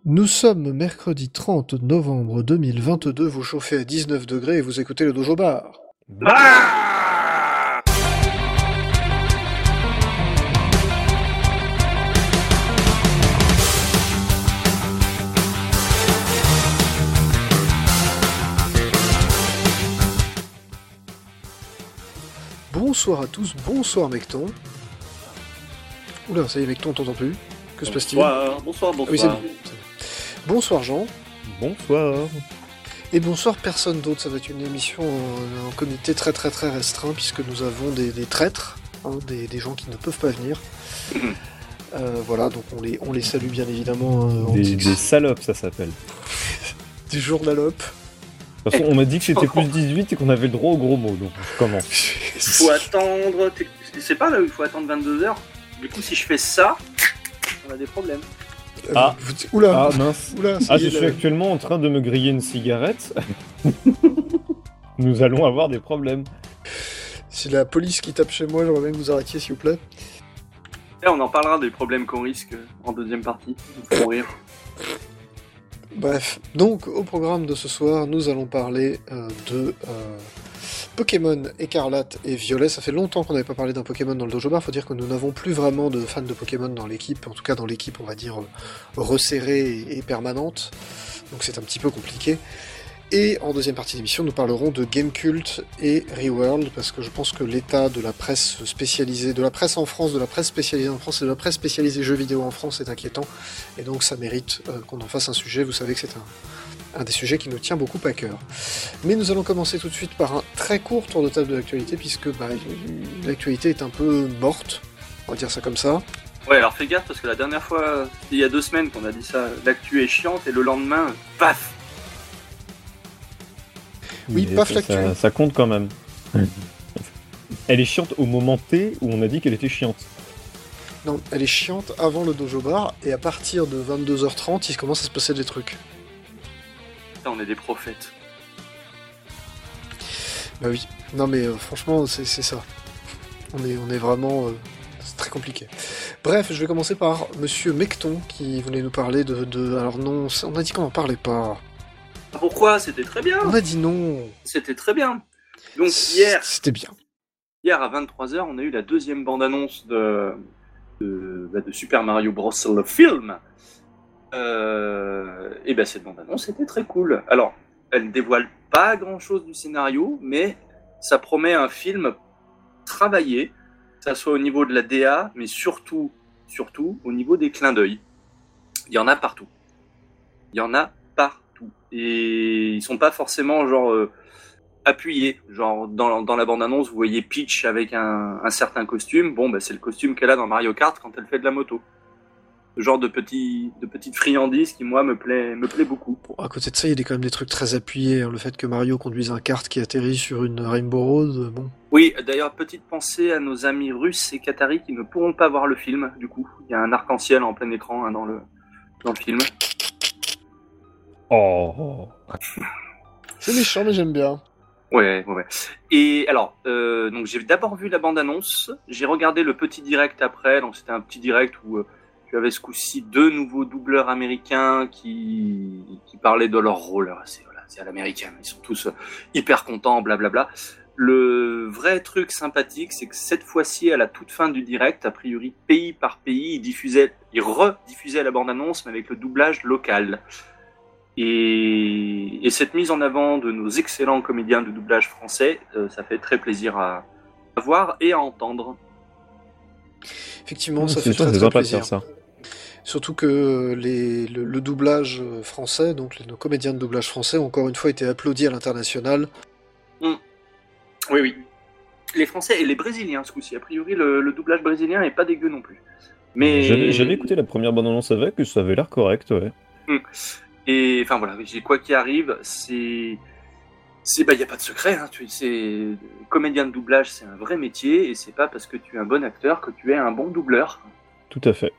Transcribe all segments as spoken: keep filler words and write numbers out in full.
Nous sommes mercredi trente novembre deux mille vingt-deux, vous chauffez à dix-neuf degrés et vous écoutez le Dojo Bar. Ah Bonsoir à tous, bonsoir Mecton. Oula, ça y est Mecton, on t'entend plus. Que se passe-t-il ? Bonsoir, bonsoir, bonsoir. Ah oui, c'est bon, c'est bon. Bonsoir Jean. Bonsoir. Et bonsoir personne d'autre, ça va être une émission en, en comité très très très restreint puisque nous avons des, des traîtres, hein, des, des gens qui ne peuvent pas venir. euh, voilà, donc on les, on les salue bien évidemment. Euh, Des, dit... des salopes, ça s'appelle. Des journalopes. De toute façon, on m'a dit que c'était plus dix-huit et qu'on avait le droit aux gros mots, donc je commence. Faut attendre... t'es- C'est pas là où il faut attendre vingt-deux heures. Du coup, si je fais ça, on a des problèmes. Euh, Ah. vous- Oula, Ah mince. oula, ça Ah, y je est, suis là. actuellement en train de me griller une cigarette. Nous allons avoir des problèmes. C'est la police qui tape chez moi, j'aimerais bien que vous arrêtiez s'il vous plaît. Là, on en parlera des problèmes qu'on risque en deuxième partie. Ils nous feront rire. Bref, donc au programme de ce soir, nous allons parler euh, de euh, Pokémon Écarlate et Violet. Ça fait longtemps qu'on n'avait pas parlé d'un Pokémon dans le Dojo Bar, faut dire que nous n'avons plus vraiment de fans de Pokémon dans l'équipe, en tout cas dans l'équipe on va dire euh, resserrée et, et permanente, donc c'est un petit peu compliqué. Et en deuxième partie d'émission, nous parlerons de Gamecult et Reworld, parce que je pense que l'état de la presse spécialisée, de la presse en France, de la presse spécialisée en France et de la presse spécialisée jeux vidéo en France est inquiétant, et donc ça mérite euh, qu'on en fasse un sujet. Vous savez que c'est un, un des sujets qui nous tient beaucoup à cœur. Mais nous allons commencer tout de suite par un très court tour de table de l'actualité, puisque bah, l'actualité est un peu morte, on va dire ça comme ça. Ouais, alors fais gaffe parce que la dernière fois, il y a deux semaines qu'on a dit ça, l'actu est chiante et le lendemain, paf. Oui, Mais paf, ça, l'actu. ça, ça compte quand même. Elle est chiante au moment T où on a dit qu'elle était chiante. Non, elle est chiante avant le Dojo Bar, et à partir de vingt-deux heures trente, il commence à se passer des trucs. Putain, on est des prophètes. Bah oui, non mais euh, franchement c'est c'est ça. On est, on est vraiment... euh, c'est très compliqué. Bref, je vais commencer par Monsieur Mecton qui voulait nous parler de... de... Alors non, c'est- on a dit qu'on n'en parlait pas. Pourquoi ? C'était très bien. On a dit non. C'était très bien. Donc hier, C'était bien. hier à vingt-trois heures, on a eu la deuxième bande-annonce de, de, bah, de Super Mario Bros. Le film. Euh, et ben cette bande-annonce était très cool. Alors, elle ne dévoile pas grand-chose du scénario, mais ça promet un film travaillé, que ça soit au niveau de la D A, mais surtout, surtout au niveau des clins d'œil. Il y en a partout. Il y en a partout. Et ils sont pas forcément genre euh, appuyés. Genre dans, dans la bande-annonce, vous voyez Peach avec un, un certain costume. Bon, bah, c'est le costume qu'elle a dans Mario Kart quand elle fait de la moto. Ce genre de petit, de petite friandise qui moi me plaît, me plaît beaucoup. Bon, à côté de ça, il y a quand même des trucs très appuyés. Hein. Le fait que Mario conduise un kart qui atterrit sur une Rainbow Road, euh, bon... Oui, d'ailleurs, petite pensée à nos amis russes et qataris qui ne pourront pas voir le film, du coup. Il y a un arc-en-ciel en plein écran hein, dans, le, dans le film. Oh. C'est méchant, mais j'aime bien. Ouais, ouais, ouais. Et alors, euh, donc j'ai d'abord vu la bande-annonce, j'ai regardé le petit direct après, donc c'était un petit direct où euh, tu avais ce coup-ci deux nouveaux doubleurs américains qui, qui parlaient de leur rôle. Alors, c'est, voilà, c'est à l'américaine, ils sont tous euh, hyper contents, blablabla. Le vrai truc sympathique, c'est que cette fois-ci, à la toute fin du direct, a priori pays par pays, ils diffusaient, ils rediffusaient la bande-annonce, mais avec le doublage local. Et, et cette mise en avant de nos excellents comédiens de doublage français, euh, ça fait très plaisir à, à voir et à entendre. Effectivement, ça C'est fait sûr, très c'est très sympa de plaisir. faire ça. Surtout que les, le, le doublage français, donc les, nos comédiens de doublage français, ont encore une fois été applaudis à l'international. Hum. Oui, oui. Les Français et les Brésiliens, ce coup-ci. A priori, le, le doublage brésilien n'est pas dégueu non plus. Mais... J'avais, j'avais écouté la première bande-annonce avec et ça avait l'air correct, ouais. Hum. Et enfin voilà, j'ai quoi qu'il arrive, c'est, c'est bah y a pas de secret, hein, tu c'est comédien de doublage, c'est un vrai métier et c'est pas parce que tu es un bon acteur que tu es un bon doubleur. Tout à fait.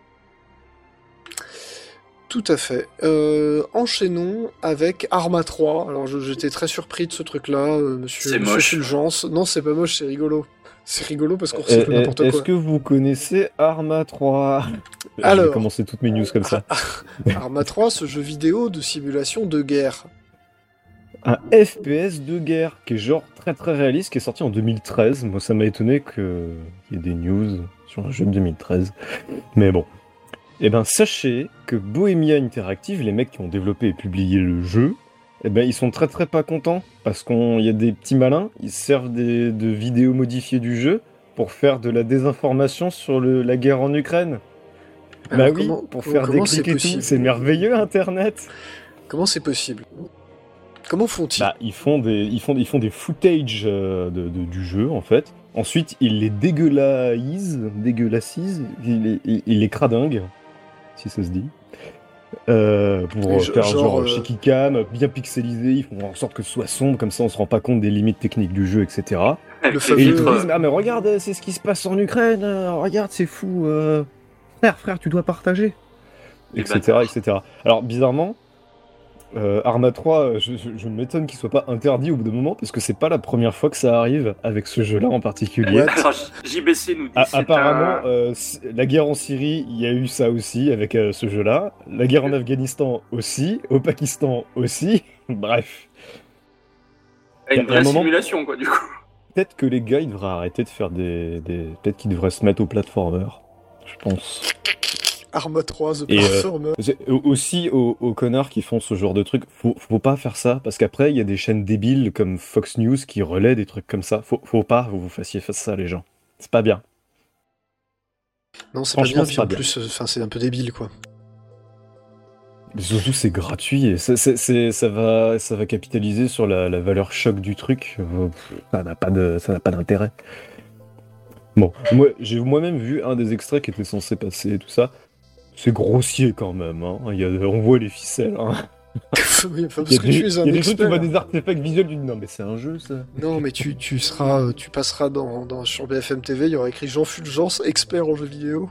Tout à fait. Euh, enchaînons avec Arma trois. Alors je- j'étais très surpris de ce truc-là, euh, monsieur, C'est monsieur moche. Fulgence. Non, c'est pas moche, c'est rigolo. C'est rigolo parce qu'on recycle Euh, n'importe Est-ce quoi. que vous connaissez Arma trois? Je vais Alors. commencer toutes mes news comme ça. Arma trois, ce jeu vidéo de simulation de guerre. Un F P S de guerre qui est genre très très réaliste, qui est sorti en deux mille treize. Moi, ça m'a étonné qu'il y ait des news sur un jeu de deux mille treize. Mais bon. Eh ben, sachez que Bohemia Interactive, les mecs qui ont développé et publié le jeu, eh ben, ils sont très très pas contents parce qu'il y a des petits malins, ils se servent des, de vidéos modifiées du jeu pour faire de la désinformation sur le, la guerre en Ukraine. Alors, bah oui, comment- pour faire des comment c'est clics et tout. possible C'est merveilleux Internet. Comment c'est possible? Comment font-ils? Bah, ils font des, ils font, ils font des footage euh, de, de- du jeu en fait. Ensuite, ils les dégueulassisent, dégueulassisent, ils les, ils, ils les cradinguent, si ça se dit. Euh, pour Et euh, je- faire genre, genre euh, shaky cam, bien pixelisé, ils font en sorte que ce soit sombre, comme ça on se rend pas compte des limites techniques du jeu, et cetera. Avec Le les fameux- Et ils filtres, te disent, ah mais regarde, c'est ce qui se passe en Ukraine, euh, regarde, c'est fou, euh, frère, frère, tu dois partager, Les et cetera, bâtards. et cetera. Alors bizarrement, euh, Arma trois, je, je, je m'étonne qu'il soit pas interdit au bout d'un moment, parce que c'est pas la première fois que ça arrive avec ce jeu-là en particulier. Ouais. Alors, J B C nous dit A- c'est apparemment, un... euh, c- la guerre en Syrie, il y a eu ça aussi avec euh, ce jeu-là. La guerre en Afghanistan aussi, au Pakistan aussi. Bref, une y a un vraie moment- simulation, quoi, du coup. peut-être que les gars, ils devraient arrêter de faire des, des... peut-être qu'ils devraient se mettre au platformer. Je pense. Arma trois, The Et, euh, Platformer. C'est- au- Aussi aux, aux connards qui font ce genre de trucs, faut, faut pas faire ça parce qu'après il y a des chaînes débiles comme Fox News qui relaient des trucs comme ça. Faut, faut pas que vous vous fassiez faire ça, les gens. C'est pas bien. Non, c'est pas franchement, bien, c'est puis pas en bien. plus, euh, enfin, c'est un peu débile, quoi. Mais surtout, c'est gratuit et c'est- c'est- c'est- ça, va, ça va capitaliser sur la, la valeur choc du truc. Euh, pff, Ça n'a pas de, ça n'a pas d'intérêt. Bon, moi, j'ai moi-même vu un des extraits qui était censé passer et tout ça. C'est grossier quand même. Hein. Il y a, on voit les ficelles. Hein. Oui, enfin, Il y parce a que des, tu es il un y a des trucs, tu expert. vois des artefacts visuels. Tu dis non, mais c'est un jeu ça. Non, mais tu, tu seras, euh, tu passeras dans, dans, sur B F M T V, il y aura écrit Jean Fulgence, expert en jeux vidéo.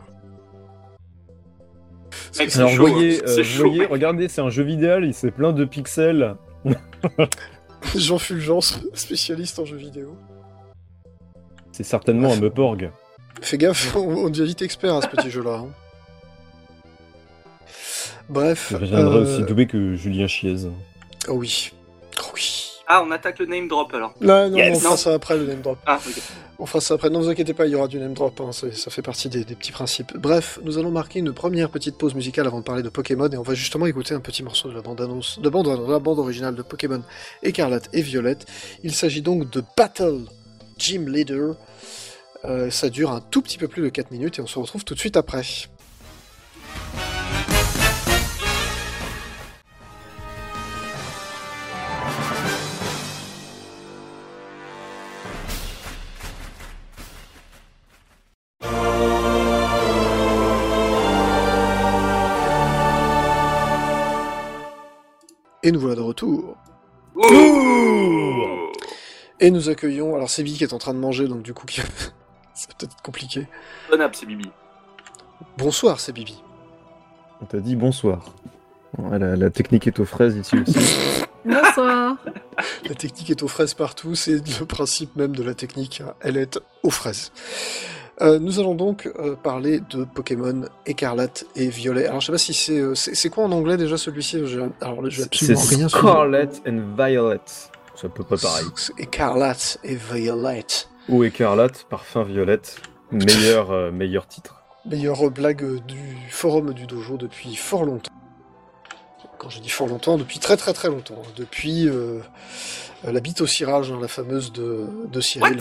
Parce Mec, que c'est Alors, chaud, vous voyez, hein. euh, C'est vous chaud, voyez, mec. regardez, c'est un jeu vidéo, il c'est plein de pixels. Jean Fulgence, spécialiste en jeux vidéo. C'est certainement un Meuporg. Fais gaffe, on, on devient vite expert à ce petit jeu-là. hein. Bref. Je viendrai euh, aussi doublé que Julien Chiez. Oh oui. Oh oui. Ah, on attaque le name drop, alors. Là, non, Yes. on fera Non. ça après, le name drop. Ah, ok. On fera ça après. Non, vous inquiétez pas, il y aura du name drop. hein, c'est- Ça fait partie des, des petits principes. Bref, nous allons marquer une première petite pause musicale avant de parler de Pokémon et on va justement écouter un petit morceau de la bande-annonce, de, bande, de la bande originale de Pokémon Écarlate et Violette. Il s'agit donc de Battle Gym Leader. Euh, ça dure un tout petit peu plus de quatre minutes et on se retrouve tout de suite après. Et nous voilà de retour. Ouh. Et nous accueillons, alors c'est Bibi qui est en train de manger, donc du coup, qui- ça va peut-être être compliqué. Bon app, c'est Bibi. Bonsoir, c'est Bibi. On t'a dit bonsoir. Ouais, la, la technique est aux fraises ici aussi. Bonsoir. La technique est aux fraises partout, c'est le principe même de la technique, hein, elle est aux fraises. Euh, nous allons donc euh, parler de Pokémon Écarlate et Violet. Alors je sais pas si c'est... euh, c'est c'est quoi en anglais déjà celui-ci? J'ai- Alors là, j'ai C'est absolument rien suivi. Scarlet and Violet. C'est à peu près pareil. C'est Écarlate et Violet. Ou écarlate, parfum violette. Meilleur, euh, meilleur titre. Meilleure blague euh, du forum du dojo depuis fort longtemps. Quand je dis fort longtemps, depuis très très très longtemps. Depuis euh, euh, la bite au cirage, hein, la fameuse de, de Cyril.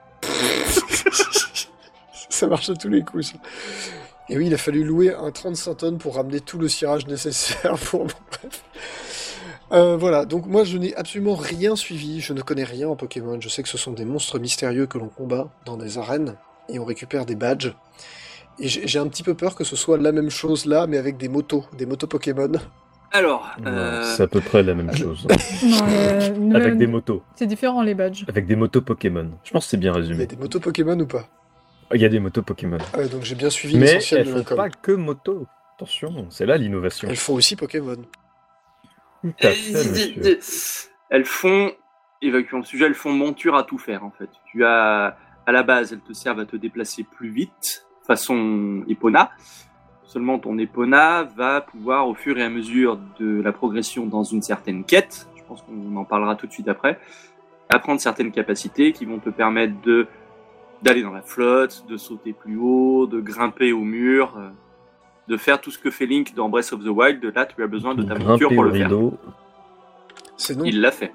Ça marche à tous les coups, ça. Et oui, il a fallu louer un trente-cinq tonnes pour ramener tout le cirage nécessaire pour... Bref. Euh, voilà, donc moi je n'ai absolument rien suivi, je ne connais rien en Pokémon, je sais que ce sont des monstres mystérieux que l'on combat dans des arènes, et on récupère des badges. Et j'ai j'ai un petit peu peur que ce soit la même chose là, mais avec des motos, des motos Pokémon. Alors, Non, euh... C'est à peu près la même chose. Non, euh, ne- Avec des motos. C'est différent les badges. Avec des motos Pokémon. Je pense que c'est bien Il y a résumé. des motos Pokémon ou pas? Il y a des motos Pokémon. Ah ouais, donc j'ai bien suivi Mais l'essentiel elles de font l'incom. pas que moto. Attention, c'est là l'innovation. Elles font aussi Pokémon. Tout à fait, monsieur. elles font, évacuons le sujet, elles font monture à tout faire, en fait. Tu as à la base, elles te servent à te déplacer plus vite, façon Epona. Seulement, ton Epona va pouvoir, au fur et à mesure de la progression dans une certaine quête, je pense qu'on en parlera tout de suite après, apprendre certaines capacités qui vont te permettre de d'aller dans la flotte, de sauter plus haut, de grimper au mur, euh, de faire tout ce que fait Link dans Breath of the Wild. Là, tu as besoin de ta monture pour le faire. C'est non. Il l'a fait.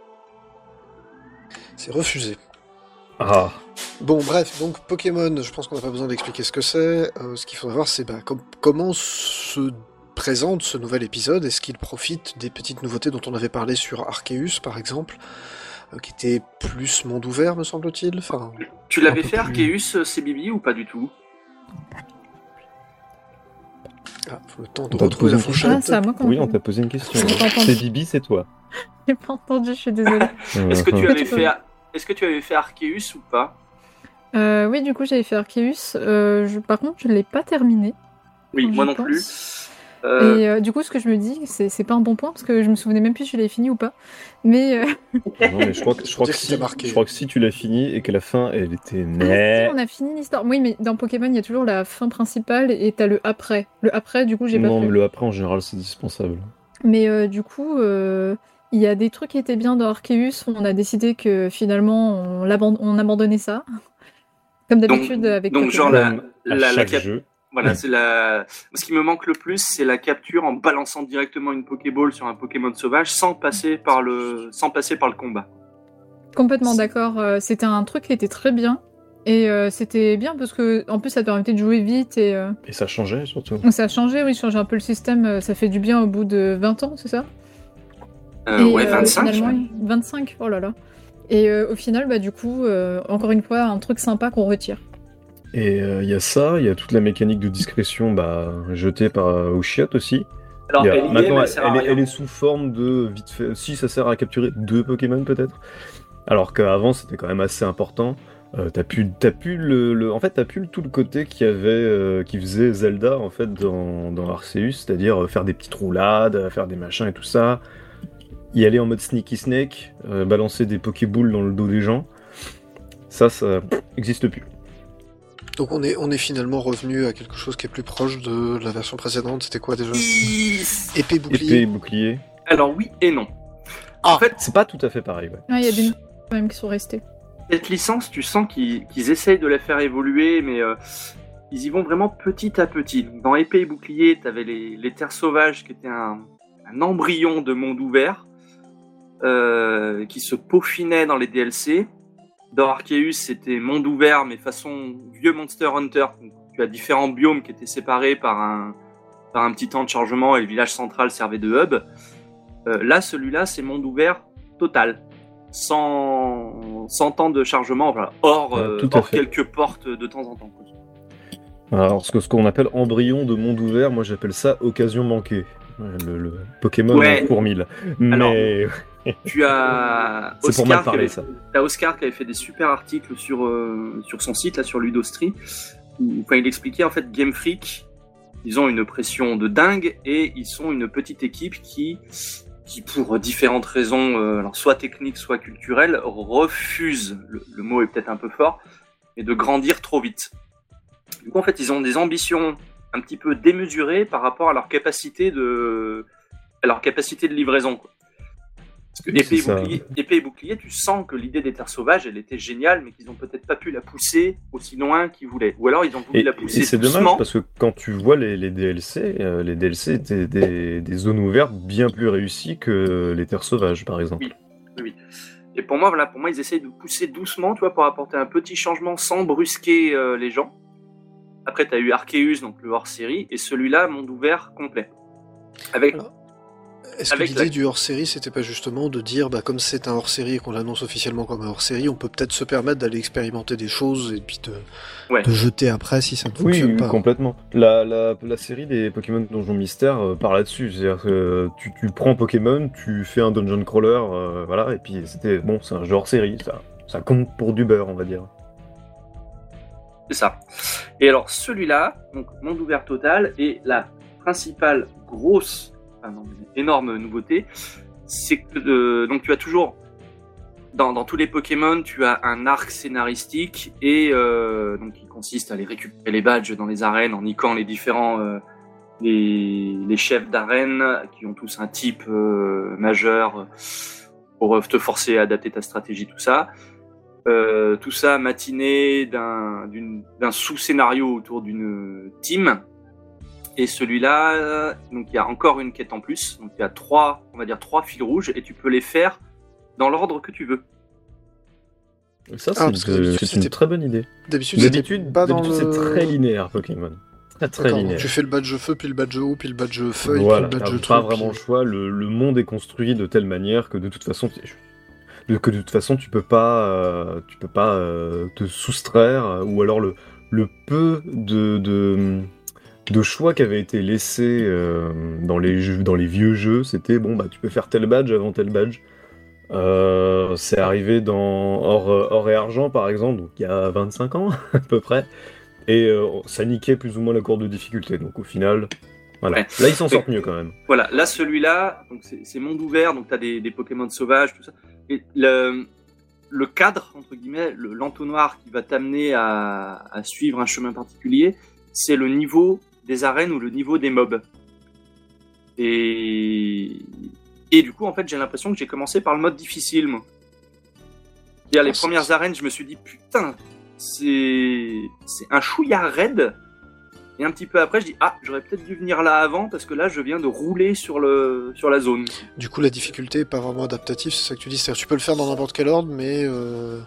C'est refusé. Ah. Bon, bref, donc Pokémon, je pense qu'on n'a pas besoin d'expliquer ce que c'est. Euh, ce qu'il faudra voir, c'est bah, com- comment se présente ce nouvel épisode. Est-ce qu'il profite des petites nouveautés dont on avait parlé sur Arceus, par exemple, euh, qui était plus monde ouvert, me semble-t-il. Enfin, Tu l'avais un peu fait, plus. Arceus, C B B, ou pas du tout? ah, faut le temps de On t'a retrouver posé la une fourchette. Ah, c'est à moi qu'on Oui, on t'a posé une question. J'ai pas entendu. C'est Bibi, c'est toi. J'ai pas entendu, je suis désolée. Est-ce que tu Mhm. avais tu peux- fait, est-ce que tu avais fait Arceus ou pas? Euh, oui, du coup, j'avais fait Arceus. Euh, je- Par contre, je l'ai pas terminé. Oui, Quand moi j'y non pense. plus. Euh, Et euh, du coup, ce que je me dis, c'est c'est pas un bon point parce que je me souvenais même plus si je l'avais fini ou pas. Mais euh, Non, mais je crois que, je crois Dire que que si, t'as marqué. je crois que si tu l'as fini et que la fin, elle était si, née. on a fini l'histoire. Oui, mais dans Pokémon, il y a toujours la fin principale et t'as le après. Le après, du coup, j'ai pas Non, fait. mais le après, en général, c'est indispensable. Mais euh, du coup, euh, il y a des trucs qui étaient bien dans Arceus. On a décidé que finalement, on, l'aband- on abandonnait ça. Comme d'habitude Donc- avec donc, Pokémon. genre, la- Comme à la- la chaque cap- jeu. Voilà, Ouais. c'est la. Ce qui me manque le plus, c'est la capture en balançant directement une Pokéball sur un Pokémon sauvage sans passer par le, sans passer par le combat. Complètement d'accord. euh, C'était un truc qui était très bien. Et euh, c'était bien parce que, en plus, ça te permettait de jouer vite et euh, Et ça changeait surtout. ça a changé, oui, changer un peu le système. euh, Ça fait du bien au bout de vingt ans, c'est ça? Euh, Et, ouais, euh, vingt-cinq. finalement, ouais. vingt-cinq, oh là là. Et euh, au final, bah, du coup, euh, encore une fois, un truc sympa qu'on retire. Et il y a ça, il y a toute la mécanique de discrétion bah, jetée par euh, Uchihat aussi. Alors, Il y a- elle y est, maintenant, mais elle, elle sert à elle est, rien. elle est sous forme de vite fait. Si, ça sert à capturer deux Pokémon peut-être. Alors qu'avant, c'était quand même assez important. Euh, t'as plus, t'as plus le, le- en fait, t'as plus le- tout le côté qui avait, euh, qui faisait Zelda en fait dans, dans Arceus, c'est-à-dire euh, faire des petites roulades, euh, faire des machins et tout ça. Y aller en mode sneaky snake, euh, balancer des Pokéboules dans le dos des gens. Ça, ça n'existe plus. Donc on est, on est finalement revenu à quelque chose qui est plus proche de la version précédente. C'était quoi déjà? Ils- Épée Épée bouclier. et bouclier. Alors oui et non. Ah. En fait, C'est pas tout à fait pareil, ouais. Ouais, il y a des noms quand même qui sont restés. cette licence, tu sens qu'ils qu'ils essayent de la faire évoluer, mais euh, ils y vont vraiment petit à petit. Donc, dans Épée et Bouclier, tu avais les, les Terres Sauvages, qui étaient un, un embryon de monde ouvert, euh, qui se peaufinait dans les D L C. Dans Arceus, c'était monde ouvert, mais façon vieux Monster Hunter. Donc, tu as différents biomes qui étaient séparés par un, par un petit temps de chargement, et le village central servait de hub. Euh, là, celui-là, c'est monde ouvert total. Sans, sans temps de chargement, voilà. hors, Ouais, euh, tout à hors fait. quelques portes de temps en temps. quoi. Alors, ce que- ce qu'on appelle embryon de monde ouvert, moi j'appelle ça occasion manquée. Ouais, Le, le Pokémon Ouais. en cours mille. Alors, Mais Tu as c'est pour mal Oscar, qui parler avait, ça. t'as Oscar qui avait fait des super articles sur, euh, sur son site, là, sur Ludostri, où enfin, il expliquait en fait Game Freak, ils ont une pression de dingue et ils sont une petite équipe qui, qui pour différentes raisons, euh, alors soit techniques, soit culturelles, refuse, le, le mot est peut-être un peu fort, mais de grandir trop vite. Du coup, en fait, ils ont des ambitions un petit peu démesurées par rapport à leur capacité de, à leur capacité de livraison, quoi. Parce que Oui, épée, et c'est ça. bouclier, épée et bouclier, tu sens que l'idée des terres sauvages, elle était géniale, mais qu'ils ont peut-être pas pu la pousser aussi loin qu'ils voulaient. Ou alors ils ont voulu Et, la et pousser c'est doucement. dommage parce que quand tu vois les, les D L C, euh, les D L C étaient des, des zones ouvertes bien plus réussies que les terres sauvages par exemple. Oui. Et pour moi, voilà, pour moi, ils essayent de pousser doucement, tu vois, pour apporter un petit changement sans brusquer euh, les gens. Après, tu as eu Arceus, donc le hors-série, et celui-là, monde ouvert complet. Avec Alors, Est-ce que Avec l'idée la- du hors-série, c'était pas justement de dire, bah, comme c'est un hors-série et qu'on l'annonce officiellement comme un hors-série, on peut peut-être se permettre d'aller expérimenter des choses et puis de, Ouais. de jeter après si ça ne Oui, fonctionne oui, pas. complètement. La, la, la série des Pokémon Donjon Mystère euh, part là-dessus. C'est-à-dire que euh, tu, tu prends Pokémon, tu fais un dungeon crawler, euh, voilà, et puis c'était bon, c'est un jeu hors série, ça, ça compte pour du beurre, on va dire. C'est ça. Et alors celui-là, donc monde ouvert total, et la principale grosse, enfin non, mais énorme nouveauté, c'est que euh, donc tu as toujours dans, dans tous les Pokémon, tu as un arc scénaristique et euh, donc qui consiste à aller récupérer les badges dans les arènes en niquant les différents euh, les, les chefs d'arène qui ont tous un type euh, majeur pour te forcer à adapter ta stratégie, tout ça. Euh, tout ça matiné d'un, d'une, d'un sous-scénario autour d'une team. Et celui-là, donc il y a encore une quête en plus. Donc il y a trois, on va dire trois fils rouges et tu peux les faire dans l'ordre que tu veux. Ça, c'est, Ah, parce que de- d'habitude, c'est une c'était- très bonne idée. D'habitude, c'était D'habitude, pas dans d'habitude le... c'est très linéaire Pokémon. Très très D'accord, donc linéaire. tu fais le badge feu, puis le badge eau, puis le badge feuille, Voilà, puis le t'as badge pas truc, vraiment le puis- choix. Le, le monde est construit de telle manière que de toute façon, de- que de toute façon tu peux pas, euh, tu peux pas euh, te soustraire, euh, ou alors le, le peu de, de, de choix qui avait été laissé euh, dans les jeux, dans les vieux jeux, c'était bon bah tu peux faire tel badge avant tel badge. Euh, c'est arrivé dans Or, Or et Argent par exemple, donc il y a vingt-cinq ans à peu près, et euh, ça niquait plus ou moins la courbe de difficulté. Donc au final, voilà. Ouais. Là ils s'en sortent mieux quand même. Voilà, là celui-là, donc c'est, c'est monde ouvert, donc t'as des, des Pokémon sauvages, tout ça. Et le, le cadre, entre guillemets, le, l'entonnoir qui va t'amener à, à suivre un chemin particulier, c'est le niveau des arènes ou le niveau des mobs. Et, et du coup, en fait, j'ai l'impression que j'ai commencé par le mode difficile, moi. C'est-à-dire, les Oh, premières c'est- arènes, je me suis dit, putain, c'est, c'est un chouïa raide. Et un petit peu après, je dis, ah, j'aurais peut-être dû venir là avant, parce que là, je viens de rouler sur, le, sur la zone. Du coup, la difficulté est pas vraiment adaptative, c'est ça que tu dis. C'est-à-dire, tu peux le faire dans n'importe quel ordre, mais euh...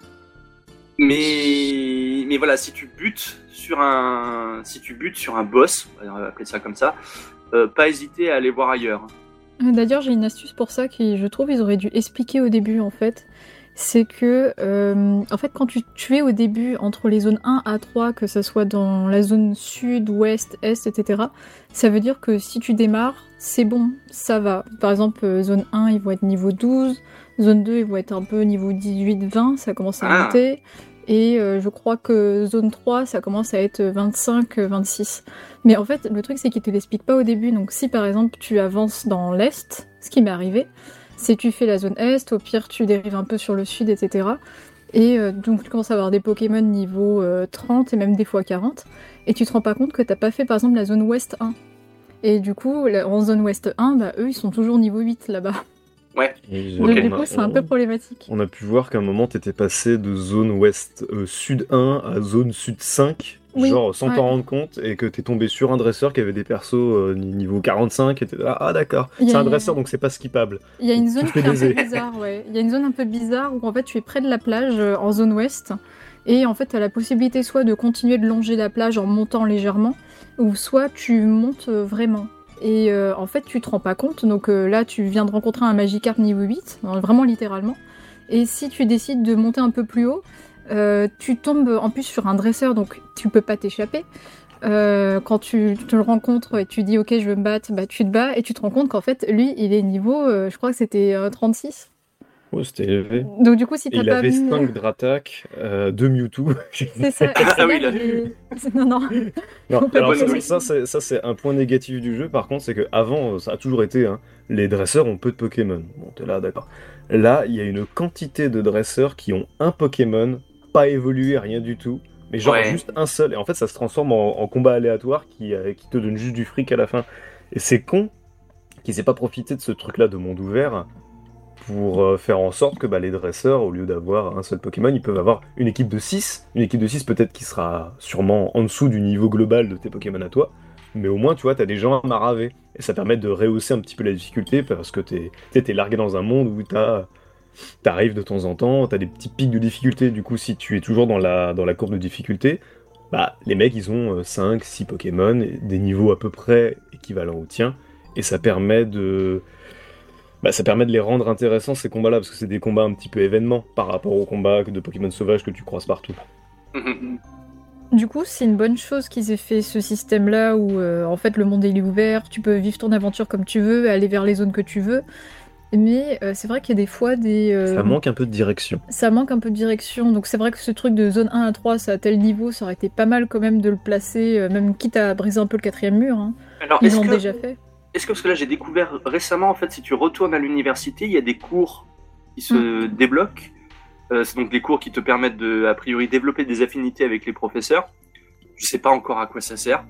Mais, mais voilà, si tu butes sur un, si tu butes sur un boss, on va appeler ça comme ça, euh, pas hésiter à aller voir ailleurs. D'ailleurs, j'ai une astuce pour ça qui, je trouve, ils auraient dû expliquer au début, en fait. C'est que, euh, en fait, quand tu, tu es au début entre les zones un à trois, que ce soit dans la zone sud, ouest, est, et cetera, ça veut dire que si tu démarres, c'est bon, ça va. Par exemple, euh, zone un, ils vont être niveau douze, zone deux, ils vont être un peu niveau dix-huit vingt, ça commence à Ah. monter. Et euh, je crois que zone trois, ça commence à être vingt-cinq vingt-six. Mais en fait, le truc, c'est qu'ils te l'expliquent pas au début. Donc si par exemple, tu avances dans l'est, ce qui m'est arrivé, c'est que tu fais la zone est, au pire, tu dérives un peu sur le sud, et cetera. Et euh, donc tu commences à avoir des Pokémon niveau euh, trente et même des fois quarante. Et tu te rends pas compte que t'as pas fait par exemple la zone ouest un. Et du coup, la- en zone ouest un, bah, eux, ils sont toujours niveau huit là-bas. Ouais. Et j'ai- Donc Ok. du on a- coup, c'est un peu problématique. On a pu voir qu'à un moment, t'étais passé de zone ouest euh, sud un à zone sud cinq, Oui, genre sans ouais. t'en rendre compte, et que t'es tombé sur un dresseur qui avait des persos euh, niveau quarante-cinq, et t'es là, ah d'accord, Il y c'est a un une- dresseur donc c'est pas skippable. Il y a une zone Tu fais qui est un des peu ailes. bizarre, ouais. Il y a une zone un peu bizarre où en fait tu es près de la plage euh, en zone ouest et en fait tu as la possibilité soit de continuer de longer la plage en montant légèrement ou soit tu montes euh, vraiment. Et euh, en fait tu te rends pas compte, donc euh, là tu viens de rencontrer un Magikarp niveau huit, euh, vraiment littéralement. Et si tu décides de monter un peu plus haut, euh, tu tombes en plus sur un dresseur donc tu peux pas t'échapper. Euh, quand tu te le rencontres et tu dis ok je veux me battre, bah tu te bats et tu te rends compte qu'en fait lui il est niveau, euh, je crois que c'était euh, trente-six. Ouais, c'était élevé. Donc du coup si Et t'as il pas avait vu, cinq d'attaques, euh, deux Mewtwo. c'est ça. Et Ah c'est oui, là là. qu'il est- c'est- Non non. Non, La alors bonne ça, nouvelle. ça, c'est, ça, c'est un point négatif du jeu. Par contre, c'est que avant, ça a toujours été, hein, les dresseurs ont peu de Pokémon. Bon, t'es là, d'accord. Là, il y a une quantité de dresseurs qui ont un Pokémon, pas évolué, rien du tout, mais genre Ouais. juste un seul. Et en fait, ça se transforme en, en combat aléatoire qui, euh, qui te donne juste du fric à la fin. Et c'est con qu'ils aient pas profité de ce truc-là de monde ouvert pour euh, faire en sorte que bah, les dresseurs, au lieu d'avoir un seul Pokémon, ils peuvent avoir une équipe de six. Une équipe de six peut-être qui sera sûrement en dessous du niveau global de tes Pokémon à toi. Mais au moins, tu vois, t'as des gens à maraver. Et ça permet de rehausser un petit peu la difficulté parce que t'es, t'es, t'es largué dans un monde où t'as, t'arrives de temps en temps, t'as des petits pics de difficulté. Du coup, si tu es toujours dans la, dans la courbe de difficulté, bah, les mecs, ils ont cinq, six Pokémon, et des niveaux à peu près équivalents au tien. Et ça permet de... Bah, ça permet de les rendre intéressants ces combats-là, parce que c'est des combats un petit peu événements par rapport aux combats de Pokémon sauvages que tu croises partout. Mhm. Du coup c'est une bonne chose qu'ils aient fait ce système là où euh, en fait le monde est ouvert, tu peux vivre ton aventure comme tu veux, aller vers les zones que tu veux. Mais euh, c'est vrai qu'il y a des fois des... euh, Ça manque un peu de direction. ça manque un peu de direction, donc c'est vrai que ce truc de zone un à trois, c'est à tel niveau, ça aurait été pas mal quand même de le placer, euh, même quitte à briser un peu le quatrième mur. Hein. Alors, Ils est-ce l'ont que, déjà fait. est-ce que, parce que là j'ai découvert récemment, en fait, si tu retournes à l'université, il y a des cours qui se mmh. débloquent. Euh, c'est donc les cours qui te permettent de, a priori, développer des affinités avec les professeurs. Je sais pas encore à quoi ça sert.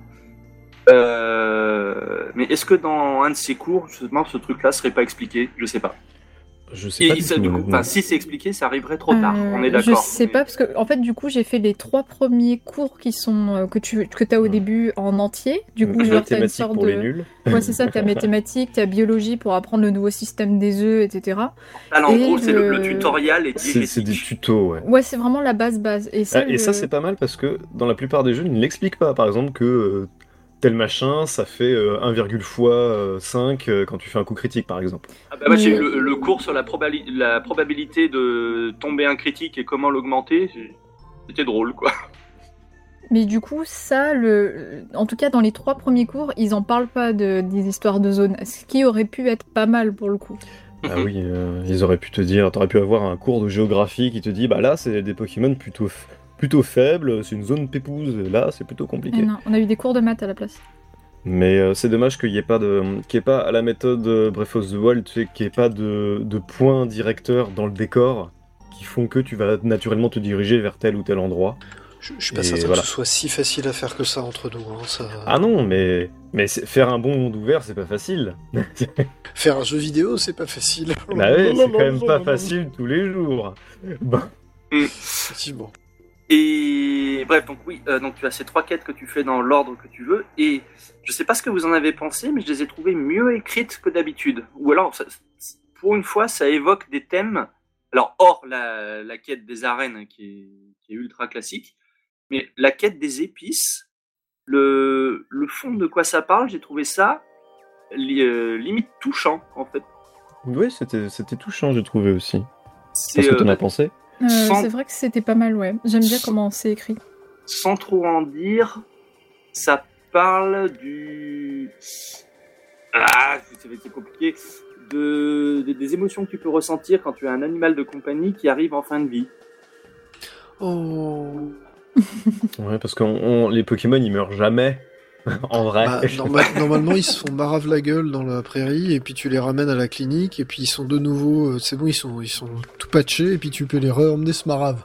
Euh, mais est-ce que dans un de ces cours, justement, ce truc-là serait pas expliqué ? Je sais pas. Je sais pas. Et ça, du coup, si c'est expliqué, ça arriverait trop tard. Euh, on est d'accord. Je sais mais... pas parce que en fait, du coup, j'ai fait les trois premiers cours qui sont euh, que tu que t'as au début en entier. Du coup, genre t'as une sorte pour de. Les nuls. Ouais, c'est ça. T'as mathématiques, t'as biologie pour apprendre le nouveau système des œufs, et cetera. Ah, là, en et gros, le... c'est le, le tutoriel et c'est, c'est des tutos, ouais. Ouais, c'est vraiment la base base. Et ça, ah, et le... ça c'est pas mal parce que dans la plupart des jeux, ils ne l'expliquent pas. Par exemple, que euh, tel machin, ça fait euh, un virgule fois cinq euh, quand tu fais un coup critique, par exemple. Ah bah moi, j'ai eu le, le cours sur la, probali- la probabilité de tomber un critique et comment l'augmenter. C'était drôle, quoi. Mais du coup, ça, le... en tout cas, dans les trois premiers cours, ils en parlent pas de... des histoires de zones, ce qui aurait pu être pas mal pour le coup. Ah oui, euh, ils auraient pu te dire, t'aurais pu avoir un cours de géographie qui te dit, bah là, c'est des Pokémon plutôt... F... plutôt faible, c'est une zone pépouse, là c'est plutôt compliqué. Non, on a eu des cours de maths à la place. Mais euh, c'est dommage qu'il n'y ait pas de, qu'il y ait pas à la méthode Breath of the Wild, tu sais, qu'il n'y ait pas de, de points directeurs dans le décor qui font que tu vas naturellement te diriger vers tel ou tel endroit. Je, je suis pas Et certain voilà. que ce soit si facile à faire que ça entre nous. Hein, ça... Ah non, mais, mais faire un bon monde ouvert, c'est pas facile. Faire un jeu vidéo, c'est pas facile. Bah ouais, c'est quand même pas facile tous les jours. Bon. Effectivement. Et bref, donc oui, euh, donc tu as ces trois quêtes que tu fais dans l'ordre que tu veux, et je sais pas ce que vous en avez pensé, mais je les ai trouvées mieux écrites que d'habitude. Ou alors, ça, pour une fois, ça évoque des thèmes, alors hors la, la quête des arènes qui est, qui est ultra classique, mais la quête des épices, le, le fond de quoi ça parle, j'ai trouvé ça li, euh, limite touchant, en fait. Oui, c'était, c'était touchant, j'ai trouvé aussi. C'est ce que t'en euh, as pensé Euh, Sans... C'est vrai que c'était pas mal, ouais. J'aime bien comment c'est écrit. Sans trop en dire, ça parle du... Ah, c'est compliqué. De... Des émotions que tu peux ressentir quand tu as un animal de compagnie qui arrive en fin de vie. Oh... Ouais, parce que on... les Pokémon, ils meurent jamais. En vrai. Bah, normal, normalement, ils se font marave la gueule dans la prairie, et puis tu les ramènes à la clinique, et puis ils sont de nouveau, euh, c'est bon, ils sont, ils sont tout patchés, et puis tu peux les re-emmener ce marave.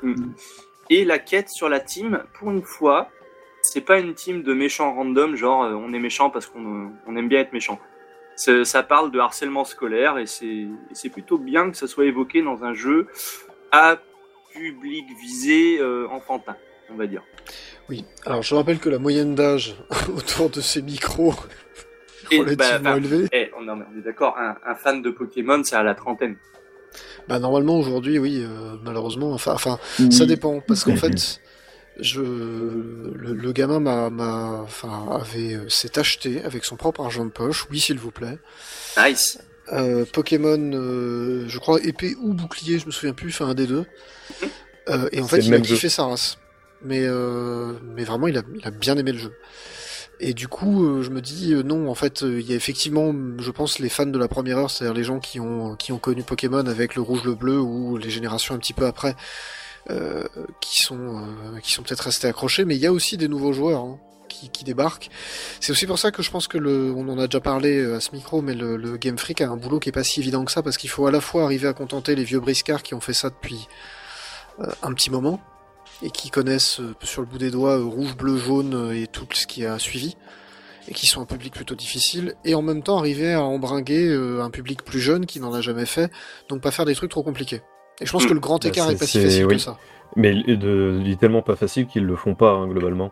Et la quête sur la team, pour une fois, c'est pas une team de méchants random, genre euh, on est méchant parce qu'on on aime bien être méchant. C'est, ça parle de harcèlement scolaire, et c'est, et c'est plutôt bien que ça soit évoqué dans un jeu à public visé euh, enfantin, on va dire. Oui, alors je rappelle que la moyenne d'âge autour de ces micros est relativement bah, élevée. Eh, on, non, on est d'accord, un, un fan de Pokémon, c'est à la trentaine. Bah normalement aujourd'hui, oui, euh, malheureusement, enfin, enfin mmh. ça dépend, parce qu'en fait, je, le, le gamin m'a, m'a, enfin, avait, s'est acheté avec son propre argent de poche, oui s'il vous plaît. Nice. Euh, Pokémon, euh, je crois épée ou bouclier, je me souviens plus, enfin un des deux. Mmh. Euh, et en fait, il a kiffé sa race. Mais, euh, mais vraiment, il a, il a bien aimé le jeu. Et du coup, euh, je me dis, euh, non, en fait, il euh, y a effectivement, je pense, les fans de la première heure, c'est-à-dire les gens qui ont, qui ont connu Pokémon avec le rouge, le bleu, ou les générations un petit peu après, euh, qui sont, euh, qui sont peut-être restés accrochés, mais il y a aussi des nouveaux joueurs, hein, qui, qui débarquent. C'est aussi pour ça que je pense que le, on en a déjà parlé à ce micro, mais le, le Game Freak a un boulot qui est pas si évident que ça, parce qu'il faut à la fois arriver à contenter les vieux briscards qui ont fait ça depuis euh, un petit moment, et qui connaissent euh, sur le bout des doigts euh, rouge, bleu, jaune euh, et tout ce qui a suivi, et qui sont un public plutôt difficile, et en même temps arriver à embringuer euh, un public plus jeune qui n'en a jamais fait, donc pas faire des trucs trop compliqués. Et je pense mmh. que le grand écart bah, est, est pas si facile oui. que ça. Mais de, il est tellement pas facile qu'ils le font pas, hein, globalement.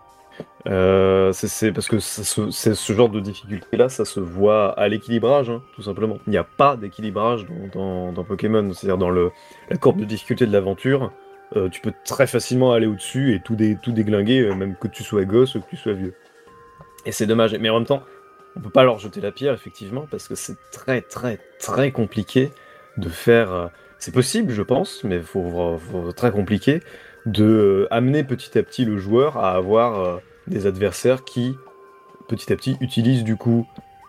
Euh, c'est, c'est parce que c'est, c'est ce genre de difficulté-là, ça se voit à l'équilibrage, hein, tout simplement. Il n'y a pas d'équilibrage dans, dans, dans Pokémon, c'est-à-dire dans le, la courbe de difficulté de l'aventure. Euh, tu peux très facilement aller au-dessus et tout, dé, tout déglinguer, euh, même que tu sois gosse ou que tu sois vieux. Et c'est dommage. Mais en même temps, on peut pas leur jeter la pierre, effectivement, parce que c'est très, très, très compliqué de faire... Euh, c'est possible, je pense, mais il faut, faut très compliqué de euh, amener petit à petit le joueur à avoir euh, des adversaires qui, petit à petit, utilisent du coup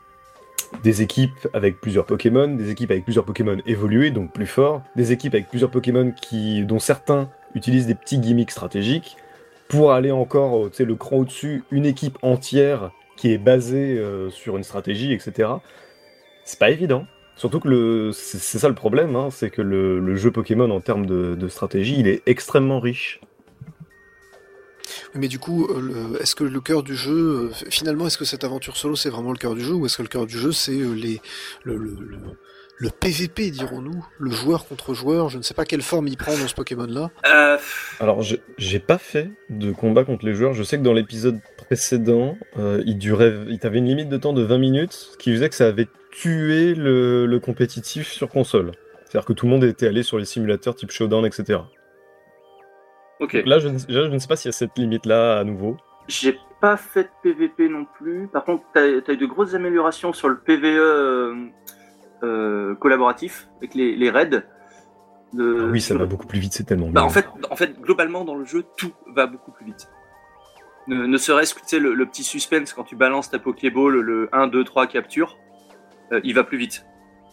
des équipes avec plusieurs Pokémon, des équipes avec plusieurs Pokémon évolués, donc plus forts, des équipes avec plusieurs Pokémon qui, dont certains utilisent des petits gimmicks stratégiques, pour aller encore, tu sais, le cran au-dessus, une équipe entière qui est basée euh, sur une stratégie, et cetera. C'est pas évident, Surtout que le, c'est, c'est ça le problème, hein, c'est que le, le jeu Pokémon en termes de, de stratégie, il est extrêmement riche. Mais du coup, euh, le- est-ce que le cœur du jeu, euh, finalement, est-ce que cette aventure solo c'est vraiment le cœur du jeu, ou est-ce que le cœur du jeu c'est euh, les le, le, le, le P V P, dirons-nous, le joueur contre joueur? Je ne sais pas quelle forme il prend dans ce Pokémon-là. Euh, Alors, j'ai, j'ai pas fait de combat contre les joueurs. Je sais que dans l'épisode précédent, euh, il durait, il t'avait une limite de temps de vingt minutes, ce qui faisait que ça avait tué le, le compétitif sur console. C'est-à-dire que tout le monde était allé sur les simulateurs type Showdown, et cetera. ok. Donc là, je, ne- là, je ne sais pas s'il y a cette limite-là à nouveau. J'ai pas fait de P V P non plus. Par contre, t'as as eu de grosses améliorations sur le P V E euh, euh, collaboratif avec les, les raids. De- Ah oui, ça sur- va beaucoup plus vite, c'est tellement Bah, bien. en fait, en fait, globalement dans le jeu, tout va beaucoup plus vite. Ne, ne serait-ce que tu sais, le, le petit suspense quand tu balances ta Pokéball, le un, deux, trois capture, euh, il va plus vite.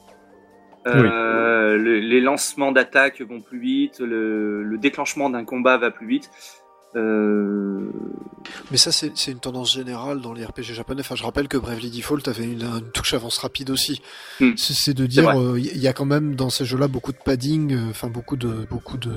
Euh, le- les lancements d'attaque vont plus vite, le, le déclenchement d'un combat va plus vite. Euh, Mais ça, c'est c'est une tendance générale dans les R P G japonais. Enfin, je rappelle que Bravely Default avait une, une touche avance rapide aussi. Hmm. C'est c'est de C'est dire, vrai. il y a quand même dans ces jeux-là beaucoup de padding, euh, enfin beaucoup de beaucoup de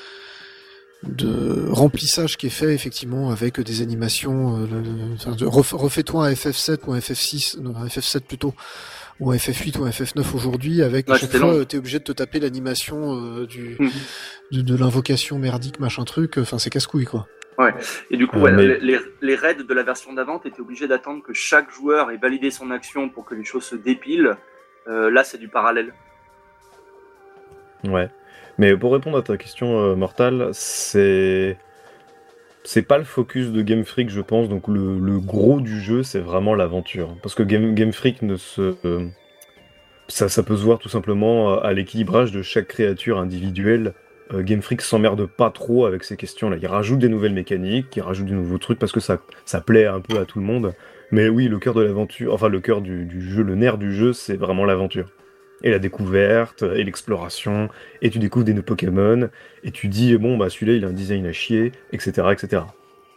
de remplissage qui est fait effectivement avec des animations. Euh, le- enfin, de- ref- refais-toi un F F sept ou un F F six, non, un F F sept plutôt, ou un F F huit ou un F F neuf aujourd'hui, avec à Ouais, chaque c'était fois long. euh, t'es obligé de te taper l'animation euh, du Mhm. de, de l'invocation merdique machin truc. Enfin, c'est casse-couille quoi. Et du coup, Euh, ouais, mais- les, les, les raids de la version d'avant, t'étais obligé d'attendre que chaque joueur ait validé son action pour que les choses se dépilent. Euh, là, c'est du parallèle. Ouais. Mais pour répondre à ta question, euh, Mortal, c'est. C'est pas le focus de Game Freak, je pense. Donc le, le gros du jeu, c'est vraiment l'aventure. Parce que Game, Game Freak ne se. euh, ça, ça peut se voir tout simplement à l'équilibrage de chaque créature individuelle. Euh, Game Freak s'emmerde pas trop avec ces questions-là. Il rajoute des nouvelles mécaniques, il rajoute des nouveaux trucs parce que ça, ça plaît un peu à tout le monde. Mais oui, le cœur de l'aventure, enfin le cœur du, du jeu, le nerf du jeu, c'est vraiment l'aventure. Et la découverte, et l'exploration, et tu découvres des nouveaux Pokémon, et tu dis, bon, bah celui-là, il a un design à chier, et cetera, et cetera.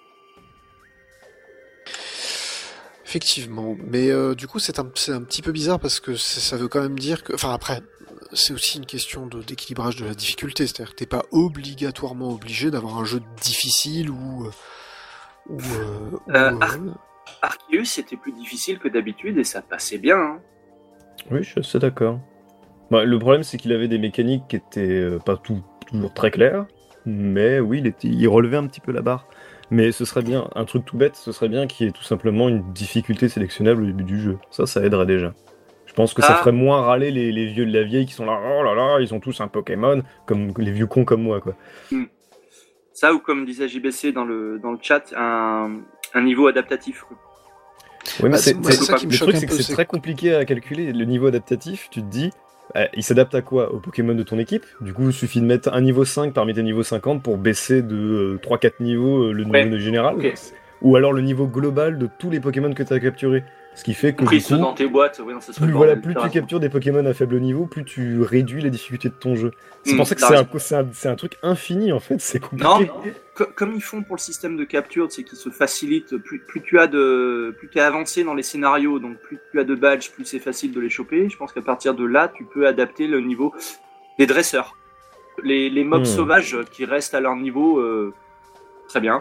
Effectivement, mais euh, du coup c'est un, c'est un petit peu bizarre parce que c'est- ça veut quand même dire que, enfin après, c'est aussi une question de, d'équilibrage de la difficulté, c'est-à-dire que t'es pas obligatoirement obligé d'avoir un jeu difficile ou... ou, euh, ou, Euh, euh, Ar- Arceus, c'était plus difficile que d'habitude et ça passait bien. Hein. Oui, je suis assez d'accord. Bah, le problème, c'est qu'il avait des mécaniques qui étaient euh, pas tout, toujours très claires, mais oui, il, était, il relevait un petit peu la barre. Mais ce serait bien, un truc tout bête, ce serait bien qu'il y ait tout simplement une difficulté sélectionnable au début du jeu. Ça, ça aiderait déjà. Je pense que ça Ah. ferait moins râler les, les vieux de la vieille qui sont là, oh là là, ils ont tous un Pokémon, comme les vieux cons comme moi, quoi. Ça, ou comme disait J B C dans le, dans le chat, un, un niveau adaptatif. quoi. Oui, mais Bah, c'est, c'est- moi, c'est c'est- ça qui me le choque truc, un c'est que peu, c'est c'est- très compliqué à calculer. Le niveau adaptatif, tu te dis, euh, il s'adapte à quoi? Au Pokémon de ton équipe. Du coup, il suffit de mettre un niveau cinq parmi tes niveaux cinquante pour baisser de euh, trois quatre niveaux euh, le niveau Ouais, de général. ok. Ou alors le niveau global de tous les Pokémon que tu as capturés. Ce qui fait que Compris du ceux coup, dans tes boîtes, ouais, non, ça serait plus, le voilà, bordel, plus t'as tu raison. captures des Pokémon à faible niveau, plus tu réduis la difficulté de ton jeu. C'est Hmm, pour ça que t'as c'est un, raison. c'est, un, c'est un truc infini en fait, c'est compliqué. Non, co- comme ils font pour le système de capture, c'est qu'ils se facilitent. Plus, plus tu as de, plus tu es avancé dans les scénarios, donc plus tu as de badges, plus c'est facile de les choper. Je pense qu'à partir de là, tu peux adapter le niveau des dresseurs. Les, les mobs Hmm. sauvages qui restent à leur niveau, euh, très bien.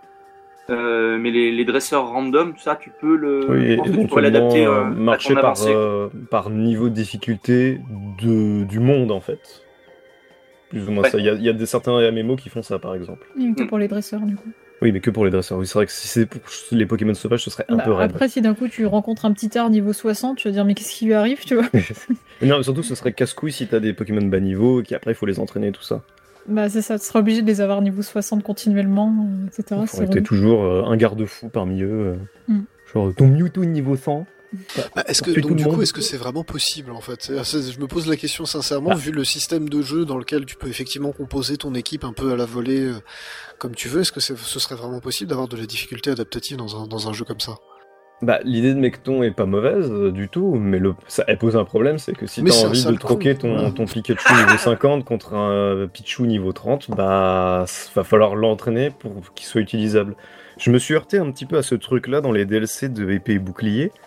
Euh, mais les, les dresseurs random, ça, tu peux le, Oui, je pense que tu pourrais éventuellement l'adapter euh, euh, à marcher ton par, avancée. euh, par niveau de difficulté de, du monde en fait. Plus ou moins Ouais. ça. Il y a, il y a des, certains M M O qui font ça par exemple. Et que Mm. pour les dresseurs, du coup. Oui, mais que pour les dresseurs. Oui, c'est vrai que si c'est pour les Pokémon sauvages, ce serait un Bah, peu raide. après, si d'un coup tu rencontres un petit art niveau soixante, tu vas dire, mais qu'est-ce qui lui arrive, tu vois? Mais non, mais surtout, ce serait casse-couille si t'as des Pokémon bas niveau et qu'après il faut les entraîner et tout ça. Bah, c'est ça, tu seras obligé de les avoir niveau soixante continuellement, euh, et cetera. Il c'est faudrait que t'aies relou. toujours euh, un garde-fou parmi eux. euh, Mm. Genre ton Mewtwo niveau cent. Bah, est-ce que Pour tuer tout donc le du coup monde. est-ce que c'est vraiment possible en fait? C'est- c'est- Je me pose la question sincèrement, Bah. vu le système de jeu dans lequel tu peux effectivement composer ton équipe un peu à la volée euh, comme tu veux, est-ce que c'est- ce serait vraiment possible d'avoir de la difficulté adaptative dans un, dans un jeu comme ça? Bah, l'idée de Mecton est pas mauvaise euh, du tout, mais le, ça, elle pose un problème, c'est que si Mais t'as c'est un envie de sale troquer con, ton, voilà. ton Pikachu niveau cinquante contre un Pichu niveau trente, bah, s- va falloir l'entraîner pour qu'il soit utilisable. Je me suis heurté un petit peu à ce truc-là dans les D L C de Épée et Bouclier,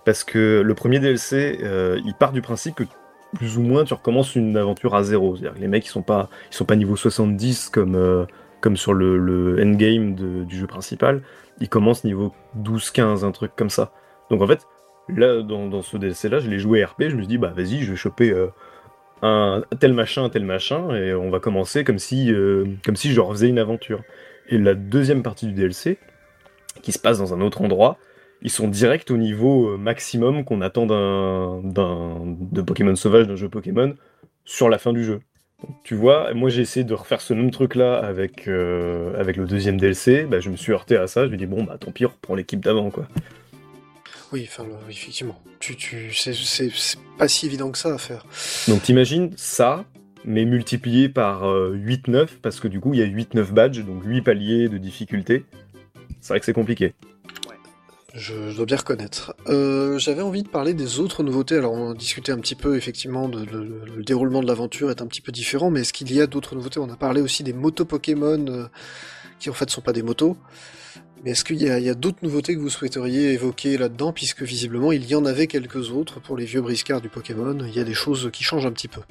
Parce que le premier D L C, euh, il part du principe que plus ou moins tu recommences une aventure à zéro. C'est-à-dire que les mecs ils sont pas, ils sont pas niveau soixante-dix comme, euh, comme sur le, le endgame de, du jeu principal. Ils commencent niveau douze quinze, un truc comme ça. Donc en fait, là, dans, dans ce D L C là, je l'ai joué R P, je me suis dit bah vas-y, je vais choper euh, un tel machin, un tel machin, et on va commencer comme si, euh, comme si je refaisais une aventure. Et la deuxième partie du D L C, qui se passe dans un autre endroit, ils sont directs au niveau maximum qu'on attend d'un, d'un de Pokémon sauvage, d'un jeu Pokémon, sur la fin du jeu. Donc, tu vois, moi j'ai essayé de refaire ce même truc-là avec, euh, avec le deuxième D L C, bah, je me suis heurté à ça, je me dis bon bah tant pis, on reprend l'équipe d'avant quoi. Oui, enfin, le- effectivement. Tu, tu, c'est, c'est, c'est pas si évident que ça à faire. Donc t'imagines ça, mais multiplié par euh, huit neuf, parce que du coup il y a huit neuf badges, donc huit paliers de difficulté. C'est vrai que c'est compliqué. Je, je dois bien reconnaître. Euh, j'avais envie de parler des autres nouveautés. Alors, on a discuté un petit peu, effectivement, de, le, le- le déroulement de l'aventure est un petit peu différent, mais est-ce qu'il y a d'autres nouveautés? On a parlé aussi des motos Pokémon, euh, qui en fait sont pas des motos. Mais est-ce qu'il y a, il y a d'autres nouveautés que vous souhaiteriez évoquer là-dedans, puisque visiblement il y en avait quelques autres pour les vieux briscards du Pokémon, il y a des choses qui changent un petit peu.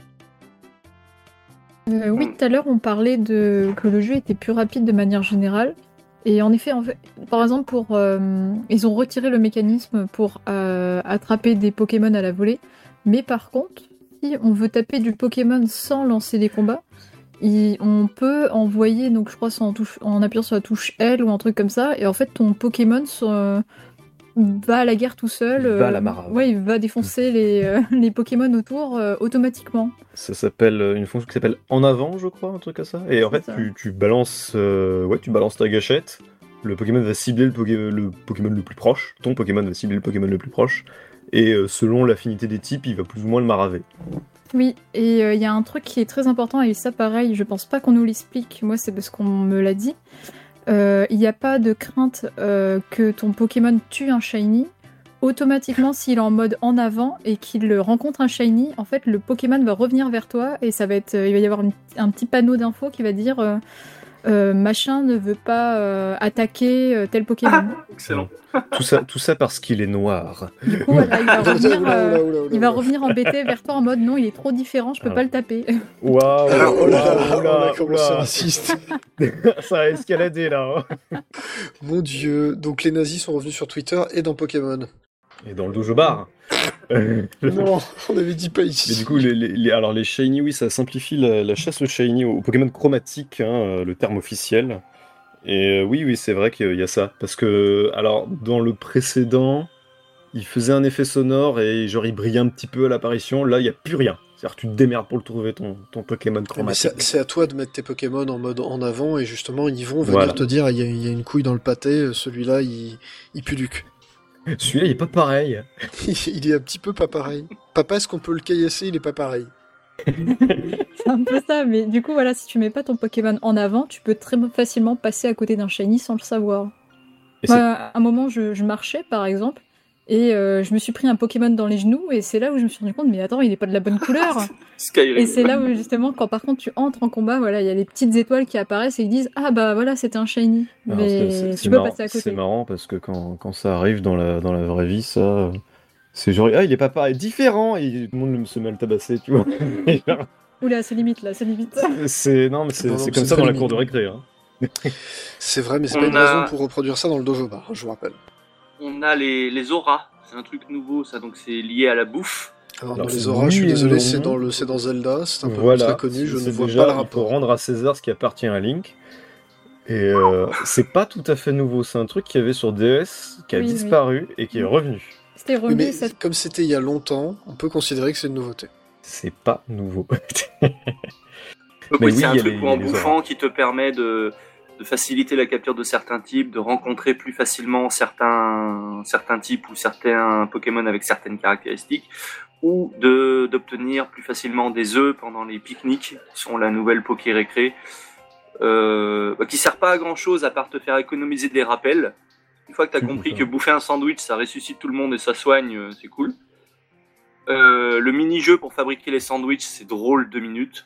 Euh, oui, tout à l'heure, on parlait de que le jeu était plus rapide de manière générale. Et en effet, en fait par exemple, pour, euh, ils ont retiré le mécanisme pour euh, attraper des Pokémon à la volée. Mais par contre, si on veut taper du Pokémon sans lancer des combats, il- on peut envoyer, donc je crois, c'est en, touche- en appuyant sur la touche L ou un truc comme ça. Et en fait, ton Pokémon sur- euh, va à la guerre tout seul. Il va à euh, la marave. ouais, il va défoncer les, euh, les Pokémon autour euh, automatiquement. Ça s'appelle euh, une fonction qui s'appelle en avant, je crois, un truc comme ça. Et en C'est fait, ça. tu, tu balances, euh, ouais, tu balances ta gâchette. Le Pokémon va cibler le, Poké- le Pokémon le plus proche. Ton Pokémon va cibler le Pokémon le plus proche. Et euh, selon l'affinité des types, il va plus ou moins le maraver. Oui, et il euh, y a un truc qui est très important, et ça pareil, je pense pas qu'on nous l'explique, moi c'est parce qu'on me l'a dit. Il n'y a pas de crainte euh, que ton Pokémon tue un Shiny. Automatiquement, s'il est en mode en avant et qu'il rencontre un Shiny, en fait le Pokémon va revenir vers toi et ça va être, euh, il va y avoir une- un petit panneau d'info qui va dire euh, euh, machin ne veut pas euh, attaquer euh, tel Pokémon. Excellent. Tout ça, tout ça parce qu'il est noir. Du coup, voilà, il va revenir, Oula, euh, oula, oula, oula, il va oula. revenir embêté vers toi en mode non, il est trop différent, je peux Ah. pas le taper. Waouh, Alors, oh là là, waouh, on a oula, commencé oula. raciste. Ça a escaladé là. hein. Mon dieu, donc les nazis sont revenus sur Twitter et dans Pokémon. Et dans le dojo bar. Non, on avait dit pas Mais ici. du coup, les, les- les- alors les shiny, oui, ça simplifie la, la chasse aux shiny, aux Pokémon chromatiques, hein, euh, le terme officiel. Et euh, oui, oui, c'est vrai qu'il y a ça. Parce que, alors, dans le précédent, il faisait un effet sonore et genre il brillait un petit peu à l'apparition. Là, il n'y a plus rien. C'est-à-dire que tu te démerdes pour le trouver, ton, ton Pokémon Mais chromatique. c'est c'est à toi de mettre tes Pokémon en mode en avant et justement ils vont venir Voilà. te dire il y, a- il y a une couille dans le pâté, celui-là il, il pue du cul. Celui-là, il est pas pareil. Il est un petit peu pas pareil. Papa, est-ce qu'on peut le caillasser? Il est pas pareil. C'est un peu ça, mais du coup, voilà, si tu mets pas ton Pokémon en avant, tu peux très facilement passer à côté d'un Shiny sans le savoir. Et Moi, à un moment, je, je marchais, par exemple, et euh, je me suis pris un Pokémon dans les genoux, et c'est là où je me suis rendu compte, mais attends, il est pas de la bonne couleur. Skyrim. Et c'est là où, justement, quand par contre tu entres en combat, voilà, il y a les petites étoiles qui apparaissent et ils disent, ah bah voilà, c'était un Shiny. Alors, c'est- Mais c'est- tu c'est peux marrant, passer à c'est côté. marrant parce que quand, quand ça arrive dans la, dans la vraie vie, ça. euh, C'est genre, ah, il est pas pareil, différent, et tout le monde se met à le tabasser, tu vois. Et genre, Oula, c'est limite là, c'est limite. c'est, non, mais c'est, Non, non, c'est c'est comme ça très dans la limite. cour de récré. Hein. C'est vrai, mais c'est On pas une a- raison pour reproduire ça dans le dojo bar, je vous rappelle. On a les, les auras. C'est un truc nouveau, ça, donc c'est lié à la bouffe. Alors, Alors, dans les c'est auras, je suis oui et désolé, non. c'est dans, le, c'est dans Zelda, c'est un peu Voilà, très connu, je c'est- ne c'est vois déjà, pas le il faut rapport. rendre à César ce qui appartient à Link. Et euh, c'est pas tout à fait nouveau, c'est un truc qu'il y avait sur D S, qui a Oui, oui. disparu et qui est revenu. C'était Oui, revenu, mais ça... comme c'était il y a longtemps, on peut considérer que c'est une nouveauté. C'est pas nouveau. Donc Mais oui, oui, c'est un il y a truc les- où en les bouffant qui te permet de, de faciliter la capture de certains types, de rencontrer plus facilement certains, certains types ou certains Pokémon avec certaines caractéristiques, ou de d'obtenir plus facilement des œufs pendant les pique-niques, qui sont la nouvelle Poké Récré, euh, bah, qui sert pas à grand chose à part te faire économiser des rappels. Une fois que tu as Tout compris ça. que bouffer un sandwich ça ressuscite tout le monde et ça soigne, euh, c'est cool. Euh, le mini-jeu pour fabriquer les sandwichs, c'est drôle deux minutes.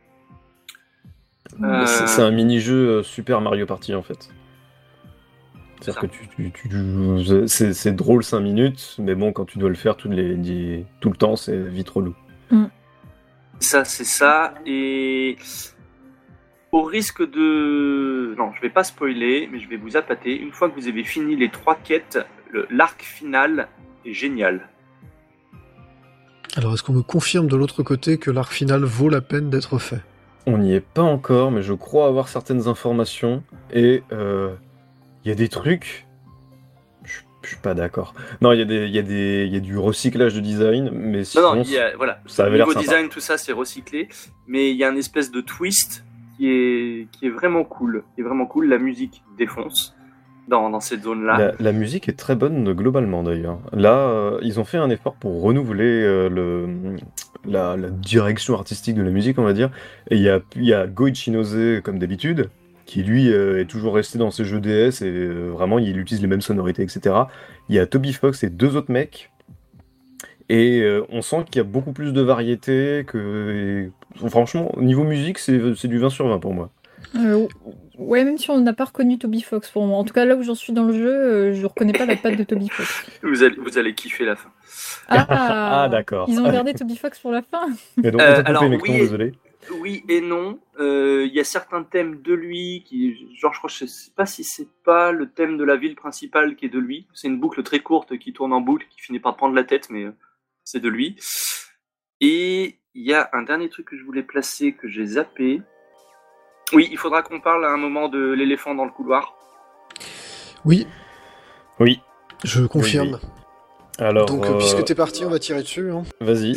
Euh, C'est, c'est un mini-jeu euh, Super Mario Party en fait. C'est-à-dire que tu, tu, tu, tu- c'est, c'est drôle cinq minutes, mais bon, quand tu dois le faire tous les, les- tout le temps, c'est vite relou. Ça, c'est ça. Et au risque de... Non, je vais pas spoiler, mais je vais vous appâter. Une fois que vous avez fini les trois quêtes, le- l'arc final est génial. Alors, est-ce qu'on me confirme de l'autre côté que l'arc final vaut la peine d'être fait? On n'y est pas encore, mais je crois avoir certaines informations, et euh, il y a des trucs... Je je suis pas d'accord. Non, il y, a des- il y, a des- il y a du recyclage de design, mais Non, sinon... non, il y a, voilà. ça avait l'air Niveau sympa. design, tout ça, c'est recyclé. Mais il y a une espèce de twist qui est, qui est vraiment cool. Qui est vraiment cool. La musique défonce dans, dans cette zone-là. La, la musique est très bonne globalement d'ailleurs. Là, euh, ils ont fait un effort pour renouveler euh, le, la, la direction artistique de la musique, on va dire. Et il y a, il y a Goichi Nose, comme d'habitude, qui lui euh, est toujours resté dans ses jeux D S et euh, vraiment il utilise les mêmes sonorités, et cetera. Il y a Toby Fox et deux autres mecs. Et euh, on sent qu'il y a beaucoup plus de variété que... et, franchement, au niveau musique, c'est, c'est du vingt sur vingt pour moi. Euh, ouais, même si on n'a pas reconnu Toby Fox pour moi. En tout cas, là où j'en suis dans le jeu, euh, je reconnais pas la patte de Toby Fox. Vous allez, vous allez kiffer la fin. Ah, Ah, d'accord. Ils ont gardé Toby Fox pour la fin. Et donc, Euh, on t'a coupé, alors, Mecton, oui et- désolé. Oui et non. Euh, Il y a certains thèmes de lui qui, genre, je crois, je sais pas si c'est pas le thème de la ville principale qui est de lui. C'est une boucle très courte qui tourne en boucle, qui finit par prendre la tête, mais euh, c'est de lui. Et il y a un dernier truc que je voulais placer que j'ai zappé. Oui, il faudra qu'on parle à un moment de l'éléphant dans le couloir. Oui, Oui. je confirme. Oui, Alors, Donc, euh, puisque t'es parti, on va tirer dessus. Hein. vas-y.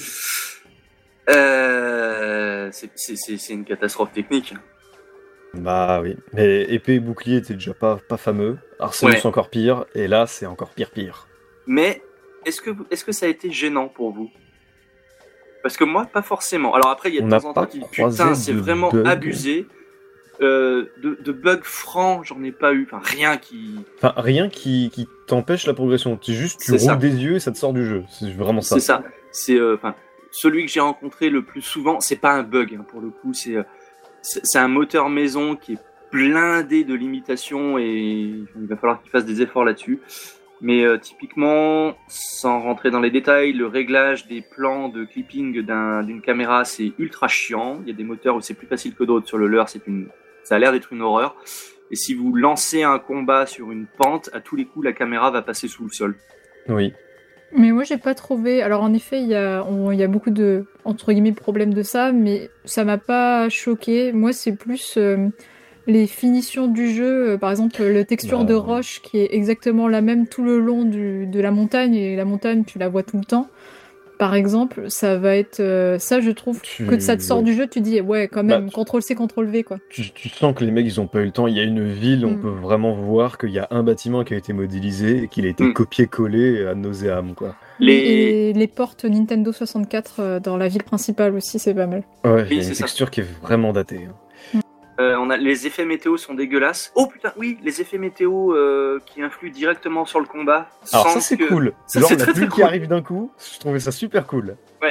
Euh, c'est, c'est, c'est, c'est une catastrophe technique. Bah oui. Mais épée et bouclier étaient déjà pas, pas fameux. Arceus Ouais. encore pire. Et là, c'est encore pire pire. Mais est-ce que, est-ce que ça a été gênant pour vous? Parce que moi, pas forcément. Alors après, il y a On de n'a temps en pas temps qui disent, croisé putain, c'est de vraiment bugs. abusé. Euh, de, de bugs francs, j'en ai pas eu. Enfin, rien qui... Enfin, rien qui, qui t'empêche la progression. C'est juste, tu C'est roules ça. des yeux et ça te sort du jeu. C'est vraiment ça. C'est ça. C'est, euh, enfin, celui que j'ai rencontré le plus souvent, c'est pas un bug, hein, pour le coup. C'est, euh, c'est, c'est un moteur maison qui est blindé de limitations et il va falloir qu'il fasse des efforts là-dessus. Mais euh, typiquement, sans rentrer dans les détails, le réglage des plans de clipping d'un, d'une caméra, c'est ultra chiant. Il y a des moteurs où c'est plus facile que d'autres. Sur le leur, c'est une, ça a l'air d'être une horreur. Et si vous lancez un combat sur une pente, à tous les coups, la caméra va passer sous le sol. Oui. Mais moi, j'ai pas trouvé. Alors, en effet, il y a, on- il y a beaucoup de, entre guillemets, problèmes de ça, mais ça m'a pas choqué. Moi, c'est plus euh, les finitions du jeu. Euh, par exemple, la texture Bah, de oui. roche qui est exactement la même tout le long du, de la montagne, et la montagne, tu la vois tout le temps. Par exemple, ça va être. euh, ça, je trouve Tu- que ça te sort ouais. du jeu, tu dis, ouais, quand même, Bah, tu- contrôle C, contrôle V, quoi. Tu, tu sens que les mecs, ils ont pas eu le temps. Il y a une ville, on Mm. peut vraiment voir qu'il y a un bâtiment qui a été modélisé et qu'il a été Mm. copié-collé à nauséam, quoi. Les- Et les portes Nintendo soixante-quatre euh, dans la ville principale aussi, c'est pas mal. Ouais, il y a c'est une ça. texture qui est vraiment datée. hein. Euh, on a les effets météo sont dégueulasses. Oh putain, oui, les effets météo euh, qui influent directement sur le combat. Alors sans ça, c'est que- cool. Ça, Genre c'est la très, pluie très qui cool. arrive d'un coup, je trouvais ça super cool.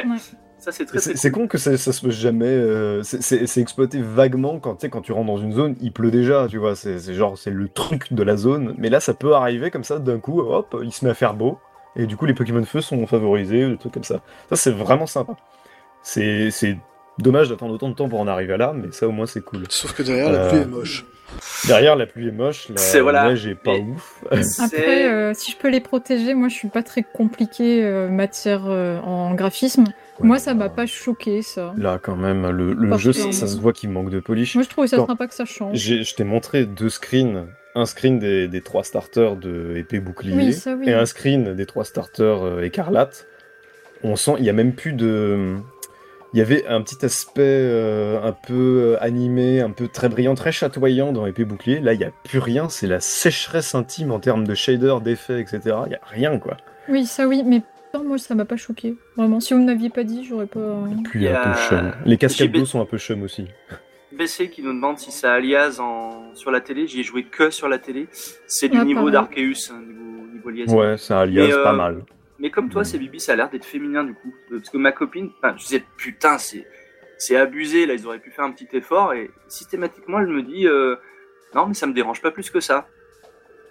Ça c'est Et très C'est très c'est cool. con que ça, ça se passe jamais. euh, c'est- c'est c'est exploité vaguement quand tu sais, quand tu rentres dans une zone, il pleut déjà, tu vois. C'est c'est genre c'est le truc de la zone. Mais là, ça peut arriver comme ça d'un coup. Hop, il se met à faire beau. Et du coup, les Pokémon feu sont favorisés, des trucs comme ça. Ça, c'est vraiment sympa. C'est c'est dommage d'attendre autant de temps pour en arriver là, mais ça au moins c'est cool. Sauf que derrière, la Euh, pluie est moche. Derrière, la pluie est moche, la C'est- voilà. neige est pas Mais- ouf. Après, C'est- euh, si je peux les protéger, moi je suis pas très compliqué euh, matière euh, en graphisme. Moi ça m'a pas choqué ça. Là, quand même, le, le Parce jeu, que- ça, ça se voit qu'il manque de polish. Moi je trouvais ça Quand- sympa que ça change. J'ai- Je t'ai montré deux screens. Un screen des, des trois starters de épée bouclier Oui, ça oui. et un screen des trois starters euh, écarlate. On sent, il y a même plus de... Il y avait un petit aspect euh, un peu animé, un peu très brillant, très chatoyant dans épée bouclier. Là, il n'y a plus rien. C'est la sécheresse intime en termes de shader, d'effets, et cetera. Il n'y a rien, quoi. Oui, ça oui, mais pourtant, moi ça m'a pas choqué. Vraiment, si vous me l'aviez pas dit, j'aurais pas. Puis Il y un a- peu chum. Les cascades J'ai ba- d'eau sont un peu chum aussi. B C qui nous demande si ça alias en... sur la télé. J'y ai joué que sur la télé. C'est du Ah, niveau pareil. d'Arceus, hein, niveau, niveau liaison. Ouais, ça alias Mais, euh, pas mal. Mais comme toi, Mm. c'est Bibi, ça a l'air d'être féminin du coup. Parce que ma copine, enfin, je disais putain, c'est c'est abusé. Là, ils auraient pu faire un petit effort et systématiquement, elle me dit euh, non, mais ça me dérange pas plus que ça.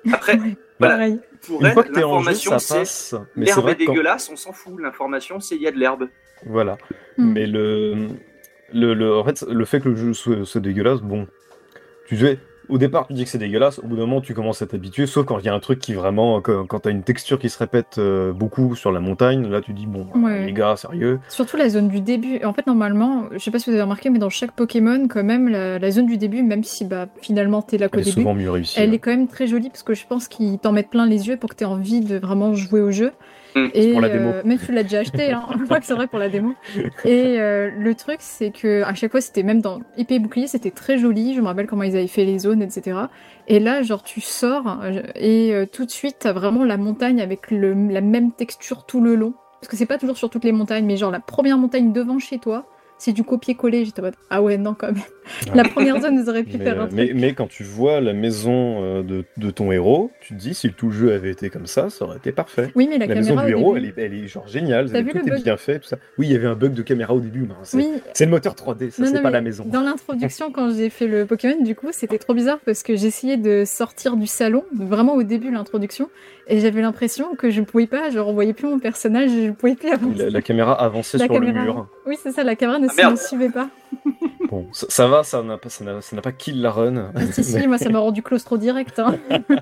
Après, Ouais, voilà, pareil. pour Une elle, fois que t'es en jeu, l'information, ça c'est passe. Mais c'est l'herbe vrai est que quand- dégueulasse, on s'en fout. L'information, c'est il y a de l'herbe. Voilà. Hmm. Mais le... le, le... En fait, le fait que le jeu soit, soit dégueulasse, bon... Tu sais, au départ, tu dis que c'est dégueulasse, au bout d'un moment, tu commences à t'habituer, sauf quand il y a un truc qui vraiment... Quand, quand t'as une texture qui se répète euh, beaucoup sur la montagne, là, tu dis, bon, Ouais. les gars, sérieux. Surtout la zone du début. En fait, normalement, je sais pas si vous avez remarqué, mais dans chaque Pokémon, quand même, la, la zone du début, même si bah, finalement t'es là qu'au Elle est début, souvent mieux réussie. elle ouais. est quand même très jolie parce que je pense qu'ils t'en mettent plein les yeux pour que t'aies envie de vraiment jouer au jeu. Mm. Et Pour la démo. euh, même si tu l'as déjà acheté, hein, je crois que c'est vrai pour la démo. Et euh, le truc, c'est que à chaque fois, c'était même dans Épée et Bouclier, c'était très joli. Je me rappelle comment ils avaient fait les zones, et cetera. Et là, genre, tu sors euh, et euh, tout de suite, t'as vraiment la montagne avec le, la même texture tout le long. Parce que c'est pas toujours sur toutes les montagnes, mais genre la première montagne devant chez toi, c'est du copier-coller. J'étais en mode, ah ouais, non, quand même. Ouais. La première zone, ils auraient pu Mais, faire un euh, mais, truc. mais quand tu vois la maison euh, de, de ton héros, tu te dis, si tout le jeu avait été comme ça, ça aurait été parfait. Oui, mais la, La, maison caméra du au héros, début. elle est, elle est genre géniale, T'as elle- vu tout le est bug bien fait, tout ça. Oui, il y avait un bug de caméra au début, mais c'est Oui, c'est le moteur trois D, ça Non, c'est non, pas mais la maison. Dans l'introduction, quand j'ai fait le Pokémon, du coup, c'était trop bizarre parce que j'essayais de sortir du salon, vraiment au début de l'introduction, et j'avais l'impression que je ne pouvais pas, je ne revoyais plus mon personnage, je ne pouvais plus avancer. La, la caméra avançait La sur caméra- le mur. Oui, c'est ça, la caméra ne Ah, merde. me suivait pas. Bon, ça, ça va, ça n'a pas, ça n'a, ça n'a pas kill la run. Si, si, moi, ça m'a rendu claustro direct. Hein.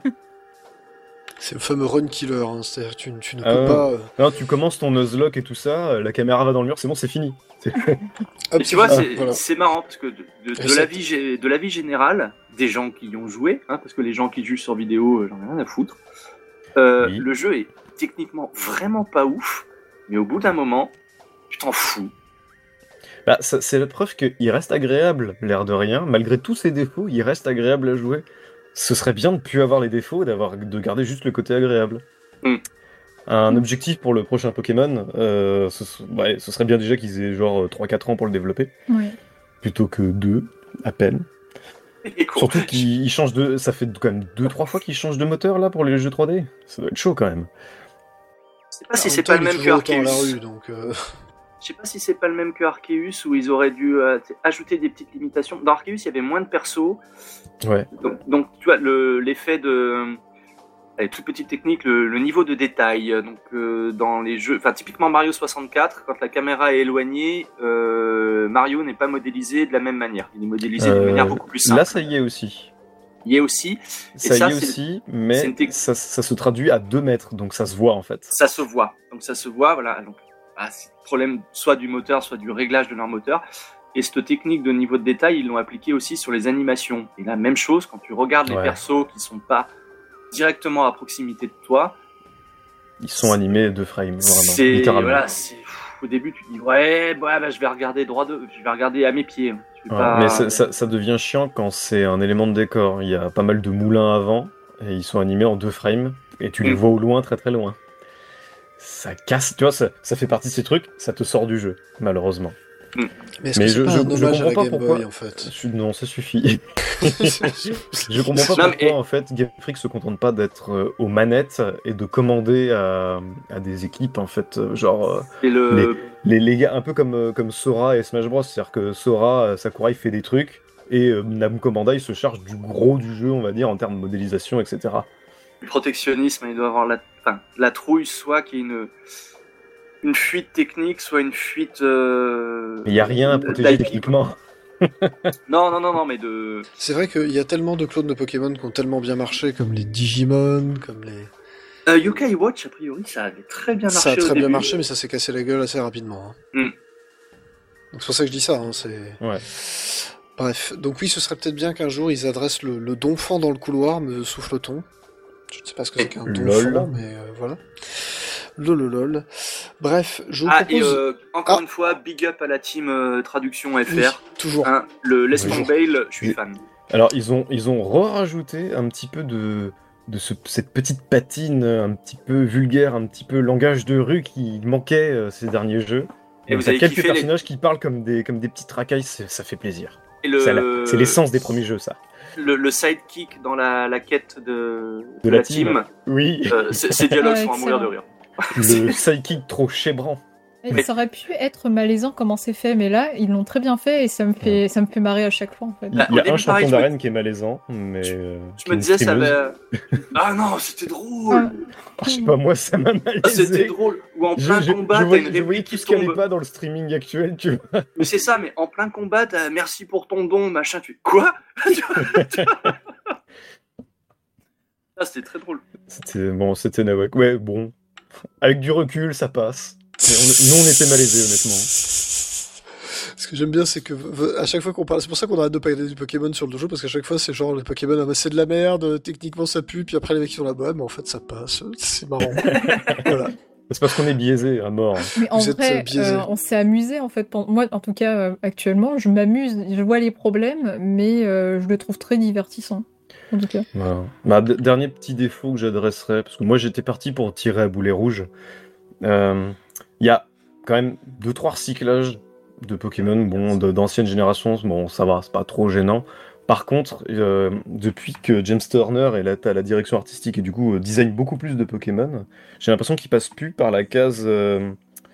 C'est le fameux run killer, hein, c'est-à-dire que tu, tu ne Ah peux ouais. pas... euh, Non, tu commences ton Nuzlocke et tout ça, la caméra va dans le mur, c'est bon, c'est fini. C'est- hop, Et tu vois, ah, c'est voilà. c'est marrant parce que de, de, de Et la ça- vie, gé- de la vie générale, des gens qui y ont joué, hein, parce que les gens qui jugent sur vidéo, euh, j'en ai rien à foutre. Euh, Oui. Le jeu est techniquement vraiment pas ouf, mais au bout d'un moment, tu t'en fous. Bah, ça- c'est la preuve qu'il reste agréable, l'air de rien. Malgré tous ses défauts, il reste agréable à jouer. Ce serait bien de ne plus avoir les défauts et d'avoir, de garder juste le côté agréable. Mm. Un objectif pour le prochain Pokémon, euh, ce, ouais, ce serait bien déjà qu'ils aient genre trois quatre ans pour le développer, Oui. plutôt que deux, à peine. Et con. Surtout qu'ils changent de... Ça fait quand même deux trois fois qu'ils changent de moteur, là, pour les jeux trois D. Ça doit être chaud, quand même. Je sais pas si En c'est même temps, pas le il est même que toujours autant à la Arceus. rue, donc... euh, Je sais pas si c'est pas le même que Arceus où ils auraient dû euh, t- ajouter des petites limitations. Dans Arceus, il y avait moins de persos. Ouais. Donc, donc, tu vois, le- l'effet de. Allez, toute petite technique, le, le niveau de détail. Donc, euh, dans les jeux. Enfin, typiquement Mario soixante-quatre, quand la caméra est éloignée, euh, Mario n'est pas modélisé de la même manière. Il est modélisé d'une Euh, manière beaucoup plus simple. Là, ça y est aussi. Il y est aussi, Ça ça, y est c'est- aussi, c'est mais une tec- ça, ça se traduit à deux mètres, donc ça se voit, en fait. ça se voit. Donc, ça se voit, voilà. Donc, ah, c'est le problème soit du moteur, soit du réglage de leur moteur. Et cette technique de niveau de détail, ils l'ont appliquée aussi sur les animations. Et la même chose, quand tu regardes les Ouais. persos qui sont pas directement à proximité de toi, Ils sont animés deux frames, vraiment, c'est littéralement. voilà, c'est au début tu dis ouais, bah, bah, je vais regarder droit de, je vais regarder à mes pieds. hein. Je vais Ouais, pas- Mais ça, ça- ça devient chiant quand c'est un élément de décor. Il y a pas mal de moulins avant, et ils sont animés en deux frames, et tu les Mm. vois au loin, très très loin. Ça casse, tu vois, ça, ça fait partie de ces trucs, ça te sort du jeu, malheureusement. Mais est-ce Mais que c'est je- pas je- un je hommage à la comprends pas Game pourquoi- Boy, en fait? Je- Non, ça suffit. Je comprends pas Non, pourquoi, mais- en fait, Game Freak se contente pas d'être euh, aux manettes et de commander à, à des équipes, en fait, euh, genre... euh, Et le, Les, les gars, un peu comme, euh, comme Sora et Smash Bros. C'est-à-dire que Sora, euh, Sakurai fait des trucs, et euh, Namco Bandai se charge du gros du jeu, on va dire, en termes de modélisation, et cetera. le protectionnisme, il doit avoir la, enfin, la trouille, soit qu'il y ait une une fuite technique, soit une fuite. Euh, Mais il n'y a rien à d'I P. protéger techniquement. Non, non, non, non, mais de. C'est vrai qu'il y a tellement de clones de Pokémon qui ont tellement bien marché, comme les Digimon, comme les... Euh, Yokai Watch, a priori, ça avait très bien marché. Ça a au très bien début. marché, mais ça s'est cassé la gueule assez rapidement. hein. Mm. Donc c'est pour ça que je dis ça, hein, c'est... Ouais. Bref, donc oui, ce serait peut-être bien qu'un jour ils adressent le, le donfant dans le couloir, me souffle-t-on. Je ne sais pas ce que c'est qu'un Lol. donfant, mais euh, voilà. Lololol. Bref, je vous Ah, et propose... euh, encore Ah. une fois, big up à la team euh, Traduction F R. Oui, toujours. Hein, le Les Oui. Bale, je suis Oui. fan. Alors, ils ont, ils ont re-rajouté un petit peu de, de ce- cette petite patine un petit peu vulgaire, un petit peu langage de rue qui manquait euh, ces derniers jeux. Et Donc, vous t'as avez quelques kiffé les- personnages qui parlent comme des, comme des petites racailles, c'est- ça fait plaisir. Et le, C'est la- c'est l'essence des premiers jeux, ça. Le, le sidekick dans la, la quête de, De la team. Oui, euh, c- ces dialogues Ouais, sont à mourir de excellent. rire. le sidekick trop chébrant. Et ça aurait pu être malaisant comment c'est fait, mais là, ils l'ont très bien fait et ça me fait, ça me fait marrer à chaque fois, en fait. Il y a, Au début, un champion pareil, je d'arène me- qui est malaisant, mais... euh, Je qui me est disais, ça streameuse. avait. Ah non, c'était drôle! Je sais pas, moi, ça m'a Ah, malaisé. c'était drôle. Ou en Je, plein je, combat, je t'as voyais, une je voyais réplique tout qui ce qui allait tombe. pas dans le streaming actuel, tu vois. Mais c'est ça, mais en plein combat, t'as merci pour ton don, machin. Tu fais quoi? Tu vois, tu vois. Ah, c'était très drôle. C'était bon, c'était Nawak. Ouais, bon. Avec du recul, ça passe. Mais on- nous, on était malaisés, honnêtement. Ce que j'aime bien, c'est que v- à chaque fois qu'on parle, c'est pour ça qu'on arrête de parler du Pokémon sur le dojo, parce qu'à chaque fois, c'est genre les Pokémon, ah bah, c'est de la merde, techniquement ça pue, puis après les mecs qui sont là-bas, mais en fait ça passe, c'est marrant. Voilà. C'est parce qu'on est biaisé à mort. Mais en Vous êtes, vrai, euh, biaisé. euh, on s'est amusé en fait. Pendant- Moi, en tout cas, euh, actuellement, je m'amuse, je vois les problèmes, mais euh, je le trouve très divertissant. En tout cas. Voilà. Bah, d- dernier petit défaut que j'adresserais, parce que moi j'étais parti pour tirer à boulet rouge. Euh, Il y a quand même deux trois recyclages de Pokémon, bon, de- d'ancienne génération, bon, ça va, c'est pas trop gênant. Par contre, euh, depuis que James Turner est là, à la direction artistique et du coup euh, design beaucoup plus de Pokémon, j'ai l'impression qu'il passe plus par la case. euh,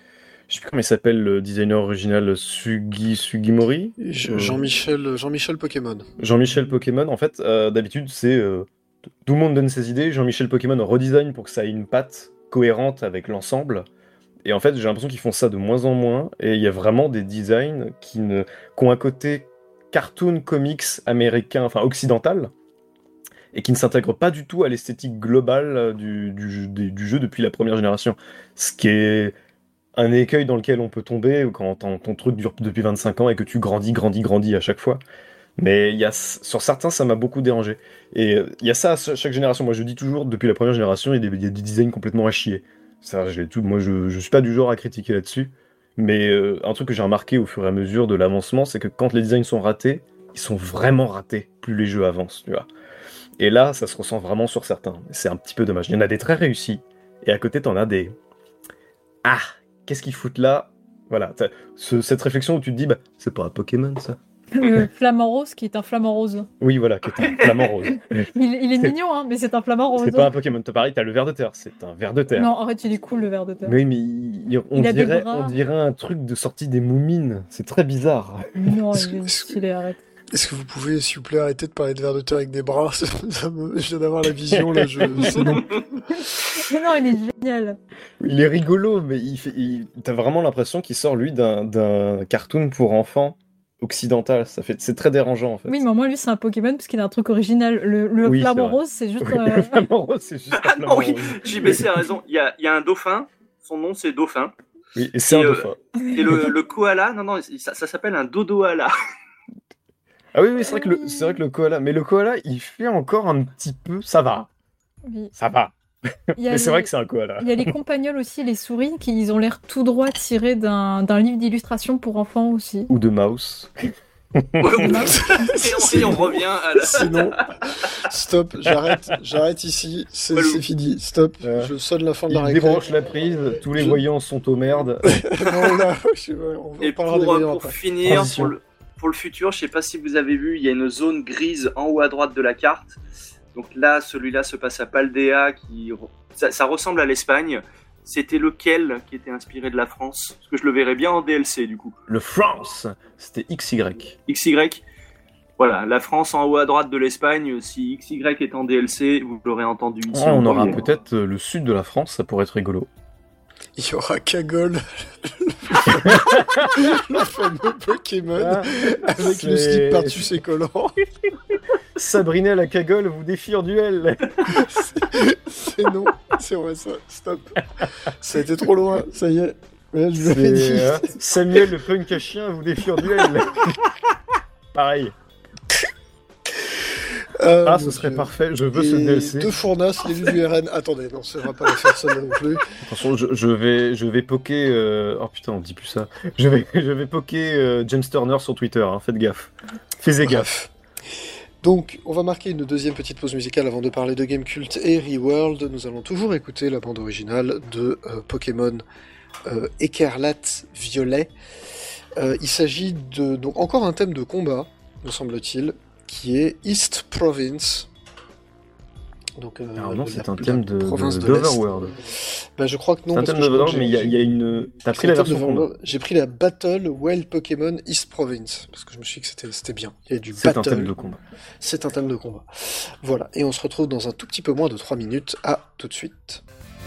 je sais plus comment il s'appelle le designer original, Sugi Sugimori. Et Je- Euh, Jean-Michel, Jean-Michel Pokémon. Jean-Michel Pokémon, en fait, euh, d'habitude, c'est euh, t- tout le monde donne ses idées. Jean-Michel Pokémon redesign pour que ça ait une patte cohérente avec l'ensemble. Et en fait, j'ai l'impression qu'ils font ça de moins en moins. Et il y a vraiment des designs qui, ne, qui ont un côté cartoon comics américain, enfin occidental, et qui ne s'intègrent pas du tout à l'esthétique globale euh, du, du, jeu- du- du jeu depuis la première génération. Ce qui est un écueil dans lequel on peut tomber quand ton, ton truc dure depuis vingt-cinq ans et que tu grandis, grandis, grandis à chaque fois. Mais il y a, sur certains, ça m'a beaucoup dérangé. Et euh, il y a ça à chaque génération. Moi, je dis toujours, depuis la première génération, il y a des, il y a des designs complètement à chier. Ça, je l'ai tout, moi, je, je suis pas du genre à critiquer là-dessus. Mais euh, un truc que j'ai remarqué au fur et à mesure de l'avancement, c'est que quand les designs sont ratés, ils sont vraiment ratés, plus les jeux avancent, tu vois. Et là, ça se ressent vraiment sur certains. C'est un petit peu dommage. Il y en a des très réussis. Et à côté, t'en as des... Ah, qu'est-ce qu'ils foutent là? Voilà, t'as ce- cette réflexion où tu te dis, bah, c'est pas un Pokémon, ça. Le flamant rose qui est un flamant rose. Oui, voilà, qui est un flamant rose. Il, il est mignon, hein, mais c'est un flamant rose. C'est pas un Pokémon. T'as pareil, t'as le ver de terre. C'est un ver de terre. Non, arrête, il est cool le ver de terre. Mais oui, mais il- on, Il a des dirait, bras. on dirait un truc de sortie des Moumines. C'est très bizarre. Non, Est-ce il que- est est-ce que- stylé, arrête. Est-ce que vous pouvez, s'il vous plaît, arrêter de parler de vers de terre avec des bras? Ça me- Je viens d'avoir la vision, là, je... c'est non. Mais non, il est génial. Il est rigolo, mais il fait, il- t'as vraiment l'impression qu'il sort, lui, d'un, d'un cartoon pour enfants occidental. Ça fait, c'est très dérangeant, en fait. Oui, mais au moins, lui, c'est un Pokémon parce qu'il a un truc original. Le, le Oui, flamant c'est vrai. rose, c'est juste. Oui, euh, le flamant rose, c'est juste un Ah flamant non, oui, rose. J B C a raison. Il y a, il y a un dauphin. Son nom, c'est Dauphin. Oui, et c'est Et, un euh, dauphin. Et le, le koala, non, non, ça, ça s'appelle un dodoala. Ah oui, oui, c'est vrai, que le, c'est vrai que le koala... Mais le koala, il fait encore un petit peu... Ça va, oui. ça va. Il y a Mais c'est les- vrai que c'est un koala. Il y a les compagnols aussi, les souris, qui ils ont l'air tout droit tirés d'un d'un livre d'illustration pour enfants aussi. Ou de mouse. et, on, et on revient à la... Sinon, stop, j'arrête, j'arrête ici, c'est Walou. c'est fini, stop, Ouais. je sonne la fin de Il la récré. débranche la prise, tous les Je- voyants sont aux merdes. Non, là, je sais pas, on, on Et parlera des pour, voyants pour après. finir, Transition. pour le, pour le futur, je sais pas si vous avez vu, il y a une zone grise en haut à droite de la carte. Donc là, celui-là se passe à Paldea, qui ça, ça ressemble à l'Espagne. C'était lequel qui était inspiré de la France? Parce que je le verrais bien en D L C du coup. Le France, c'était X Y. X Y. Voilà, la France en haut à droite de l'Espagne. Si X Y est en D L C, vous l'aurez entendu ici. Ah, en on aura premier. peut-être euh, le sud de la France, ça pourrait être rigolo. Il y aura Kagol, le fameux Pokémon, Ah, avec le c'est- slip par-dessus ses collants. Sabrina la cagole vous défie en duel. C'est non, c'est vrai ça, stop. Ça a été trop loin, ça y est. Là, je vous C'est, l'avais dit. euh, Samuel le punk à chien vous défie en duel. Pareil. Euh, Ah, mon ce serait Dieu. parfait, je veux ce Et D L C. Deux fournasses, l'élu du R N. Attendez, non, ça va pas la faire ça non plus. Attention, je, je vais, je vais poker. euh, Oh putain, on dit plus ça. Je vais, je vais poker euh, James Turner sur Twitter. Hein. Faites gaffe. Faites gaffe. Donc, on va marquer une deuxième petite pause musicale avant de parler de Gamecult et Reworld. Nous allons toujours écouter la bande originale de euh, Pokémon euh, Écarlate Violet. Euh, il s'agit de donc encore un thème de combat, me semble-t-il, qui est East Province. Donc, euh, Alors non, la- c'est un la thème de, province de, de l'Est. d'Overworld. Bah, je crois que non. C'est un parce thème que je crois d'Overworld, que mais il y, a- j'ai- il y a une. T'as pris c'est la un thème version de combat. Overworld. J'ai pris la Battle Wild Pokémon East Province parce que je me suis dit que c'était c'était bien. Il y a du C'est un battle. thème de combat. C'est un thème de combat. Voilà, et on se retrouve dans un tout petit peu moins de trois minutes. À tout de suite.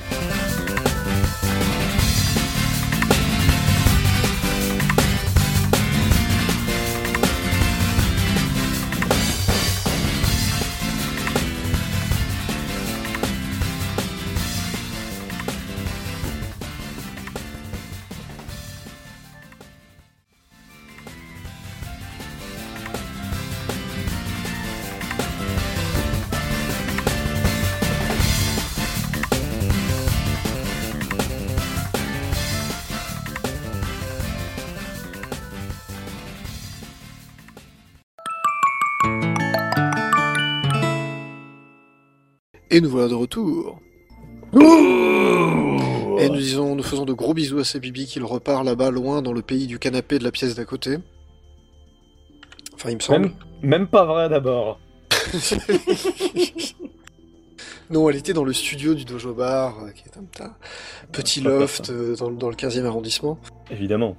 Et nous voilà de retour. Et nous disons, nous faisons de gros bisous à ces Bibi qu'il repart là-bas loin dans le pays du canapé de la pièce d'à côté. Enfin, il me semble. Même, même pas vrai d'abord. Non, elle était dans le studio du Dojo Bar, euh, qui est un petit- petit Pas loft personne. euh, dans, dans le quinzième arrondissement. Évidemment.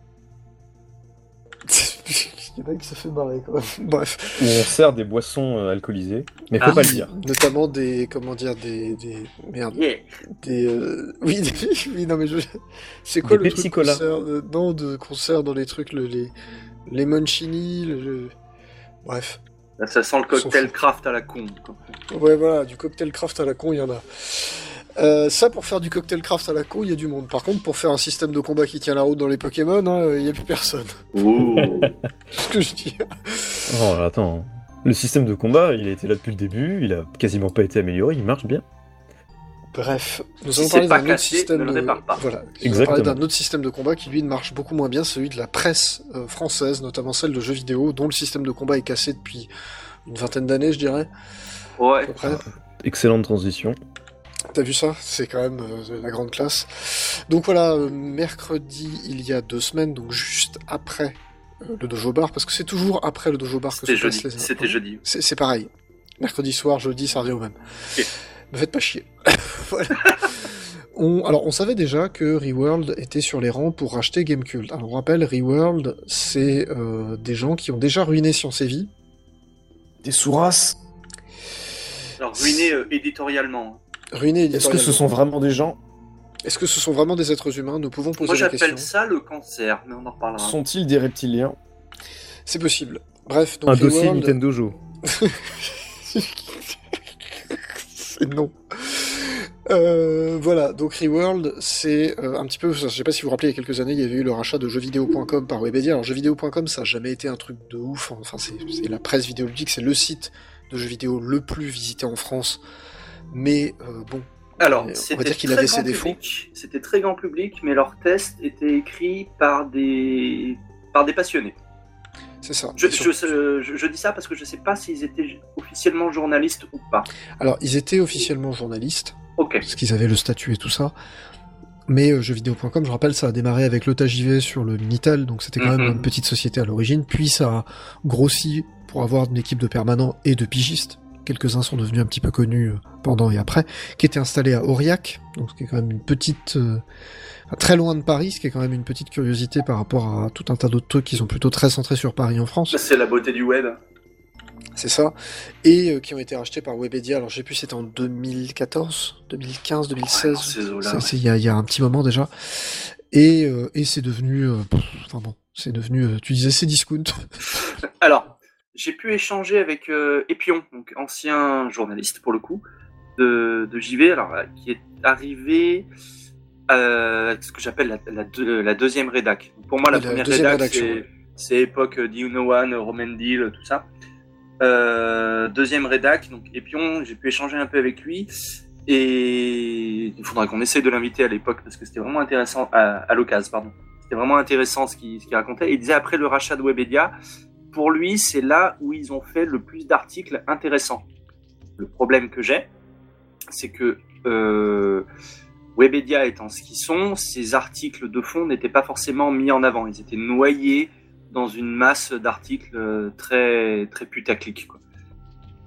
Il y en a qui se fait marrer, quand même. Bref. Où on sert des boissons euh, alcoolisées. Mais faut Ah. pas le dire. Notamment des, comment dire, des, des, merde, Yeah. des, euh, oui, des- oui, non mais je, c'est quoi Des le Pepsi truc qu'on Cola. sert, euh, non, de concert dans les trucs, le, les, les Monchini, le, le- bref. Là, ça sent le S'en cocktail fout. craft à la con. quoi. Ouais, voilà, du cocktail craft à la con, il y en a. Euh, ça, pour faire du cocktail craft à la con, il y a du monde. Par contre, pour faire un système de combat qui tient la route dans les Pokémon, hein, il n'y a plus personne. Oh. C'est ce que je dis. Oh, attends. Le système de combat, il a été là depuis le début, il a quasiment pas été amélioré, il marche bien. Bref, nous Si allons c'est parler pas d'un autre cassé, système ne le de... répare pas. Voilà, nous allons Exactement. parler d'un autre système de combat qui lui marche beaucoup moins bien, celui de la presse euh, française, notamment celle de jeux vidéo, dont le système de combat est cassé depuis une vingtaine d'années, je dirais, à Ouais. peu près. Excellente transition. T'as vu ça? C'est quand même euh, la grande classe. Donc voilà, euh, mercredi, il y a deux semaines, donc juste après euh, le Dojo Bar, parce que c'est toujours après le Dojo Bar que C'était se passent jeudi. les... C'était jeudi. C'est c'est pareil. Mercredi soir, jeudi, ça revient au même. Ok. Me faites pas chier. Voilà. On, alors, on savait déjà que Reworld était sur les rangs pour racheter Gamecult. Alors, on rappelle, Reworld, c'est euh, des gens qui ont déjà ruiné Science et Vie. Des sourasses. Alors, ruiné euh, éditorialement. Ruiné Est-ce que ce sont vraiment des gens? Est-ce que ce sont vraiment des êtres humains? Nous pouvons poser Moi, la question. j'appelle ça le cancer, mais on en reparlera. Sont-ils des reptiliens? C'est possible. Bref, donc Un dossier Reworld... Nintendo Jo. C'est non. Euh, voilà, donc Reworld, c'est euh, un petit peu, je sais pas si vous vous rappelez, il y a quelques années, il y avait eu le rachat de jeuxvideo point com par Webedia. Alors jeuxvideo point com, ça a jamais été un truc de ouf, enfin c'est c'est la presse vidéoludique, c'est le site de jeux vidéo le plus visité en France, mais euh, bon, Alors, on va c'était dire qu'il très avait ses grand défauts. public, C'était très grand public, mais leurs tests étaient écrits par des, par des passionnés. C'est ça. Je, Et sur- je, je, je dis ça parce que je sais pas s'ils étaient officiellement journalistes ou pas. Alors, ils étaient officiellement journalistes, Ok. parce qu'ils avaient le statut et tout ça, mais euh, jeuxvideo point com, je rappelle, ça a démarré avec l'O T A J V sur le Minitel, donc c'était quand Mhm. même une petite société à l'origine, puis ça a grossi pour avoir une équipe de permanents et de pigistes. Quelques-uns sont devenus un petit peu connus euh, pendant et après, qui était installé à Aurillac, donc ce qui est quand même une petite... euh, enfin, très loin de Paris, ce qui est quand même une petite curiosité par rapport à tout un tas d'autres trucs qui sont plutôt très centrés sur Paris en France. C'est la beauté du web. C'est ça. Et euh, qui ont été rachetés par Webedia. Alors, je sais plus, c'était en deux mille quatorze, deux mille quinze, deux mille seize. Ouais, dans ces eaux-là, C'est- ouais. c'est il y, a, il y a un petit moment déjà. Et, euh, et c'est devenu... euh, pff, enfin bon, c'est devenu... euh, tu disais, c'est discount. Alors, j'ai pu échanger avec euh, Epion, donc ancien journaliste pour le coup, de, de J V, alors, euh, qui est arrivé à ce que j'appelle la, la, deux- la deuxième rédac. Pour moi, la Oui, la première deuxième rédac, rédaction, c'est, ouais. c'est époque euh, Do You Know One, Roman Deal, tout ça. Euh, deuxième rédac, donc Epion, j'ai pu échanger un peu avec lui. Et il faudra qu'on essaye de l'inviter à l'époque parce que c'était vraiment intéressant, à, à l'occasion, pardon. C'était vraiment intéressant ce qu'il, ce qu'il racontait. Il disait après le rachat de Webedia, pour lui, c'est là où ils ont fait le plus d'articles intéressants. Le problème que j'ai, c'est que euh, Webedia étant ce qu'ils sont, ces articles de fond n'étaient pas forcément mis en avant. Ils étaient noyés dans une masse d'articles très, très putaclic, quoi.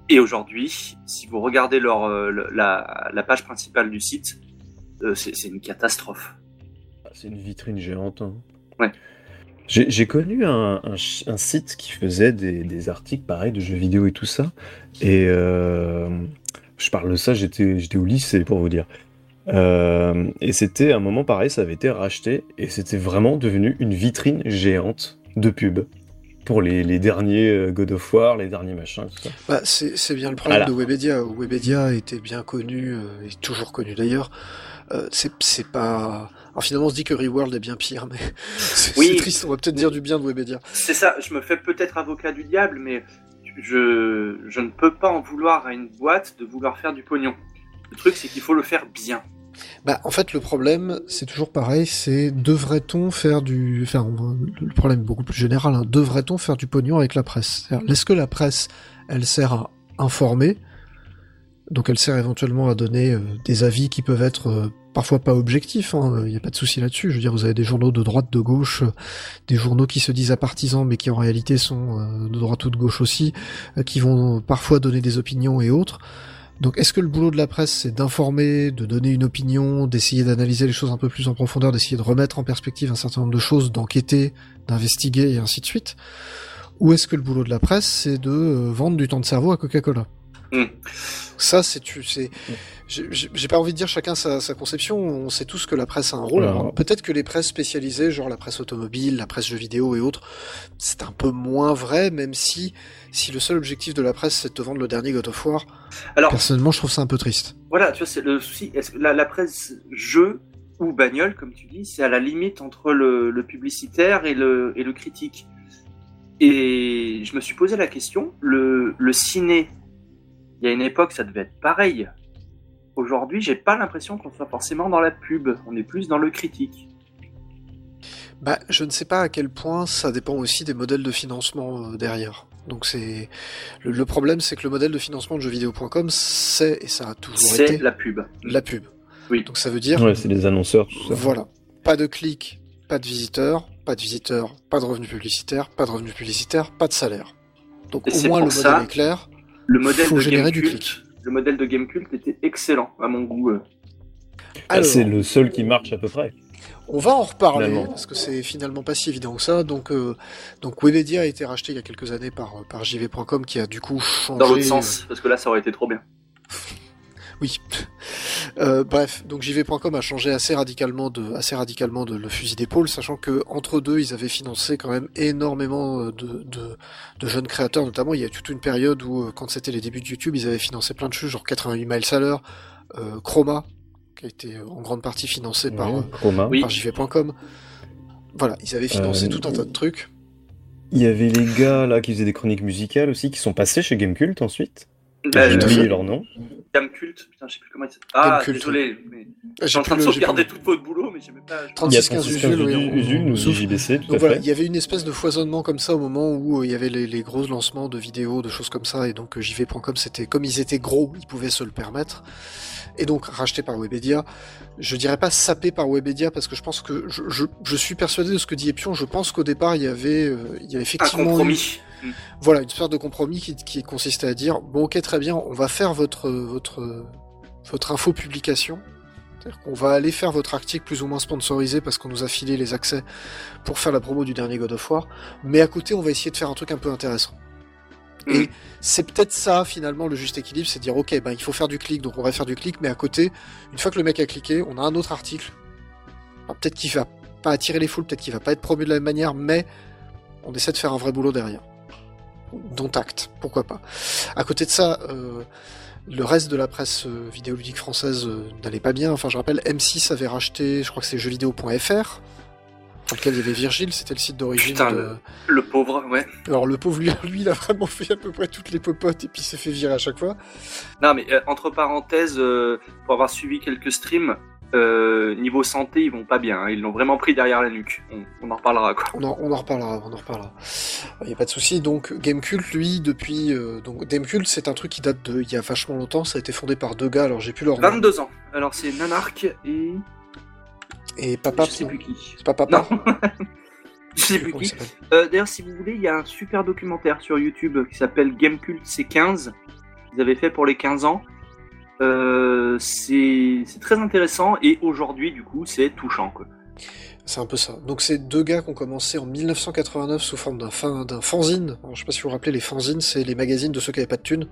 Et aujourd'hui, si vous regardez leur, euh, la, la page principale du site, euh, c'est, c'est une catastrophe. C'est une vitrine géante. Hein. Ouais. J'ai, j'ai connu un, un, un site qui faisait des, des articles pareils de jeux vidéo et tout ça. Et euh, je parle de ça, j'étais, j'étais au lycée pour vous dire. Euh, et c'était un moment pareil, ça avait été racheté et c'était vraiment devenu une vitrine géante de pub pour les, les derniers God of War, les derniers machins, tout ça. Bah, c'est, c'est bien le problème Voilà. de Webedia. Webedia était bien connu, euh, et toujours connu d'ailleurs. Euh, c'est, c'est pas... Alors finalement on se dit que Reworld est bien pire, mais c'est, Oui. c'est triste, on va peut-être dire du bien de Webedia. C'est ça, je me fais peut-être avocat du diable, mais je, je ne peux pas en vouloir à une boîte de vouloir faire du pognon. Le truc, c'est qu'il faut le faire bien. Bah, en fait, le problème, c'est toujours pareil, c'est devrait-on faire du... Enfin, le problème est beaucoup plus général, hein. Devrait-on faire du pognon avec la presse? C'est-à-dire, est-ce que la presse, elle sert à informer? Donc elle sert éventuellement à donner euh, des avis qui peuvent être euh, parfois pas objectifs, hein, il n'y a pas de souci là-dessus. Je veux dire, vous avez des journaux de droite, de gauche, euh, des journaux qui se disent à partisans, mais qui en réalité sont euh, de droite ou de gauche aussi, euh, qui vont parfois donner des opinions et autres. Donc est-ce que le boulot de la presse, c'est d'informer, de donner une opinion, d'essayer d'analyser les choses un peu plus en profondeur, d'essayer de remettre en perspective un certain nombre de choses, d'enquêter, d'investiguer et ainsi de suite? Ou est-ce que le boulot de la presse, c'est de euh, vendre du temps de cerveau à Coca-Cola? Mmh. Ça, c'est, tu, c'est, j'ai, j'ai pas envie de dire chacun sa, sa conception. On sait tous que la presse a un rôle. Alors... Alors, peut-être que les presses spécialisées, genre la presse automobile, la presse jeux vidéo et autres, c'est un peu moins vrai, même si, si le seul objectif de la presse c'est de te vendre le dernier God of War. Alors, personnellement, je trouve ça un peu triste. Voilà, tu vois, c'est le souci. Est-ce que la, la presse jeu ou bagnole, comme tu dis, c'est à la limite entre le, le publicitaire et le, et le critique. Et je me suis posé la question, le, le ciné. Il y a une époque, ça devait être pareil. Aujourd'hui, j'ai pas l'impression qu'on soit forcément dans la pub. On est plus dans le critique. Bah, je ne sais pas à quel point ça dépend aussi des modèles de financement euh, derrière. Donc c'est le, le problème, c'est que le modèle de financement de jeuxvideo point com, c'est et ça a toujours c'est été la pub. La pub. Oui. Donc ça veut dire. Ouais, c'est les annonceurs, tout ça. Voilà. Pas de clics, pas de visiteurs, pas de visiteurs, pas de revenus publicitaires, pas de revenus publicitaires, pas de salaire. Donc et au moins le ça, modèle est clair. Le modèle faut de générer Game du Cult, clic. Le modèle de Game Cult était excellent à mon goût. Alors, c'est le seul qui marche à peu près. On va en reparler Finalement. parce que c'est finalement pas si évident que ça. Donc, euh, donc Webedia a été racheté il y a quelques années par par J V point com qui a du coup changé. Dans l'autre sens, parce que là ça aurait été trop bien. Oui. Euh, bref, donc J V point com a changé assez radicalement de, assez radicalement de le fusil d'épaule, sachant que entre deux, ils avaient financé quand même énormément de, de, de jeunes créateurs, notamment il y a toute une période où, quand c'était les débuts de YouTube, ils avaient financé plein de choses, genre quatre-vingt-huit miles à l'heure, euh, Chroma, qui a été en grande partie financé par, Ouais, euh, Chroma. Oui. par J V point com. Voilà, ils avaient financé Euh, tout un tas de trucs. Il y avait les gars là qui faisaient des chroniques musicales aussi, qui sont passés chez Gamecult ensuite. Bah, J'ai tout à oublié fait. leur nom. Game Cult, putain, je sais plus comment il s'appelle. Ah, Game Cult, désolé, mais je suis J'ai en train de plus le- j'ai sauvegarder plus tout votre boulot, mais j'ai même pas. Il y a trente-six quinze trente-six Usul, oui, on- Usul, on nous souffle. J B C, tout Donc à voilà, fait. il y avait une espèce de foisonnement comme ça au moment où euh, il y avait les, les gros lancements de vidéos, de choses comme ça, et donc euh, J V point com, c'était comme ils étaient gros, ils pouvaient se le permettre. Et donc racheté par Webedia, je dirais pas sapé par Webedia parce que je pense que je, je, je suis persuadé de ce que dit Epion. Je pense qu'au départ il y avait euh, il y avait Un effectivement eu- compromis. voilà, une sorte de compromis qui, qui consistait à dire bon ok très bien, on va faire votre votre votre info publication. C'est-à-dire qu'on va aller faire votre article plus ou moins sponsorisé parce qu'on nous a filé les accès pour faire la promo du dernier God of War, mais à côté on va essayer de faire un truc un peu intéressant. Mm. Et c'est peut-être ça finalement le juste équilibre, c'est de dire ok ben il faut faire du clic, donc on va faire du clic, mais à côté, une fois que le mec a cliqué, on a un autre article. Alors, peut-être qu'il va pas attirer les foules, peut-être qu'il va pas être promu de la même manière, mais on essaie de faire un vrai boulot derrière. Dont acte, pourquoi pas. À côté de ça, euh, le reste de la presse euh, vidéoludique française euh, n'allait pas bien. Enfin, je rappelle, M six avait racheté, je crois que c'est jeuxvideo point F R, dans lequel il y avait Virgile, c'était le site d'origine Putain, de... le, le pauvre, ouais. Alors le pauvre, lui, lui, il a vraiment fait à peu près toutes les popotes et puis il s'est fait virer à chaque fois. Non, mais euh, entre parenthèses, euh, pour avoir suivi quelques streams, euh, niveau santé, ils vont pas bien. Hein. Ils l'ont vraiment pris derrière la nuque. On, on en reparlera, quoi. On en, on en reparlera, on en reparlera. Il n'y a pas de souci. Donc Gamecult, lui, depuis... Euh, donc Gamecult, c'est un truc qui date de il y a vachement longtemps. Ça a été fondé par deux gars, alors j'ai plus leur nom. vingt-deux ans. Alors c'est Nanark et... Et Papa, je sais non. plus qui. C'est pas Papa. Non. Je sais plus Comment il qui. s'appelle. Euh, D'ailleurs, si vous voulez, il y a un super documentaire sur YouTube qui s'appelle Gamecult C quinze. qu'ils avaient fait pour les quinze ans. Euh, c'est, c'est très intéressant et aujourd'hui, du coup, c'est touchant, quoi. C'est un peu ça. Donc c'est deux gars qui ont commencé en dix-neuf cent quatre-vingt-neuf sous forme d'un, fin, d'un fanzine. Alors, je sais pas si vous vous rappelez, les fanzines, c'est les magazines de ceux qui n'avaient pas de thunes.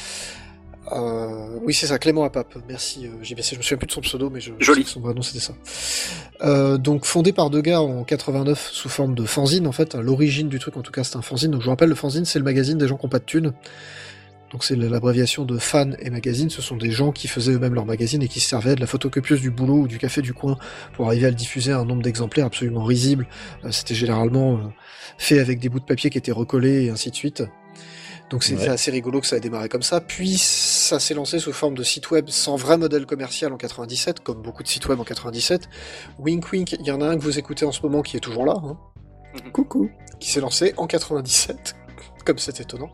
Euh, oui, c'est ça, Clément Apap. Merci, euh, J B C. Je me souviens plus de son pseudo, mais je, je sais que son vrai nom c'était ça. Euh, donc fondé par deux gars en quatre-vingt-neuf sous forme de fanzine, en fait. À l'origine du truc, en tout cas, c'est un fanzine. Donc je vous rappelle, le fanzine, c'est le magazine des gens qui n'ont pas de thunes. Donc c'est l'abréviation de fan et magazine. Ce sont des gens qui faisaient eux-mêmes leur magazine et qui se servaient de la photocopieuse du boulot ou du café du coin pour arriver à le diffuser à un nombre d'exemplaires absolument risible. Euh, c'était généralement euh, fait avec des bouts de papier qui étaient recollés et ainsi de suite. Donc c'est ouais. assez rigolo que ça ait démarré comme ça. Puis ça s'est lancé sous forme de site web sans vrai modèle commercial en quatre-vingt-dix-sept, comme beaucoup de sites web en quatre-vingt-dix-sept. Wink wink, il y en a un que vous écoutez en ce moment qui est toujours là. Hein. Mm-hmm. Coucou. Qui s'est lancé en quatre-vingt-dix-sept. Comme c'est étonnant.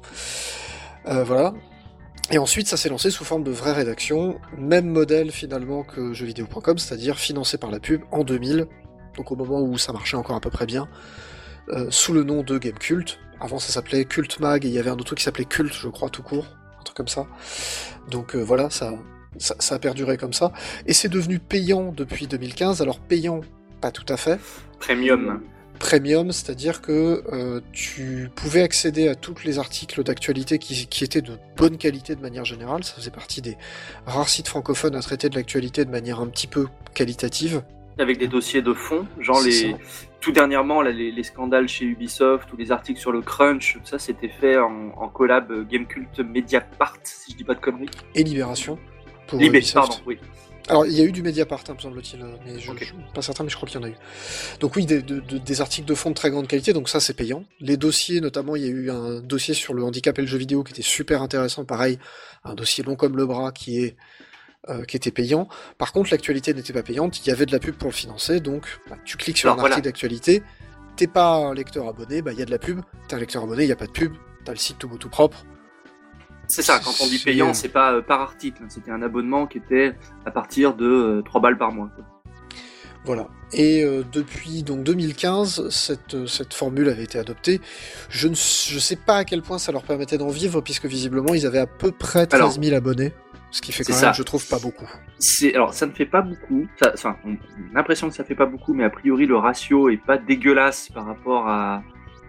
Euh, voilà. Et ensuite, ça s'est lancé sous forme de vraie rédaction, même modèle finalement que jeux vidéo point com, c'est-à-dire financé par la pub en deux mille, donc au moment où ça marchait encore à peu près bien, euh, sous le nom de Gamecult. Avant, ça s'appelait Cult Mag, et il y avait un autre truc qui s'appelait Cult, je crois, tout court, un truc comme ça. Donc euh, voilà, ça, ça, ça a perduré comme ça. Et c'est devenu payant depuis deux mille quinze, alors payant, pas tout à fait. Premium. Premium, c'est-à-dire que euh, tu pouvais accéder à tous les articles d'actualité qui, qui étaient de bonne qualité de manière générale. Ça faisait partie des rares sites francophones à traiter de l'actualité de manière un petit peu qualitative. Avec des dossiers de fond, genre les... Ça. Tout dernièrement, là, les, les scandales chez Ubisoft, ou les articles sur le crunch, tout ça, c'était fait en, en collab Gamecult Mediapart, si je dis pas de conneries. Et Libération. Pour Libé, Ubisoft. pardon, oui. Alors, il y a eu du Mediapart, hein, me semble-t-il, mais je, okay. je suis pas certain, mais je crois qu'il y en a eu. Donc oui, des, de, de, des articles de fond de très grande qualité, donc ça, c'est payant. Les dossiers, notamment, il y a eu un dossier sur le handicap et le jeu vidéo qui était super intéressant, pareil, un dossier long comme le bras qui est euh, qui était payant. Par contre, l'actualité n'était pas payante, il y avait de la pub pour le financer, donc bah, tu cliques sur Alors, un article voilà. d'actualité, t'es pas un lecteur abonné, bah il y a de la pub, t'es un lecteur abonné, il y a pas de pub, t'as le site tout beau tout propre. C'est ça, quand on dit payant, c'est pas euh, par article, c'était un abonnement qui était à partir de euh, trois balles par mois. Quoi. Voilà. Et euh, depuis donc deux mille quinze, cette, cette formule avait été adoptée. Je ne je sais pas à quel point ça leur permettait d'en vivre, puisque visiblement ils avaient à peu près treize mille abonnés, ce qui fait quand même, ça. je trouve, pas beaucoup. C'est, alors ça ne fait pas beaucoup, ça, enfin, on a l'impression que ça fait pas beaucoup, mais a priori le ratio est pas dégueulasse par rapport à,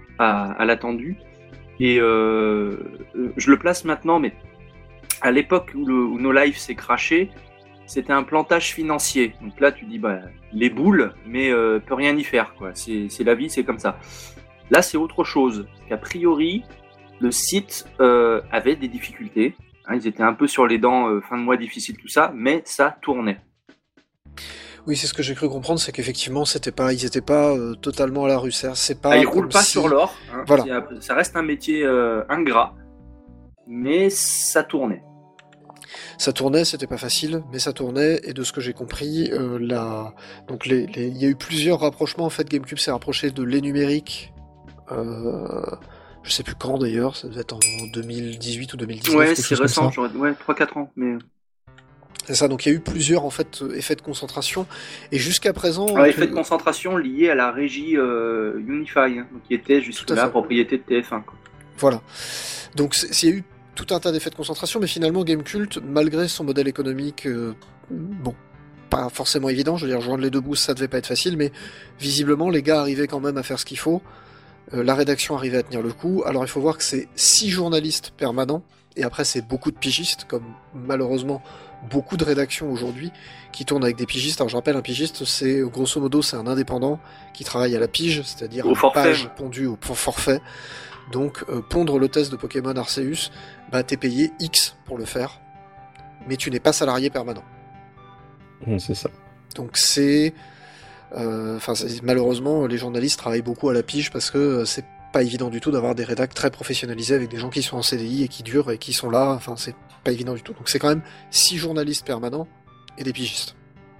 à, à l'attendu. Et euh, je le place maintenant, mais à l'époque où, le, où No Life s'est craché, c'était un plantage financier. Donc là, tu dis, bah, les boules, mais euh, peut rien y faire, quoi. C'est, c'est la vie, c'est comme ça. Là, c'est autre chose. Qu'a priori, le site euh, avait des difficultés. Hein, ils étaient un peu sur les dents, euh, fin de mois difficile, tout ça, mais ça tournait. Oui, c'est ce que j'ai cru comprendre, c'est qu'effectivement, c'était pas, ils étaient pas euh, totalement à la rue. C'est, c'est pas. Ah, ils roulent pas si... sur l'or. Hein. Voilà. Ça reste un métier euh, ingrat, mais ça tournait. Ça tournait, c'était pas facile, mais ça tournait. Et de ce que j'ai compris, euh, la... donc les, les... il y a eu plusieurs rapprochements. En fait, GameCube s'est rapproché de Les Numériques. Euh... Je sais plus quand d'ailleurs. Ça devait être en deux mille dix-huit ou deux mille dix-neuf. Ouais, c'est récent. J'aurais... Ouais, trois quatre ans, mais. C'est ça, donc il y a eu plusieurs en fait effets de concentration, et jusqu'à présent... Alors, effets de concentration liés à la régie euh, Unify, hein, qui était jusque-là propriété de T F un. Quoi. Voilà, donc il y a eu tout un tas d'effets de concentration, mais finalement Gamecult, malgré son modèle économique, euh, bon, pas forcément évident, je veux dire, joindre les deux bouts, ça devait pas être facile, mais visiblement les gars arrivaient quand même à faire ce qu'il faut, euh, la rédaction arrivait à tenir le coup, alors il faut voir que c'est six journalistes permanents, et après c'est beaucoup de pigistes, comme malheureusement... beaucoup de rédactions aujourd'hui qui tournent avec des pigistes. Alors je rappelle, un pigiste, c'est grosso modo c'est un indépendant qui travaille à la pige, c'est-à-dire au une forfait. Page pondue au forfait. Donc euh, pondre le test de Pokémon Arceus, bah t'es payé X pour le faire, mais tu n'es pas salarié permanent. Mmh, c'est ça. Donc c'est, enfin euh, malheureusement les journalistes travaillent beaucoup à la pige parce que euh, c'est pas évident du tout d'avoir des rédacs très professionnalisés avec des gens qui sont en C D I et qui durent et qui sont là, enfin c'est pas évident du tout. Donc c'est quand même six journalistes permanents et des pigistes.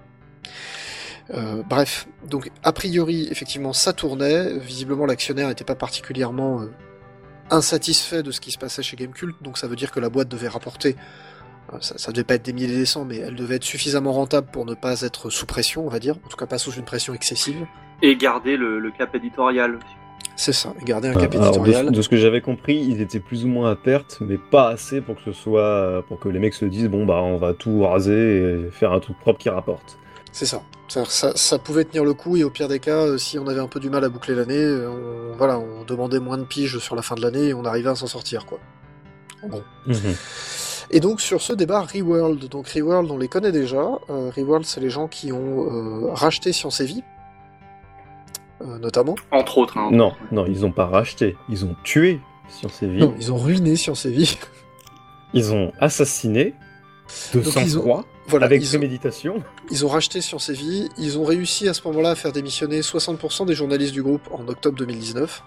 Euh, bref, donc a priori effectivement ça tournait, visiblement l'actionnaire n'était pas particulièrement euh, insatisfait de ce qui se passait chez Gamecult, donc ça veut dire que la boîte devait rapporter, euh, ça, ça devait pas être des milliers et des cents, mais elle devait être suffisamment rentable pour ne pas être sous pression, on va dire, en tout cas pas sous une pression excessive. Et garder le, le cap éditorial. C'est ça, et garder un Ah, cap alors, éditorial. de, de ce que j'avais compris, ils étaient plus ou moins à perte, mais pas assez pour que ce soit pour que les mecs se disent bon bah on va tout raser et faire un truc propre qui rapporte. C'est ça. Ça, ça. ça pouvait tenir le coup, et au pire des cas, euh, si on avait un peu du mal à boucler l'année, euh, on, voilà, on demandait moins de piges sur la fin de l'année et on arrivait à s'en sortir, quoi. En gros. Mhm. Et donc sur ce débat Reworld, donc Reworld on les connaît déjà, euh, Reworld c'est les gens qui ont euh, racheté Science et Vie, euh, notamment. Entre autres. Hein. Non, non, ils ont pas racheté, ils ont tué Science et Vie, Non, ils ont ruiné Science et Vie. ils ont assassiné de Donc, ils ont- sang-froid, Voilà, avec ils ont, préméditation. ils ont racheté Science et Vie, ils ont réussi à ce moment-là à faire démissionner soixante pour cent des journalistes du groupe en octobre deux mille dix-neuf.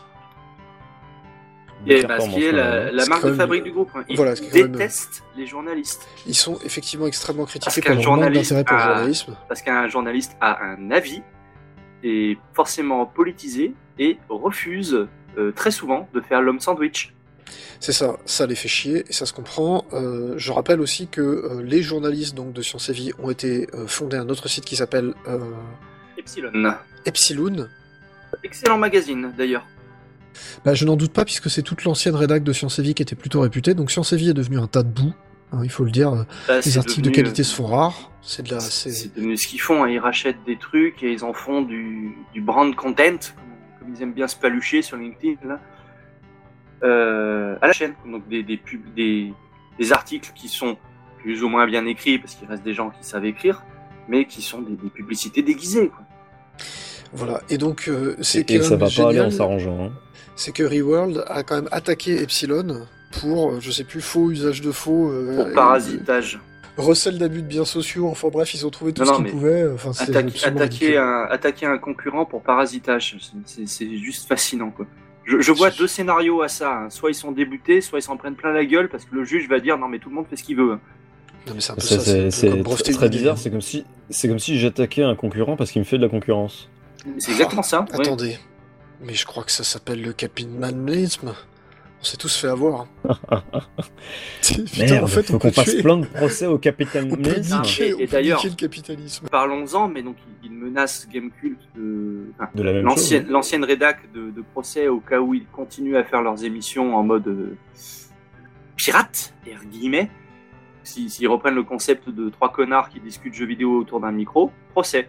Et bah, ce qui est la, la C'est marque quand de même- fabrique du groupe. Hein. Ils Voilà, ce qui est quand même- détestent les journalistes. Ils sont effectivement extrêmement critiqués Parce pour qu'un leur manque journaliste d'intérêt pour le a- journalisme. Parce qu'un journaliste a un avis, est forcément politisé et refuse euh, très souvent de faire l'homme sandwich. C'est ça, ça les fait chier, et ça se comprend. Euh, je rappelle aussi que euh, les journalistes donc, de Science et Vie ont été euh, fondés un autre site qui s'appelle euh, Epsilon. Epsilon. Excellent magazine d'ailleurs. Bah, je n'en doute pas, puisque c'est toute l'ancienne rédac de Science et Vie qui était plutôt réputée. Donc Science et Vie est devenu un tas de boue, hein, il faut le dire. Bah, Les c'est articles devenu, de qualité euh, se font rares. C'est de la. C'est C'est... c'est devenu ce qu'ils font, hein. Ils rachètent des trucs et ils en font du, du brand content, comme, comme ils aiment bien se palucher sur LinkedIn, là, euh, à la chaîne. Donc des, des, pubs, des, des articles qui sont plus ou moins bien écrits, parce qu'il reste des gens qui savent écrire, mais qui sont des, des publicités déguisées, quoi. Voilà. Et donc, euh, c'est Et, quand et même ça va pas aller en génial, s'arrangeant. Hein. c'est que Reworld a quand même attaqué Epsilon pour, euh, je sais plus, faux usage de faux. euh, Pour et- parasitage. recel d'abus de biens sociaux, enfin bref, ils ont trouvé tout Non, ce non, qu'ils mais pouvaient. Enfin, c'est Attaque- absolument attaquer, ridicule. un, attaquer un concurrent pour parasitage, c'est- c'est juste fascinant, quoi. Je, je vois deux scénarios à ça. Hein. Soit ils sont débutés, soit ils s'en prennent plein la gueule parce que le juge va dire non mais tout le monde fait ce qu'il veut. Non, mais c'est un peu C'est ça, c'est- c'est un peu c'est comme breveter très, une très idée. bizarre, c'est comme si c'est comme si j'attaquais un concurrent parce qu'il me fait de la concurrence. C'est exactement ça. ouais. Attendez, mais je crois que ça s'appelle le capitalisme. On s'est tous fait avoir. Putain, Merde, en fait, faut on peut qu'on fasse tuer. plein de procès au On peut capitalisme. niquer, Et- on et peut d'ailleurs- niquer le capitalisme. Parlons-en, mais donc il, il menace Gamecult de enfin, De la même l'ancienne chose. l'ancienne rédac de, de procès au cas où ils continuent à faire leurs émissions en mode euh, pirate, et guillemets. Si- S'ils reprennent le concept de trois connards qui discutent jeux vidéo autour d'un micro, procès.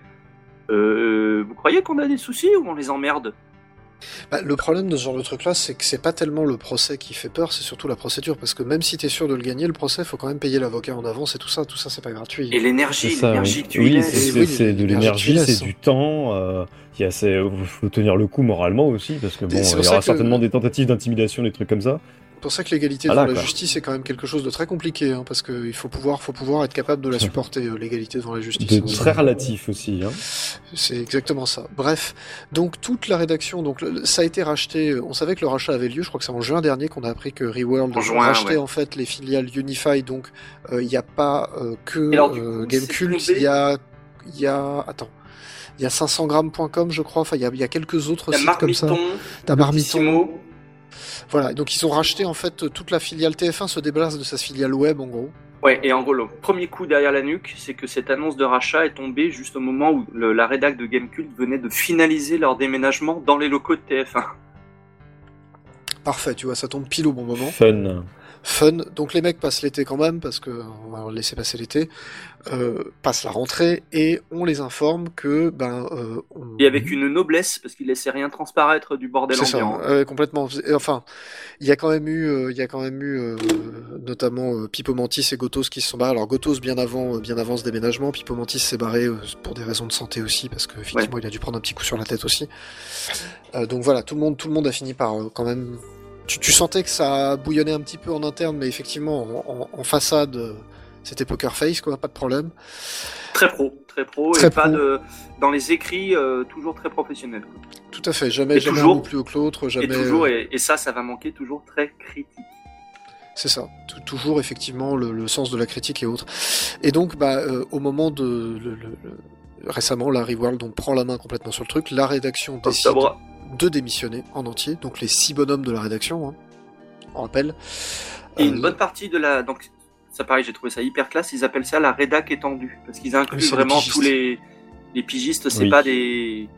Euh, vous croyez qu'on a des soucis ou on les emmerde? Bah, le problème de ce genre de truc-là, c'est que c'est pas tellement le procès qui fait peur, c'est surtout la procédure. Parce que même si t'es sûr de le gagner, le procès, faut quand même payer l'avocat en avance et tout ça. Tout ça, c'est pas gratuit. Et l'énergie, C'est ça, l'énergie oui. que tu y Oui, laisses. c'est c'est- Oui, c'est de l'énergie l'énergie, que tu laisses. c'est du temps. euh, Il y a, c'est, faut tenir le coup moralement aussi, parce que bon, Et c'est il pour y ça aura que- certainement des tentatives d'intimidation, des trucs comme ça. C'est pour ça que l'égalité Voilà, devant la quoi. justice est quand même quelque chose de très compliqué, hein, parce qu'il faut pouvoir, faut pouvoir être capable de la supporter, euh, l'égalité devant la justice. De hein. très relatif aussi. Hein. C'est exactement ça. Bref, donc toute la rédaction, donc le- ça a été racheté. On savait que le rachat avait lieu. Je crois que c'est en juin dernier qu'on a appris que Reworld En a juin, racheté ouais. en fait les filiales Unify. Donc il n'y a pas euh, que Et alors, du euh, coup, Gamecult. c'est Il y a, il y a, attends, il y a cinq cents grammes point com, je crois. Enfin, il y a, il y a quelques autres T'as sites comme ça. Marmiton, T'as Marmiton. Tissimo. Voilà. Donc ils ont racheté en fait toute la filiale T F un se débarrasse de sa filiale web en gros. Ouais, et en gros, le premier coup derrière la nuque, c'est que cette annonce de rachat est tombée juste au moment où le- la rédac de Gamecult venait de finaliser leur déménagement dans les locaux de T F un. Parfait. Tu vois, ça tombe pile au bon moment. Fun. Fun. Donc les mecs passent l'été quand même, parce que on va leur laisser passer l'été, euh, passent la rentrée, et on les informe que, ben, euh, on... Et avec une noblesse, parce qu'ils laissaient rien transparaître du bordel C'est ça, ambiant. euh, complètement. Et enfin, il y a quand même eu, euh, il y a quand même eu, euh, notamment euh, Pipo Mantis et Gotos qui se sont barrés. Alors Gotos bien avant, euh, bien avant ce déménagement. Pipo Mantis s'est barré euh, pour des raisons de santé aussi, parce que effectivement, il a dû prendre un petit coup sur la tête aussi. Euh, donc voilà, tout le monde, tout le monde a fini par euh, quand même. Tu, tu sentais que ça bouillonnait un petit peu en interne, mais effectivement, en, en, en façade, euh, c'était poker face, quoi, pas de problème. Très pro, très pro, Très et pas pro. de... Dans les écrits, euh, toujours très professionnel. quoi. Tout à fait, jamais, Et jamais toujours- un mot plus haut que l'autre, jamais. Et toujours, euh, et, et ça, ça va manquer, toujours très critique. C'est ça, Tou- toujours effectivement le, le sens de la critique et autres. Et donc, bah, euh, au moment de le, le- le- récemment, la Reworld donc prend la main complètement sur le truc. La rédaction décide Octobre. de démissionner en entier, donc les six bonhommes de la rédaction, hein, on rappelle. Et Euh, une bonne partie de la... Donc, ça pareil, j'ai trouvé ça hyper classe, ils appellent ça la rédac étendue. Parce qu'ils incluent Oui, c'est les vraiment pigistes. tous les, les pigistes, c'est Oui. pas des...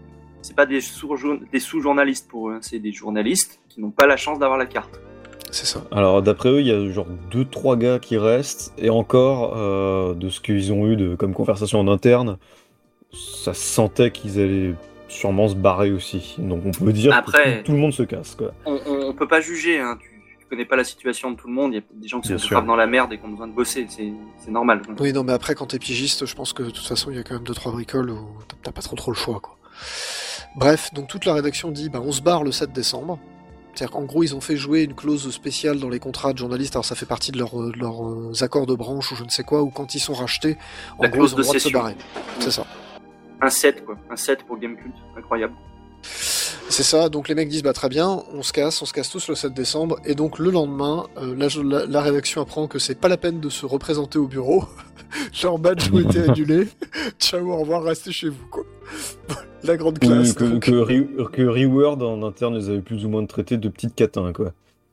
c'est pas des, sous- des sous-journalistes pour eux, hein, c'est des journalistes qui n'ont pas la chance d'avoir la carte. C'est ça. Alors d'après eux, il y a genre deux trois gars qui restent, et encore, euh, de ce qu'ils ont eu de, comme conversation en interne, ça se sentait qu'ils allaient sûrement se barrer aussi. Donc on peut dire Après, que tout, tout le monde se casse, quoi. On, on, on peut pas juger, hein, tu, tu connais pas la situation de tout le monde, il y a des gens qui Bien sont sûr. graves dans la merde et qui ont besoin de bosser, c'est, c'est normal. Oui, non, mais après, quand t'es pigiste, je pense que de toute façon, il y a quand même deux trois bricoles où t'as- t'as pas trop trop le choix, quoi. Bref, donc toute la rédaction dit, bah, on se barre le sept décembre. C'est-à-dire qu'en gros, ils ont fait jouer une clause spéciale dans les contrats de journalistes, alors ça fait partie de leurs de leurs, euh, accords de branche ou je ne sais quoi, où quand ils sont rachetés, en La gros, clause ils ont de le droit de se cession. barrer. C'est ça. Un sept quoi, un sept pour Gamecult, incroyable. C'est ça, donc les mecs disent, bah très bien, on se casse, on se casse tous le sept décembre, et donc le lendemain, euh, la, la, la rédaction apprend que c'est pas la peine de se représenter au bureau, leur badge a été annulé, ciao, au revoir, restez chez vous, quoi. La grande Oui, classe. que, donc. que, Re- que Reword en interne les avait plus ou moins traités de petites catins, quoi.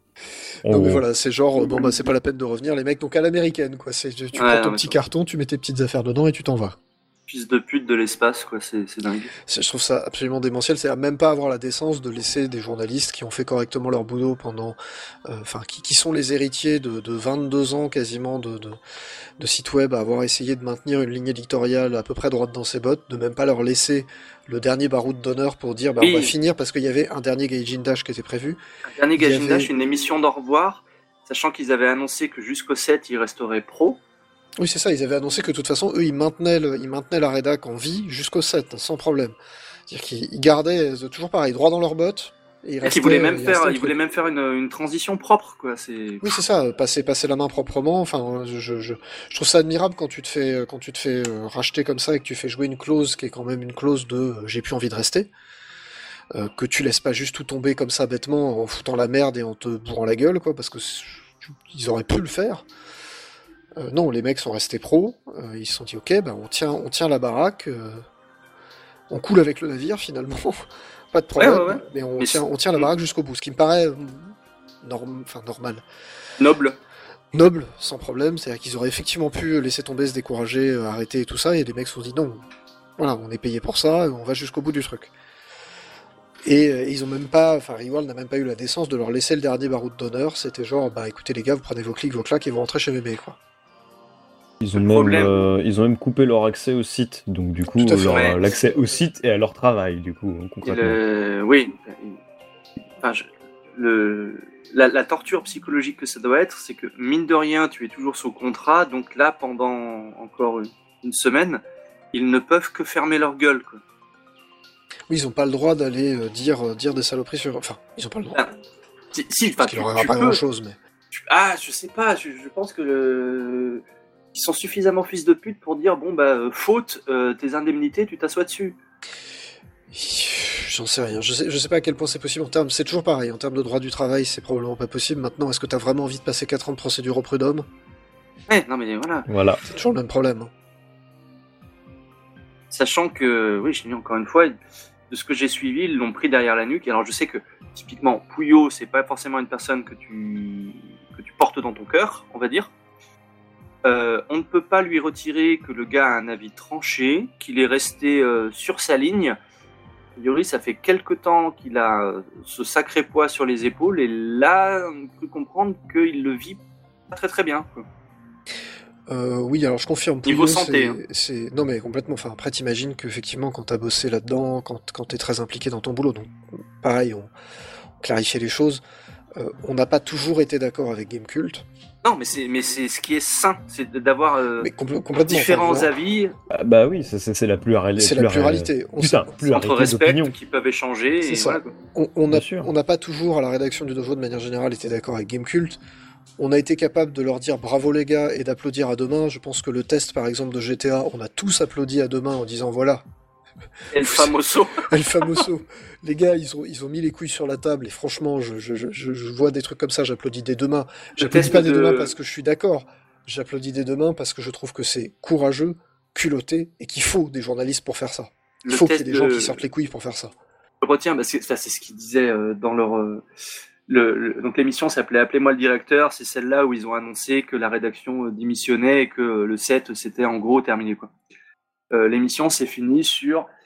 En Non mais gros. voilà, c'est genre, euh, bon bah c'est pas la peine de revenir, les mecs, donc à l'américaine, quoi, c'est, tu, tu Ouais, prends non, ton mais petit ça- carton, tu mets tes petites affaires dedans et tu t'en vas. Fils de pute de l'espace, quoi, c'est, c'est dingue. C'est- Je trouve ça absolument démentiel, c'est à même pas avoir la décence de laisser des journalistes qui ont fait correctement leur boulot pendant, euh, enfin, qui, qui sont les héritiers de, de vingt-deux ans quasiment de, de, de sites web à avoir essayé de maintenir une ligne éditoriale à peu près droite dans ses bottes, de même pas leur laisser le dernier baroud d'honneur pour dire, bah, Oui. on va finir parce qu'il y avait un dernier Gaijin Dash qui était prévu. Un dernier Il y Gaijin avait- Dash, une émission d'au revoir, sachant qu'ils avaient annoncé que jusqu'au sept, ils resteraient pro. Oui, c'est ça, ils avaient annoncé que de toute façon, eux, ils maintenaient, le- ils maintenaient la rédac en vie jusqu'au sept, sans problème. C'est-à-dire qu'ils ils gardaient, euh, toujours pareil, droit dans leurs bottes. Et ils Et restaient, qu'ils voulaient même ils faire, restaient au ils truc. voulaient même faire une, une transition propre, quoi, c'est... Oui, c'est ça, euh, passer, passer la main proprement. Enfin, je, je, je, je trouve ça admirable quand tu te fais, euh, quand tu te fais euh, racheter comme ça et que tu fais jouer une clause qui est quand même une clause de euh, j'ai plus envie de rester. Euh, que tu laisses pas juste tout tomber comme ça bêtement en foutant la merde et en te bourrant la gueule, quoi, parce que c'est- ils auraient pu le faire. Euh, non, les mecs sont restés pros. Euh, ils se sont dit ok, bah on tient, on tient la baraque. euh, on coule avec le navire finalement. Pas de problème. Ouais, ouais, ouais. Mais on Mais tient, c'est- on tient la baraque jusqu'au bout, ce qui me paraît euh, norm- enfin normal. Noble. Noble, sans problème, c'est-à-dire qu'ils auraient effectivement pu laisser tomber, se décourager, euh, arrêter et tout ça, et les mecs se sont dit non, voilà, on est payé pour ça, on va jusqu'au bout du truc. Et euh, ils ont même pas, enfin Reworld n'a même pas eu la décence de leur laisser le dernier baroud d'honneur, c'était genre, bah écoutez les gars, vous prenez vos clics, vos claques et vous rentrez chez bébé, quoi. Ils ont, Le même, problème- euh, ils ont même coupé leur accès au site, donc du coup, Tout à fait. leur- Ouais. l'accès au site et à leur travail, du coup, Et concrètement. le- Oui. Enfin, je- le... la, la torture psychologique que ça doit être, c'est que mine de rien, tu es toujours sous contrat, donc là, pendant encore une, une semaine, ils ne peuvent que fermer leur gueule, quoi. Oui, ils ont pas le droit d'aller euh, dire, euh, dire des saloperies sur... Enfin, ils ont pas le droit, Ah, Si, si, enfin, parce qu'il tu, leur arrivera tu pas peux. grand-chose, mais... Tu- Ah, je sais pas, je, je pense que le... ils sont suffisamment fils de pute pour dire bon bah euh, faute, euh, tes indemnités, tu t'assois dessus. J'en sais rien, je sais, je sais pas à quel point c'est possible en termes, c'est toujours pareil, en termes de droit du travail, c'est probablement pas possible. Maintenant, est-ce que t'as vraiment envie de passer quatre ans de procédure au prud'homme? Ouais, non mais voilà. Voilà. C'est toujours le même problème. hein. Sachant que, oui, je dis encore une fois, de ce que j'ai suivi, ils l'ont pris derrière la nuque. Alors je sais que typiquement Pouillot, c'est pas forcément une personne que tu que tu portes dans ton cœur, on va dire. Euh, on ne peut pas lui retirer que le gars a un avis tranché, qu'il est resté euh, sur sa ligne. A priori, ça fait quelque temps qu'il a euh, ce sacré poids sur les épaules, et là, on peut comprendre qu'il le vit pas très très bien, quoi. Euh, oui, alors je confirme. Niveau Pouillot, santé, c'est- hein. c'est non mais complètement. Enfin, après, t'imagines qu'effectivement, quand t'as bossé là-dedans, quand quand t'es très impliqué dans ton boulot, donc pareil, on, on clarifiait les choses. Euh, on n'a pas toujours été d'accord avec Gamecult, Non, mais c'est mais c'est ce qui est sain, c'est de- d'avoir euh, mais compl- complètement. différents enfin, avis. Ah, bah oui, c'est- c'est c'est la pluralité. C'est la pluralité. On Putain, s'est- pluralité Entre respect, d'opinion. qui peuvent échanger. C'est Et ça. voilà, quoi. On on Bien n'a sûr. on n'a pas toujours à la rédaction du dojo de manière générale été d'accord avec Gamecult. On a été capable de leur dire bravo les gars et d'applaudir à deux mains. Je pense que le test par exemple de G T A, on a tous applaudi à deux mains en disant voilà, El Famoso. El Famoso. Les gars, ils ont, ils ont mis les couilles sur la table et franchement, je, je, je, je vois des trucs comme ça, j'applaudis des deux mains. J'applaudis test pas des de- deux mains parce que je suis d'accord. J'applaudis des deux mains parce que je trouve que c'est courageux, culotté et qu'il faut des journalistes pour faire ça. Il Le faut qu'il y ait test des gens de- qui sortent les couilles pour faire ça. Je retiens, parce que ça c'est ce qu'ils disaient euh, dans leur... euh, le, le- donc l'émission s'appelait Appelez-moi le directeur, c'est celle-là où ils ont annoncé que la rédaction euh, démissionnait et que euh, le sept c'était en gros terminé, quoi. Euh, l'émission s'est finie sur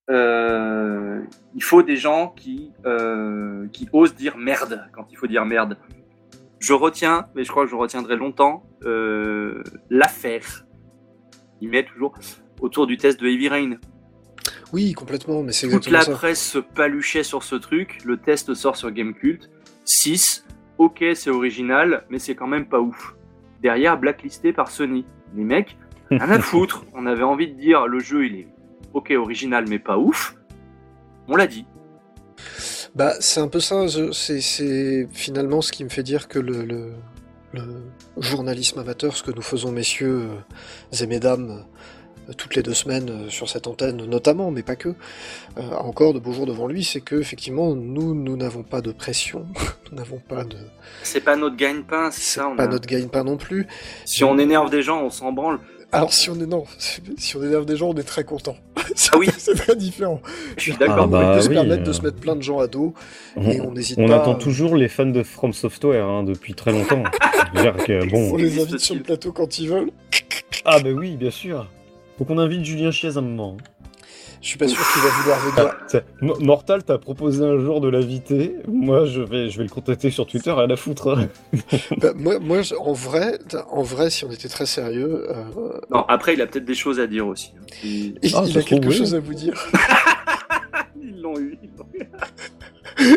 euh, il faut des gens qui, euh, qui osent dire merde quand il faut dire merde. Je retiens, mais je crois que je retiendrai longtemps, euh, l'affaire. Il met toujours autour du test de Heavy Rain. Oui, complètement, mais c'est Toute exactement la ça. presse se paluchait sur ce truc. Le test sort sur Gamecult. six. Ok, c'est original, mais c'est quand même pas ouf. Derrière, blacklisté par Sony. Les mecs, rien à foutre. On avait envie de dire, le jeu, il est ok, original, mais pas ouf. On l'a dit. Bah, c'est un peu ça. je- C'est, c'est finalement ce qui me fait dire que le, le, le journalisme amateur, ce que nous faisons, messieurs euh, et mesdames, euh, toutes les deux semaines euh, sur cette antenne, notamment, mais pas que, euh, a encore de beaux jours devant lui, c'est que effectivement, nous, nous n'avons pas de pression, nous n'avons pas de, C'est pas notre gagne-pain, c'est c'est ça. On pas a- notre gagne-pain non plus. Si on énerve des gens, on s'en branle. Alors si on est non, si on énerve des gens, on est très content. Ah oui. C'est très différent. Je suis On d'accord. Ah bah peut se oui, permettre de euh. se mettre plein de gens à dos et on n'hésite On pas. attend toujours les fans de From Software hein, depuis très longtemps. Je veux dire que, On bon. les invite sur le plateau quand ils veulent. Ah bah oui, bien sûr. Faut qu'on invite Julien Chiez un moment. Je suis pas sûr qu'il va vouloir venir. Ça- Mo- Mortal t'a proposé un jour de l'inviter. Moi, je vais, je vais le contacter sur Twitter à la foutre. hein. Bah, moi, moi, je- en vrai, en vrai, si on était très sérieux, euh, Non, après, il a peut-être des choses à dire aussi. Ils il, Ah, il ça a se quelque trouve, oui. chose à vous dire. ils l'ont eu. Ils l'ont eu.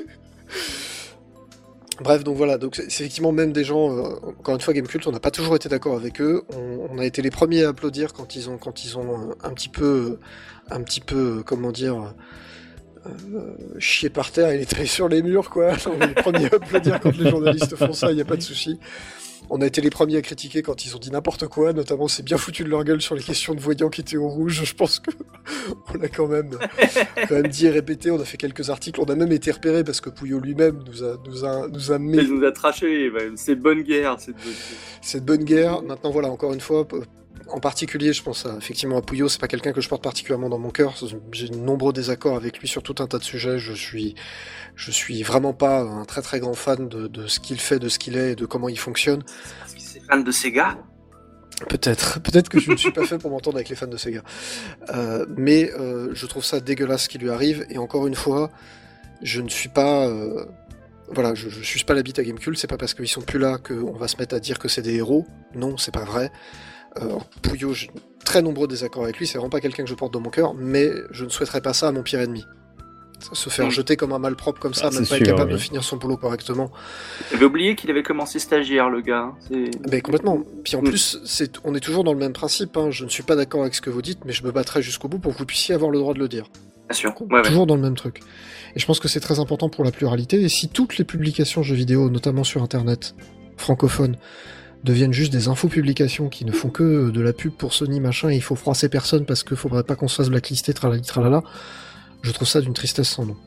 Bref, donc voilà, donc c'est c'est effectivement même des gens, euh, encore une fois, Gamecult, on n'a pas toujours été d'accord avec eux. On, on a été les premiers à applaudir quand ils ont, quand ils ont euh, un petit peu, un petit peu, euh, comment dire, euh, chié par terre et les traits sur les murs, quoi. On est les premiers à applaudir quand les journalistes font ça, il n'y a pas de souci. On a été les premiers à critiquer quand ils ont dit n'importe quoi, notamment c'est bien foutu de leur gueule sur les questions de voyants qui étaient au rouge. Je pense que on l'a quand même, quand même dit et répété. On a fait quelques articles, on a même été repéré parce que Pouillot lui-même nous a, nous a, nous a mis Il nous a traché. bah, C'est bonne guerre. C'est de... cette bonne guerre. Maintenant, voilà, encore une fois, p- en particulier, je pense à, effectivement à Pouillot. C'est pas quelqu'un que je porte particulièrement dans mon cœur. J'ai de nombreux désaccords avec lui sur tout un tas de sujets. Je suis, je suis vraiment pas un très très grand fan de, de ce qu'il fait, de ce qu'il est et de comment il fonctionne. Parce qu'il est fan de Sega. Peut-être, peut-être que je ne suis pas fait pour m'entendre avec les fans de Sega. Euh, mais euh, je trouve ça dégueulasse ce qui lui arrive. Et encore une fois, je ne suis pas, euh, voilà, je, je suis pas la bite à Gamecult. C'est pas parce qu'ils sont plus là qu'on va se mettre à dire que c'est des héros. Non, c'est pas vrai. Euh, Pouillot, j'ai très nombreux désaccords avec lui. C'est vraiment pas quelqu'un que je porte dans mon cœur. Mais je ne souhaiterais pas ça à mon pire ennemi. Se faire Mm. jeter comme un malpropre comme ça, Ah, même c'est pas être sûr, capable oui. de finir son boulot correctement. J'avais oublié qu'il avait commencé stagiaire, le gars. hein. C'est... Mais complètement. Puis en Mm. plus, c'est, on est toujours dans le même principe. Hein. Je ne suis pas d'accord avec ce que vous dites, mais je me battrai jusqu'au bout pour que vous puissiez avoir le droit de le dire. Bien sûr. Ouais, ouais. Toujours dans le même truc. Et je pense que c'est très important pour la pluralité. Et si toutes les publications jeux vidéo, notamment sur Internet, francophones, deviennent juste des infopublications qui ne font que de la pub pour Sony, machin, et il faut froisser personne parce qu'il faudrait pas qu'on se fasse blacklister, tralali, tralala, je trouve ça d'une tristesse sans nom.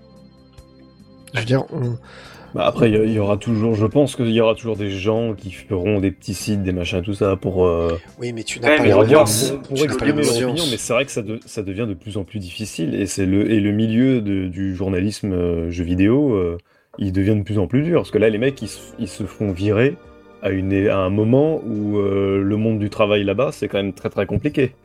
Je veux dire, on... Bah après, il y, y aura toujours, je pense qu'il y aura toujours des gens qui feront des petits sites, des machins, tout ça pour. Euh, Oui, mais tu n'as Ouais, pas mais les pour, dire, audiences. pour, pour Tu n'as pas exprimer les leur audiences. opinion, mais c'est vrai que ça, de- ça devient de plus en plus difficile et c'est le et le milieu de- du journalisme euh, jeu vidéo, euh, il devient de plus en plus dur parce que là, les mecs, ils, se- ils se font virer à une à un moment où euh, le monde du travail là-bas, c'est quand même très très compliqué.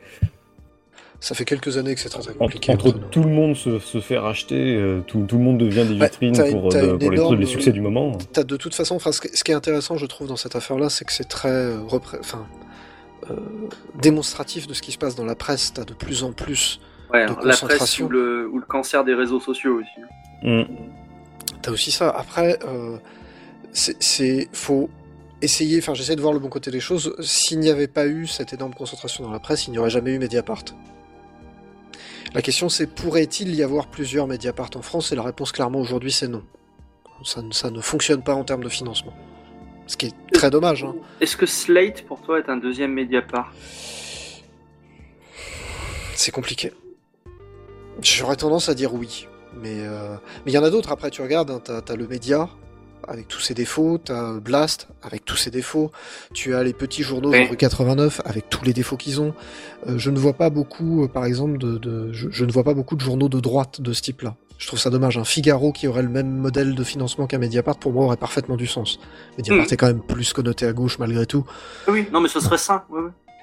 Ça fait quelques années que c'est très très En- compliqué. entre entre nous. tout le monde se, se fait racheter, euh, tout, tout le monde devient des Bah, vitrines t'as- pour, t'as euh, une pour les, énorme- les succès du moment. T'as de toute façon, enfin, ce, qui- ce qui est intéressant, je trouve, dans cette affaire-là, c'est que c'est très euh, repré- enfin, euh, démonstratif de ce qui se passe dans la presse. T'as de plus en plus. Ouais, de la presse concentration. ou le, ou le cancer des réseaux sociaux aussi. Mm. T'as aussi ça. Après, euh, c'est, c'est, faut essayer. Enfin, j'essaie de voir le bon côté des choses. S'il n'y avait pas eu cette énorme concentration dans la presse, il n'y aurait jamais eu Mediapart. La question, c'est pourrait-il y avoir plusieurs Mediapart en France? Et la réponse, clairement, aujourd'hui, c'est non. Ça, ne- ça ne fonctionne pas en termes de financement. Ce qui est très dommage. Hein. Est-ce que Slate, pour toi, est un deuxième Mediapart? C'est compliqué. J'aurais tendance à dire oui. Mais euh, mais il y en a d'autres. Après, tu regardes, hein, t'as, t'as le média avec tous ses défauts, t'as Blast avec tous ses défauts, tu as les petits journaux Oui. de rue quatre-vingt-neuf avec tous les défauts qu'ils ont. Euh, je ne vois pas beaucoup, euh, par exemple, de, de je, je ne vois pas beaucoup de journaux de droite de ce type-là. Je trouve ça dommage. Un Figaro qui aurait le même modèle de financement qu'un Mediapart, pour moi, aurait parfaitement du sens. Mediapart Mm. est quand même plus connoté à gauche malgré tout. Oui, non, mais ce serait ça. Ouais, ouais.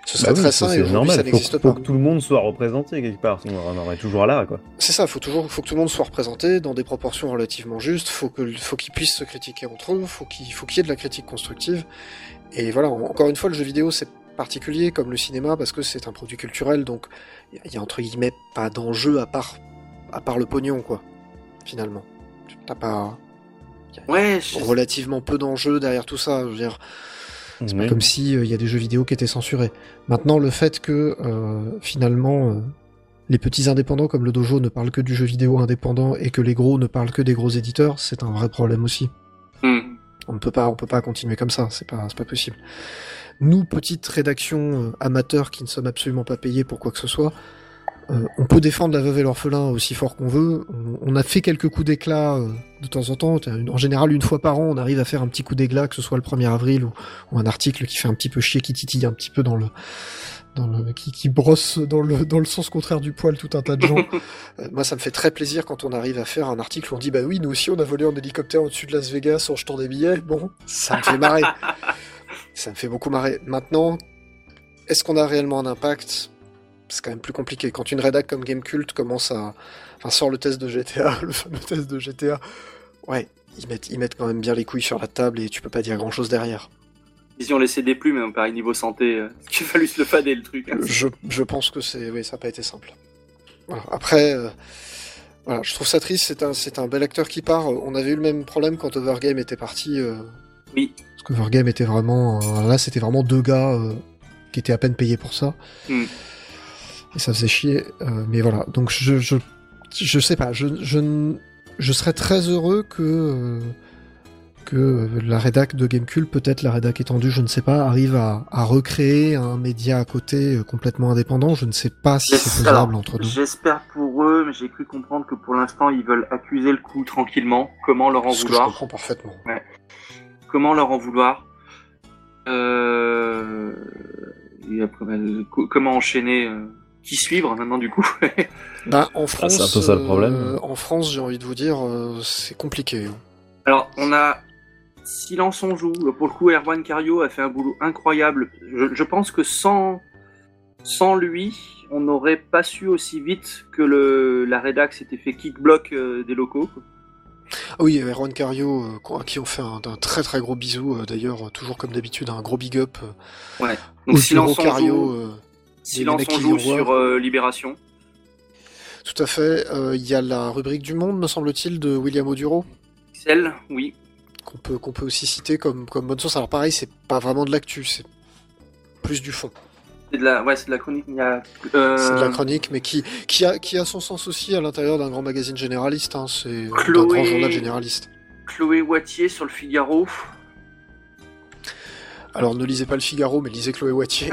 Ce serait Bah oui, très c'est sain et c'est aujourd'hui normal, ça faut, n'existe faut pas. que tout le monde soit représenté quelque part, sinon on en aurait toujours là, quoi. C'est ça, faut toujours, faut que tout le monde soit représenté dans des proportions relativement justes, faut que, faut qu'ils puissent se critiquer entre eux, faut qu'il, faut qu'il y ait de la critique constructive. Et voilà, en- encore une fois, le jeu vidéo c'est particulier comme le cinéma parce que c'est un produit culturel, donc il y, a- il y a entre guillemets pas d'enjeu à part, à part le pognon, quoi, finalement. T'as pas, Ouais, je- relativement peu d'enjeux derrière tout ça, je veux dire. C'est pas Oui. comme si il y a des jeux vidéo qui étaient censurés. Maintenant, le fait que euh, finalement euh, les petits indépendants comme le dojo ne parlent que du jeu vidéo indépendant et que les gros ne parlent que des gros éditeurs, c'est un vrai problème aussi. Hmm. On ne peut pas, on peut pas continuer comme ça. C'est pas, c'est pas possible. Nous, petite rédaction euh, amateur qui ne sommes absolument pas payés pour quoi que ce soit, euh, on peut défendre la veuve et l'orphelin aussi fort qu'on veut. On, on a fait quelques coups d'éclat euh, de temps en temps. En général, une fois par an, on arrive à faire un petit coup d'éclat, que ce soit le premier avril ou, ou un article qui fait un petit peu chier, qui titille un petit peu dans le, dans le, qui, qui brosse dans le, dans le sens contraire du poil tout un tas de gens. Euh, moi, ça me fait très plaisir quand on arrive à faire un article où on dit bah oui, nous aussi, on a volé en hélicoptère au-dessus de Las Vegas en jetant des billets. Bon, ça me fait marrer. Ça me fait beaucoup marrer. Maintenant, est-ce qu'on a réellement un impact ? C'est quand même plus compliqué. Quand une rédac comme Gamecult commence à... Enfin, sort le test de G T A, le fameux test de G T A, ouais, ils mettent, ils mettent quand même bien les couilles sur la table et tu peux pas dire grand-chose derrière. Ils y ont laissé des plumes, mais pareil, niveau santé, euh, il a fallu se le fader, le truc. hein. Je, je pense que c'est... Oui, ça n'a pas été simple. Voilà. Après, euh, voilà, je trouve ça triste, c'est un, c'est un bel acteur qui part. On avait eu le même problème quand Overgame était parti... Euh... Oui. Parce qu'Overgame était vraiment... euh, Là, c'était vraiment deux gars euh, qui étaient à peine payés pour ça. Hmm. Et ça faisait chier, euh, mais voilà. Donc je, je, je sais pas, je, je, je serais très heureux que, euh, que la rédac de Gamecult, peut-être la rédac étendue, je ne sais pas, arrive à, à recréer un média à côté euh, complètement indépendant. Je ne sais pas si c'est faisable Alors, entre nous. J'espère pour eux, mais j'ai cru comprendre que pour l'instant, ils veulent accuser le coup tranquillement. Comment leur en Ce que je vouloir comprends parfaitement. Comment leur en vouloir euh... Et après, bah, co- comment enchaîner euh... Qui suivre maintenant du coup Bah, en France, c'est un peu ça le problème. euh, en France, j'ai envie de vous dire, euh, c'est compliqué. hein. Alors, on a Silence on joue. Pour le coup, Erwan Cario a fait un boulot incroyable. Je, je pense que sans, sans lui, on n'aurait pas su aussi vite que le, la rédac s'était fait kick-block euh, des locaux. quoi. Ah oui, Erwan Cario, euh, à qui on fait un, un très très gros bisou, euh, d'ailleurs, toujours comme d'habitude, un gros big up euh, Ouais. au Donc, Silence Silence on Cario. joue, euh, Silence mecs on qui joue y envoient. sur euh, Libération. Tout à fait. Euh, Il y a la rubrique du Monde, me semble-t-il, de William Oduro, Celle, oui. qu'on peut, qu'on peut aussi citer comme, comme bonne source. Alors pareil, c'est pas vraiment de l'actu, c'est plus du fond. C'est de la, ouais, c'est de la chronique. Il y a, euh, C'est de la chronique, mais qui, qui, a, qui a son sens aussi à l'intérieur d'un grand magazine généraliste, hein, c'est d'un Chloé- grand journal généraliste. Chloé Wattier sur le Figaro. Alors ne lisez pas le Figaro, mais lisez Chloé Wattier.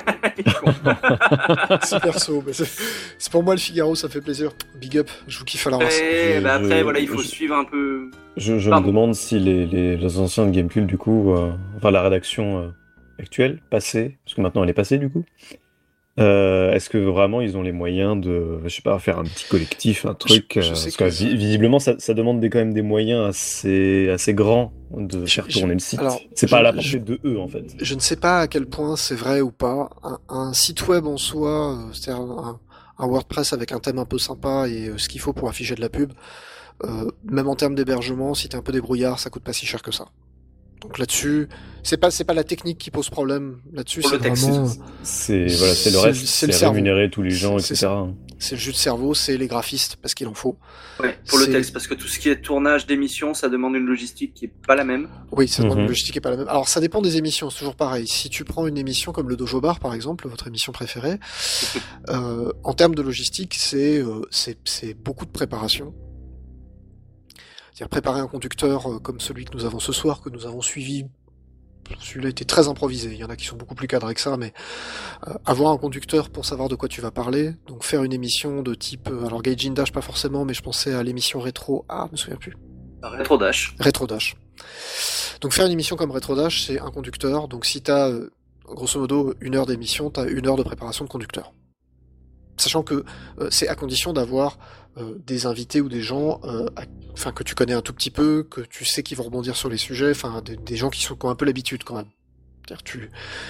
C'est perso, mais c'est c'est pour moi le Figaro, ça fait plaisir. Big up, je vous kiffe à la race. Après, Je- bah après, je- voilà, il faut je- suivre un peu. Je, je me Pardon. demande si les, les, les anciens de Gamecult, du coup, euh, enfin la rédaction euh, actuelle, passée, parce que maintenant elle est passée, du coup, euh, est-ce que vraiment ils ont les moyens de, je sais pas, faire un petit collectif, un truc, Je- je euh, sais parce que, que- vi- visiblement ça, ça demande des, quand même des moyens assez, assez grands de Je- faire je- tourner le site. alors, C'est je- pas à la je- portée de eux, en fait. Je ne sais pas à quel point c'est vrai ou pas. Un, un site web en soi, euh, c'est-à-dire un, un WordPress avec un thème un peu sympa et euh, ce qu'il faut pour afficher de la pub, euh, même en termes d'hébergement, si t'es un peu débrouillard, ça coûte pas si cher que ça. Donc là-dessus, c'est pas c'est pas la technique qui pose problème. Là-dessus, Pour c'est le texte. vraiment C'est, voilà, c'est le c'est- reste, c'est le c'est cerveau. rémunérer tous les gens, C'est- et cetera. c'est le jus de cerveau, c'est les graphistes parce qu'il en faut. Ouais, pour le C'est- texte, parce que tout ce qui est tournage d'émissions, ça demande une logistique qui est pas la même. Oui, ça demande Mhm. une logistique qui est pas la même. Alors ça dépend des émissions, c'est toujours pareil. Si tu prends une émission comme le Dojo Bar par exemple, votre émission préférée, euh, en termes de logistique, c'est euh, c'est c'est beaucoup de préparation. C'est-à-dire préparer un conducteur euh, comme celui que nous avons ce soir, que nous avons suivi. Celui-là était très improvisé. Il y en a qui sont beaucoup plus cadrés que ça, mais euh, avoir un conducteur pour savoir de quoi tu vas parler. Donc faire une émission de type, euh, alors Gaijin Dash pas forcément, mais je pensais à l'émission rétro. Ah, je me souviens plus. Rétro Dash. Retro Dash. Donc faire une émission comme Retro Dash, c'est un conducteur. Donc si t'as, euh, grosso modo, une heure d'émission, t'as une heure de préparation de conducteur. Sachant que euh, c'est à condition d'avoir euh, des invités ou des gens, euh, à- enfin que tu connais un tout petit peu, que tu sais qu'ils vont rebondir sur les sujets, enfin des, des gens qui sont qui ont un peu l'habitude quand même. C'est-à-dire tu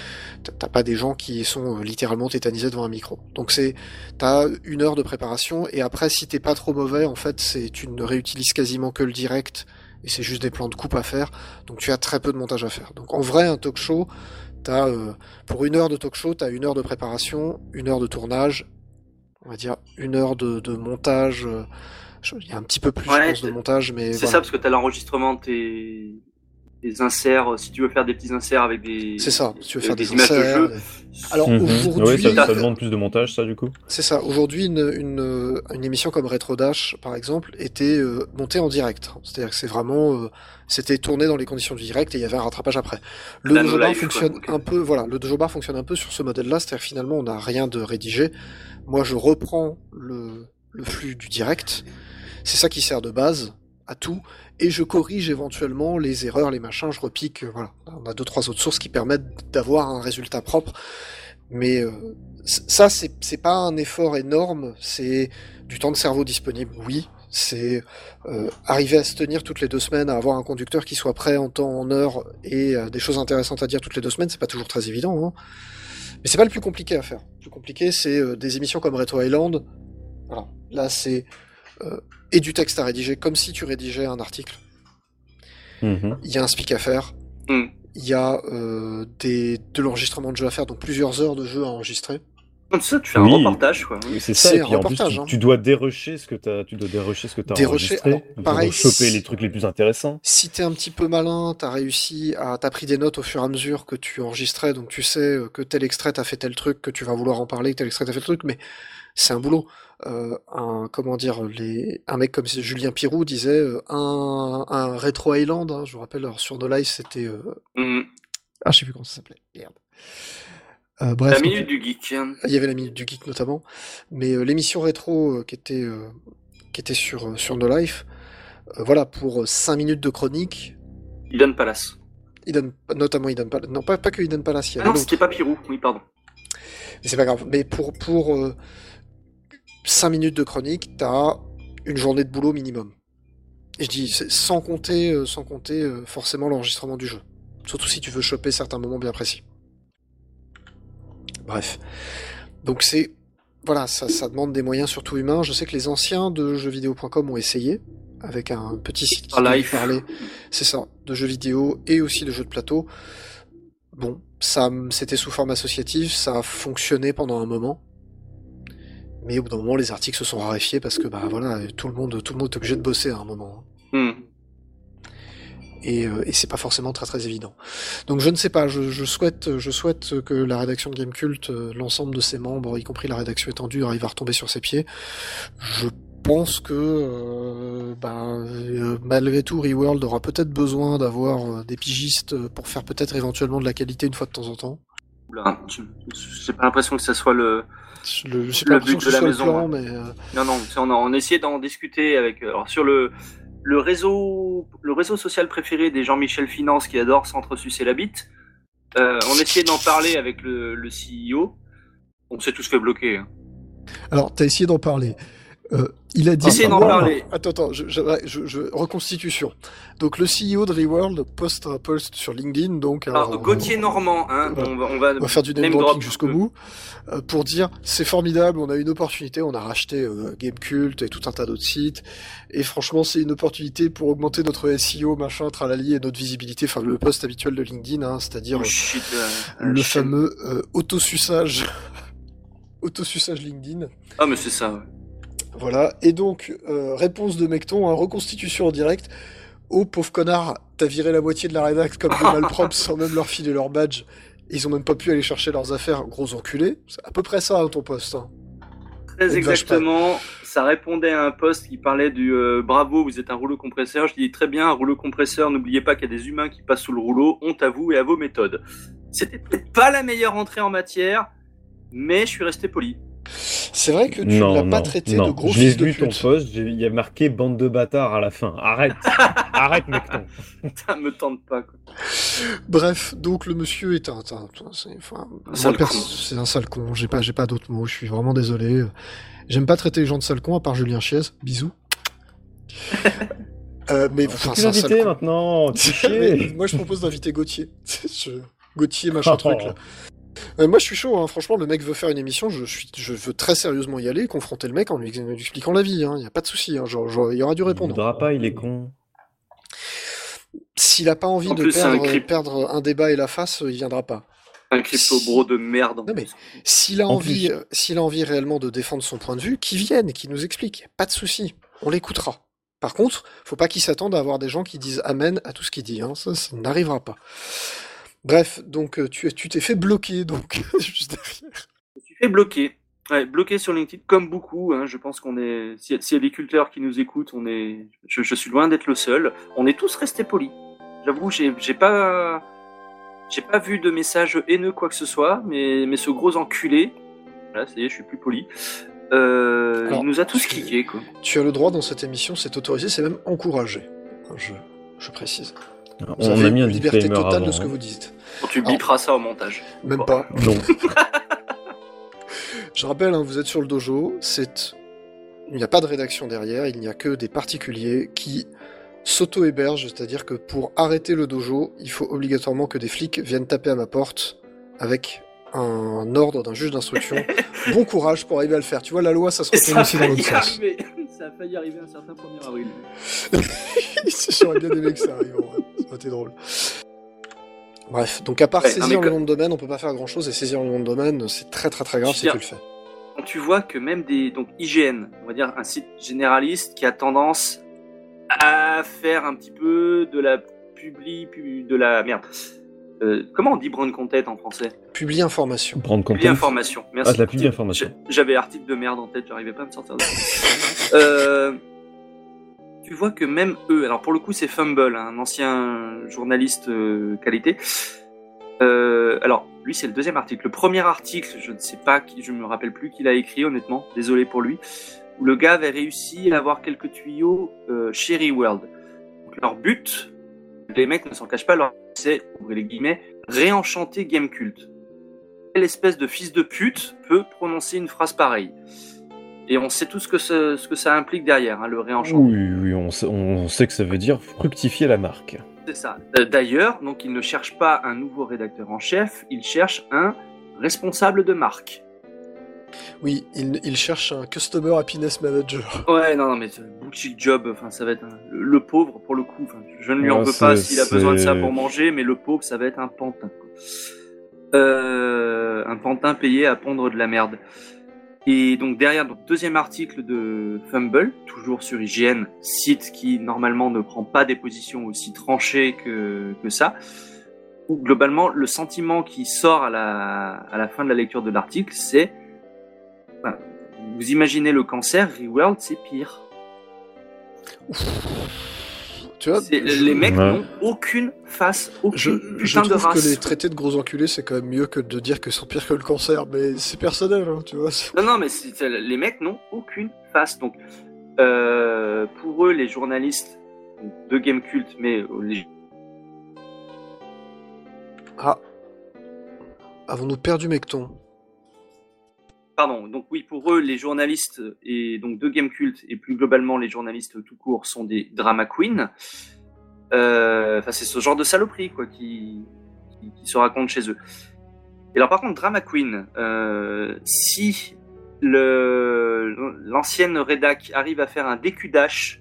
t'as pas des gens qui sont littéralement tétanisés devant un micro. Donc c'est, t'as une heure de préparation, et après, si t'es pas trop mauvais, en fait, c'est, tu ne réutilises quasiment que le direct, et c'est juste des plans de coupe à faire, donc tu as très peu de montage à faire. Donc en vrai, un talk show, t'as, euh, pour une heure de talk show, t'as une heure de préparation, une heure de tournage, on va dire une heure de, de montage, euh, il y a un petit peu plus, ouais, je pense, de montage, mais c'est voilà. ça, parce que t'as l'enregistrement de tes... des inserts, si tu veux faire des petits inserts avec des... C'est ça, si tu veux faire des, des, des images inserts, de jeu. des... Alors mmh. aujourd'hui... Oui, ça, ça demande plus de montage, ça, du coup. C'est ça. Aujourd'hui, une, une, une émission comme Retro Dash, par exemple, était euh, montée en direct. C'est-à-dire que c'est vraiment... Euh, c'était tourné dans les conditions du direct et il y avait un rattrapage après. Le La Dojo no Bar life, fonctionne quoi, okay. un peu... Voilà, le Dojo Bar fonctionne un peu sur ce modèle-là, c'est-à-dire que finalement, on n'a rien de rédigé. Moi, je reprends le, le flux du direct. C'est ça qui sert de base à tout. Et je corrige éventuellement les erreurs, les machins, je repique, euh, voilà. On a deux, trois autres sources qui permettent d'avoir un résultat propre. Mais euh, ça, c'est, c'est pas un effort énorme, c'est du temps de cerveau disponible, oui. C'est euh, arriver à se tenir toutes les deux semaines, à avoir un conducteur qui soit prêt en temps, en heure, et euh, des choses intéressantes à dire toutes les deux semaines, c'est pas toujours très évident, hein. Mais c'est pas le plus compliqué à faire. Le plus compliqué, c'est euh, des émissions comme Retro Island. Voilà. Là, c'est euh, et du texte à rédiger, comme si tu rédigeais un article. Mmh. Il y a un speak à faire. Mmh. Il y a euh, des, de l'enregistrement de jeu à faire, donc plusieurs heures de jeu à enregistrer. Comme ça, tu fais oui. un reportage, quoi. Oui, c'est ça, c'est et puis un en plus, tu, hein. tu dois dérusher ce que t'as, tu dois dérusher ce que t'as Dérusher, enregistré. alors, pareil, pour choper si... les trucs les plus intéressants. Si t'es un petit peu malin, t'as réussi à, t'as pris des notes au fur et à mesure que tu enregistrais, donc tu sais que tel extrait t'as fait tel truc, que tu vas vouloir en parler, que tel extrait t'as fait tel truc, mais c'est un boulot. Euh, un, comment dire, les, un mec comme Julien Pirou disait, euh, un, un Retro Island, hein, je vous rappelle, alors sur No Life, c'était, euh... mmh. ah, je sais plus comment ça s'appelait, merde. Euh, bref, la minute donc, du geek. Il y avait la minute du geek notamment, mais euh, l'émission rétro euh, qui était euh, qui était sur euh, sur No Life, euh, voilà, pour cinq minutes de chronique. Eden Palace. Eden, notamment Eden Palace. Non, pas pas que Eden Palace. Il y ah avait non, l'autre. c'était pas Pirou. Oui, pardon. Mais c'est pas grave. Mais pour pour euh, cinq minutes de chronique, t'as une journée de boulot minimum. Et je dis c'est sans compter euh, sans compter euh, forcément l'enregistrement du jeu. Surtout si tu veux choper certains moments bien précis. Bref. Donc c'est... Voilà, ça, ça demande des moyens surtout humains. Je sais que les anciens de jeux vidéo point com ont essayé, avec un petit site qui Live. parlait, c'est ça, de jeux vidéo et aussi de jeux de plateau. Bon, ça, c'était sous forme associative, ça a fonctionné pendant un moment. Mais au bout d'un moment, les articles se sont raréfiés parce que, bah voilà, tout le monde, tout le monde est obligé de bosser à un moment. Mm. Et, euh, et c'est pas forcément très très évident. Donc je ne sais pas, je, je souhaite je souhaite que la rédaction de Gamecult, euh, l'ensemble de ses membres, y compris la rédaction étendue, arrive à retomber sur ses pieds. Je pense que euh, bah, euh, malgré tout, Reworld aura peut-être besoin d'avoir euh, des pigistes pour faire peut-être éventuellement de la qualité une fois de temps en temps. Oula, j'ai pas l'impression que ça soit le, le, j'ai le pas but que de la soit maison. Le plan, hein. mais, euh... Non, non, on a, on a essayé d'en discuter avec... Alors sur le... Le réseau, le réseau social préféré des Jean-Michel Finance qui adore s'entresucer la bite, euh, on essayait d'en parler avec le, le C E O. On s'est tous fait bloquer. Hein. Alors, t'as essayé d'en parler. Euh, il a dit... Essayez d'en parler. Attends, attends, je, je, je, je, reconstitution. Donc, le C E O de Reworld poste un post sur LinkedIn, donc... Alors, alors Gauthier Normand, hein, voilà. on, va, on, va, on va faire du name dropping jusqu'au bout, euh, pour dire, c'est formidable, on a une opportunité, on a racheté euh, Gamecult et tout un tas d'autres sites, et franchement, c'est une opportunité pour augmenter notre S E O, machin, tralali, et notre visibilité, enfin, le post habituel de LinkedIn, hein, c'est-à-dire oh, shit, euh, le shit. fameux euh, autosuçage, autosuçage LinkedIn. Ah, mais c'est ça, ouais. Voilà, et donc, euh, réponse de Mecton, hein, reconstitution en direct. Oh, pauvre connard, t'as viré la moitié de la rédac comme des malpropres sans même leur filer leur badge. Ils ont même pas pu aller chercher leurs affaires, gros enculés. C'est à peu près ça, hein, ton poste. Hein. Très exactement. Ça répondait à un post qui parlait du euh, bravo, vous êtes un rouleau compresseur. Je dis très bien, un rouleau compresseur, n'oubliez pas qu'il y a des humains qui passent sous le rouleau. Honte à vous et à vos méthodes. C'était peut-être pas la meilleure entrée en matière, mais je suis resté poli. C'est vrai que tu non, l'as non, pas traité non. de gros Je l'ai fils de vu ton pute. post, il y a marqué bande de bâtards à la fin. Arrête, arrête, Mecton. Ça me tente pas, quoi. Bref, donc le monsieur est un, un, un c'est, enfin, un sale moi, con. C'est un sale con. J'ai pas, j'ai pas d'autres mots. Je suis vraiment désolé. J'aime pas traiter les gens de sale con à part Julien Chiez. Bisous. euh, mais enfin, c'est un invité sale con. maintenant. Mais, moi, je propose d'inviter Gauthier. je... Gauthier, machin Oh. truc là. Euh, moi, je suis chaud, hein. Franchement, le mec veut faire une émission, je, suis, je veux très sérieusement y aller, confronter le mec en lui, en lui expliquant la vie, hein. Y a pas de souci, hein. Genre, genre, il y aura du Il répondant. voudra pas, il est con. S'il a pas envie En de plus, c'est un perdre, crypt- perdre un débat et la face, il viendra pas. Un crypto bro de merde. Non, mais s'il a En envie, plus. euh, s'il a envie réellement de défendre son point de vue, qu'il vienne, qu'il nous explique. Pas de souci, on l'écoutera. Par contre, faut pas qu'il s'attende à avoir des gens qui disent amen à tout ce qu'il dit, hein. Ça, ça n'arrivera pas. Bref, donc euh, tu tu t'es fait bloquer, donc juste derrière. Je me suis fait bloquer. Ouais, bloqué sur LinkedIn, comme beaucoup. Hein, je pense qu'on est. S'il y, a- s'il y a des culteurs qui nous écoutent, on est. Je, je suis loin d'être le seul. On est tous restés polis. J'avoue, j'ai, j'ai pas. J'ai pas vu de message haineux quoi que ce soit, mais, mais ce gros enculé. Voilà, ça y est, je suis plus poli. Euh, Alors, il nous a tous tu- kické, quoi. Tu as le droit dans cette émission, c'est autorisé, c'est même encouragé. Je, je précise. Vous On avez a mis un une liberté disclaimer totale avant. de ce que hein. vous dites. Bon, tu biperas ça au montage. Même Bon. pas. Non. Je rappelle, hein, vous êtes sur le dojo, c'est... il n'y a pas de rédaction derrière, il n'y a que des particuliers qui s'auto-hébergent, c'est-à-dire que pour arrêter le dojo, il faut obligatoirement que des flics viennent taper à ma porte avec un ordre d'un juge d'instruction. Bon courage pour arriver à le faire. Tu vois, la loi, ça se Et retourne ça a aussi dans l'autre failli sens. arriver. Ça a failli arriver un certain premier avril. J'aurais bien aimé que ça arrive, en vrai. Ça aurait été drôle. Bref, donc à part Ouais, saisir non, mais le que- nom de domaine, on peut pas faire grand-chose, et saisir le nom de domaine, c'est très très très grave Je si veux tu dire- le fais. Quand tu vois que même des donc I G N, on va dire un site généraliste qui a tendance à faire un petit peu de la publi, pu- de la merde. Euh, comment on dit brown content en français? Publie information. Prendre Publi content. information. Merci. Ah, de la publi information. J'ai- J'avais article de merde en tête, j'arrivais pas à me sortir de ça. euh, tu vois que même eux, alors pour le coup c'est Fumble, hein, un ancien journaliste euh, qualité. Euh, alors lui c'est le deuxième article. Le premier article, je ne sais pas, qui, je me rappelle plus qui l'a écrit honnêtement, désolé pour lui. Où le gars avait réussi à avoir quelques tuyaux euh, chez Reworld. Donc, leur but, les mecs ne s'en cachent pas, leur but, c'est, ouvrez les guillemets, réenchanter Gamecult. Quelle espèce de fils de pute peut prononcer une phrase pareille? Et on sait tout ce que, ce, ce que ça implique derrière, hein, le réenchanter. Oui, oui, on sait, on sait que ça veut dire fructifier la marque. C'est ça. Euh, D'ailleurs, donc il ne cherche pas un nouveau rédacteur en chef, il cherche un responsable de marque. Oui, il, il cherche un Customer Happiness Manager. Ouais, non, non, mais ce bullshit job, enfin, ça va être un- le, le pauvre pour le coup. Enfin, je ne lui en Ouais, veux pas c'est- s'il a besoin de ça c'est- pour manger, mais le pauvre, ça va être un pantin. Quoi. Euh, un pantin payé à pondre de la merde. Et donc derrière, donc deuxième article de Fumble, toujours sur I G N, site qui normalement ne prend pas des positions aussi tranchées que, que ça. Où globalement, le sentiment qui sort à la, à la fin de la lecture de l'article, c'est enfin, vous imaginez le cancer, Reworld, c'est pire. Tu vois, C'est- je, les mecs Ouais. n'ont aucune face, aucune je, je putain de trouve race. que les traités de gros enculés, c'est quand même mieux que de dire que c'est pire que le cancer, mais c'est personnel, hein, tu vois. Non, non, mais c'est- c'est- les mecs n'ont aucune face. Donc, euh, pour eux, les journalistes de Gamecult, mais euh, les... Ah. Avons-nous perdu Mecton? pardon. Donc oui, pour eux, les journalistes et donc de Gamecult et plus globalement les journalistes tout court sont des drama queens. Euh, Enfin, c'est ce genre de saloperie quoi qui, qui, qui se raconte chez eux. Et alors par contre, drama queen, euh, si le l'ancienne rédac arrive à faire un D Q dash.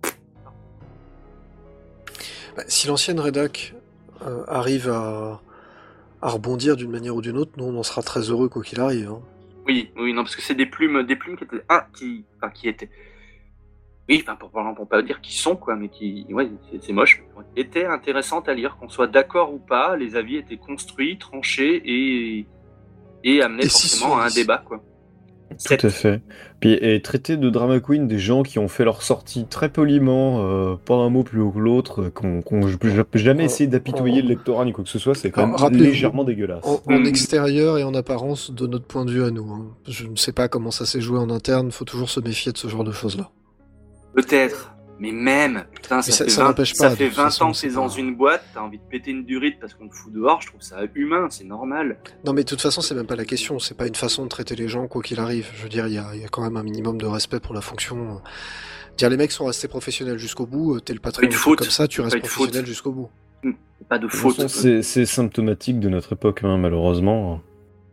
Bah, si l'ancienne rédac euh, arrive à, à rebondir d'une manière ou d'une autre, nous on en sera très heureux quoi qu'il arrive. Hein. Oui, oui, non, parce que c'est des plumes, des plumes qui étaient, ah, qui, enfin, qui étaient, oui, enfin, pour, pour pas dire qui sont, quoi, mais qui, ouais, c'est, c'est moche, mais étaient intéressantes à lire, qu'on soit d'accord ou pas, les avis étaient construits, tranchés et, et amenaient Et six forcément sur à un dix. débat, quoi. Tout à fait. Puis et traiter de drama queen des gens qui ont fait leur sortie très poliment, euh, pas un mot plus haut que l'autre, euh, qu'on qu'on jamais Oh, essayé d'apitoyer oh. le lectorat ni quoi que ce soit, c'est quand Alors, même rappelez-vous, légèrement dégueulasse. En, en Mhm. extérieur et en apparence de notre point de vue à nous. Hein. Je ne sais pas comment ça s'est joué en interne, faut toujours se méfier de ce genre de choses-là. Peut-être, mais même, putain, ça, ça- fait ça vingt, n'empêche pas, ça de fait toute vingt façon, ans que c'est t'es pas- dans une boîte, t'as envie de péter une durite parce qu'on te fout dehors, je trouve ça humain, c'est normal. Non mais de toute façon c'est même pas la question, c'est pas une façon de traiter les gens quoi qu'il arrive. Je veux dire, il y a, il y a quand même un minimum de respect pour la fonction. Dire les mecs sont restés professionnels jusqu'au bout, t'es le patron Pas de d'un truc faute, comme ça, tu pas restes de faute. professionnel jusqu'au bout. Pas de De toute faute. façon, c'est c'est symptomatique de notre époque, hein, malheureusement.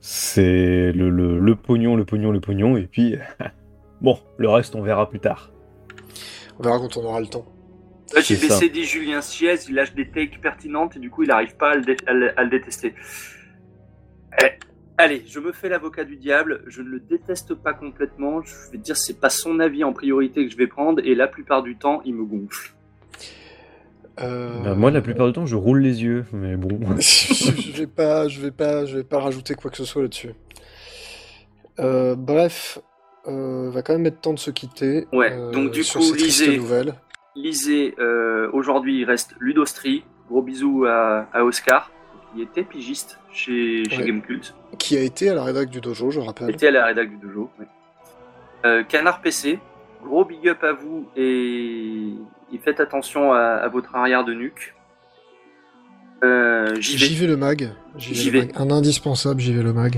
C'est le, le, le pognon, le pognon, le pognon, et puis... bon, le reste, on verra plus tard. On verra quand on aura le temps. Là, j'ai C'est ça. baissé dit Julien Siez, il lâche des takes pertinentes et du coup, il n'arrive pas à le, dé- à le- à le détester. Eh, allez, je me fais l'avocat du diable. Je ne le déteste pas complètement. Je vais te dire, c'est pas son avis en priorité que je vais prendre et la plupart du temps, il me gonfle. Euh... Bah, moi, la plupart du temps, je roule les yeux, mais bon... je vais pas, je vais pas, je vais pas rajouter quoi que ce soit là-dessus. Euh, bref, euh, va quand même être temps de se quitter. Ouais, euh, donc du sur coup, ces tristes lisez. nouvelles. Lisez, euh, aujourd'hui, il reste Ludostri. Gros bisous à, à Oscar, qui était pigiste chez, chez Ouais. Gamecult. Qui a été à la rédac du dojo, je rappelle. Était à la rédac du dojo. Ouais. Euh, Canard P C, gros big up à vous et, et faites attention à, à votre arrière de nuque. Euh, j'y vais. J'y vais le mag. J'y J'y vais. le vais. mag. Un indispensable, j'y vais le mag.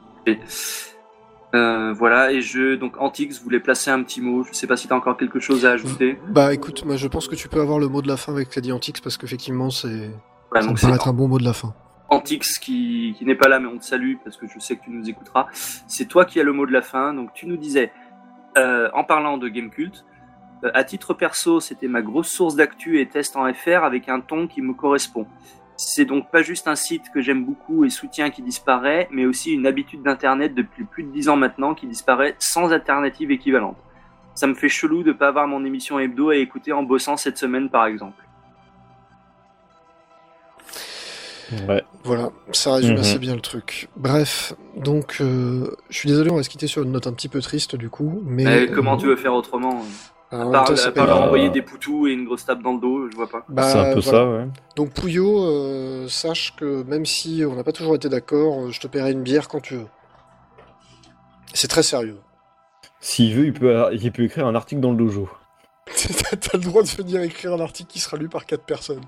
Euh, voilà, et je donc Antix voulais placer un petit mot. Je sais pas si t'as encore quelque chose à ajouter. Bah écoute, moi je pense que tu peux avoir le mot de la fin avec Teddy Antix parce qu'effectivement c'est. Voilà, Ça me donc c'est paraît être un bon mot de la fin. Antix qui, qui n'est pas là, mais on te salue parce que je sais que tu nous écouteras. C'est toi qui as le mot de la fin. Donc tu nous disais, euh, en parlant de Gamecult, euh, à titre perso, c'était ma grosse source d'actu et test en F R avec un ton qui me correspond. C'est donc pas juste un site que j'aime beaucoup et soutiens qui disparaît, mais aussi une habitude d'internet depuis plus de dix ans maintenant qui disparaît sans alternative équivalente. Ça me fait chelou de pas avoir mon émission hebdo à écouter en bossant cette semaine par exemple. Ouais. Voilà, ça résume Mhm. assez bien le truc. Bref, donc euh, je suis désolé, on va se quitter sur une note un petit peu triste du coup, mais. Mais comment euh, tu veux faire autrement? alors, en À même part, temps, à ça part paye- leur Euh, envoyer des poutous et une grosse tape dans le dos, je vois pas. Bah, c'est un peu voilà. ça, ouais. Donc Pouillot, euh, sache que même si on n'a pas toujours été d'accord, euh, je te paierai une bière quand tu veux. C'est très sérieux. S'il veut, il peut, il peut écrire un article dans le dojo. T'as t'as le droit de venir écrire un article qui sera lu par quatre personnes.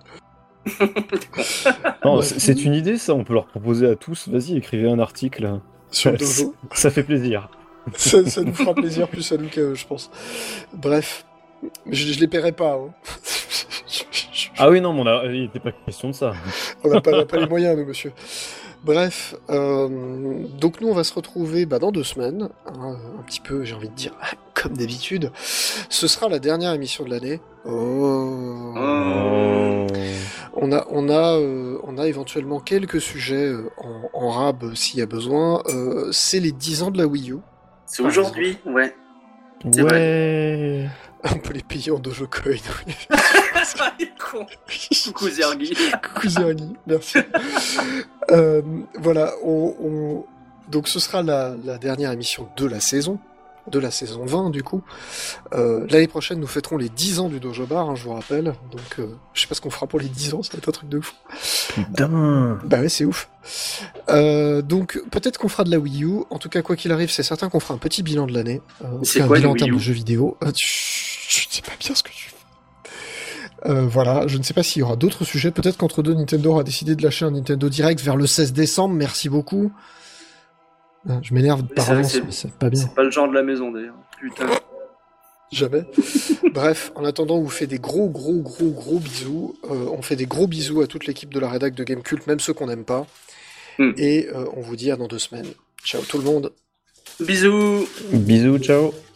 Non, Ouais. c'est c'est une idée, ça, on peut leur proposer à tous. Vas-y, écrivez un article. Sur le dojo. Ça fait plaisir. ça, ça nous fera plaisir plus à nous qu'à eux, je pense. Bref, je, je les paierai pas. Hein. Ah oui, non, mais on a- il n'était pas question de ça. On n'a pas, on n'a pas les moyens, nous, monsieur. Bref, euh, donc nous, on va se retrouver bah, dans deux semaines, hein, un petit peu, j'ai envie de dire, comme d'habitude. Ce sera la dernière émission de l'année. Oh. Oh. On a, on a, euh, on a éventuellement quelques sujets euh, en, en rab euh, s'il y a besoin. Euh, c'est les dix ans de la Wii U. C'est aujourd'hui, ouais. C'est Ouais. On peut les payer en Dojo Coin. oui. Il est con. Coucou Zergi. Coucou Zergi, merci. Euh, voilà, on, on- donc ce sera la, la dernière émission de la saison, de la saison vingt du coup. Euh, l'année prochaine, nous fêterons les dix ans du Dojo Bar, hein, je vous rappelle. Donc euh, je sais pas ce qu'on fera pour les dix ans, ça va être un truc de fou. Putain. Bah ouais, c'est ouf. Euh, donc peut-être qu'on fera de la Wii U. En tout cas, quoi qu'il arrive, c'est certain qu'on fera un petit bilan de l'année. Euh, en tout C'est cas, un quoi, bilan une en termes Wii de U? jeux vidéo. Euh, tu- je sais pas bien ce que tu fais. Euh, voilà, je ne sais pas s'il y aura d'autres sujets. Peut-être qu'entre deux, Nintendo aura décidé de lâcher un Nintendo Direct vers le seize décembre. Merci beaucoup. Ah, je m'énerve par c'est vrai, avance, c'est- mais c'est pas bien. C'est pas le genre de la maison d'ailleurs. Putain. Jamais. Bref, en attendant, on vous fait des gros, gros, gros, gros bisous. Euh, on fait des gros bisous à toute l'équipe de la rédac de Gamecult, même ceux qu'on n'aime pas. Hmm. Et euh, on vous dit à dans deux semaines. Ciao tout le monde. Bisous. Bisous, ciao.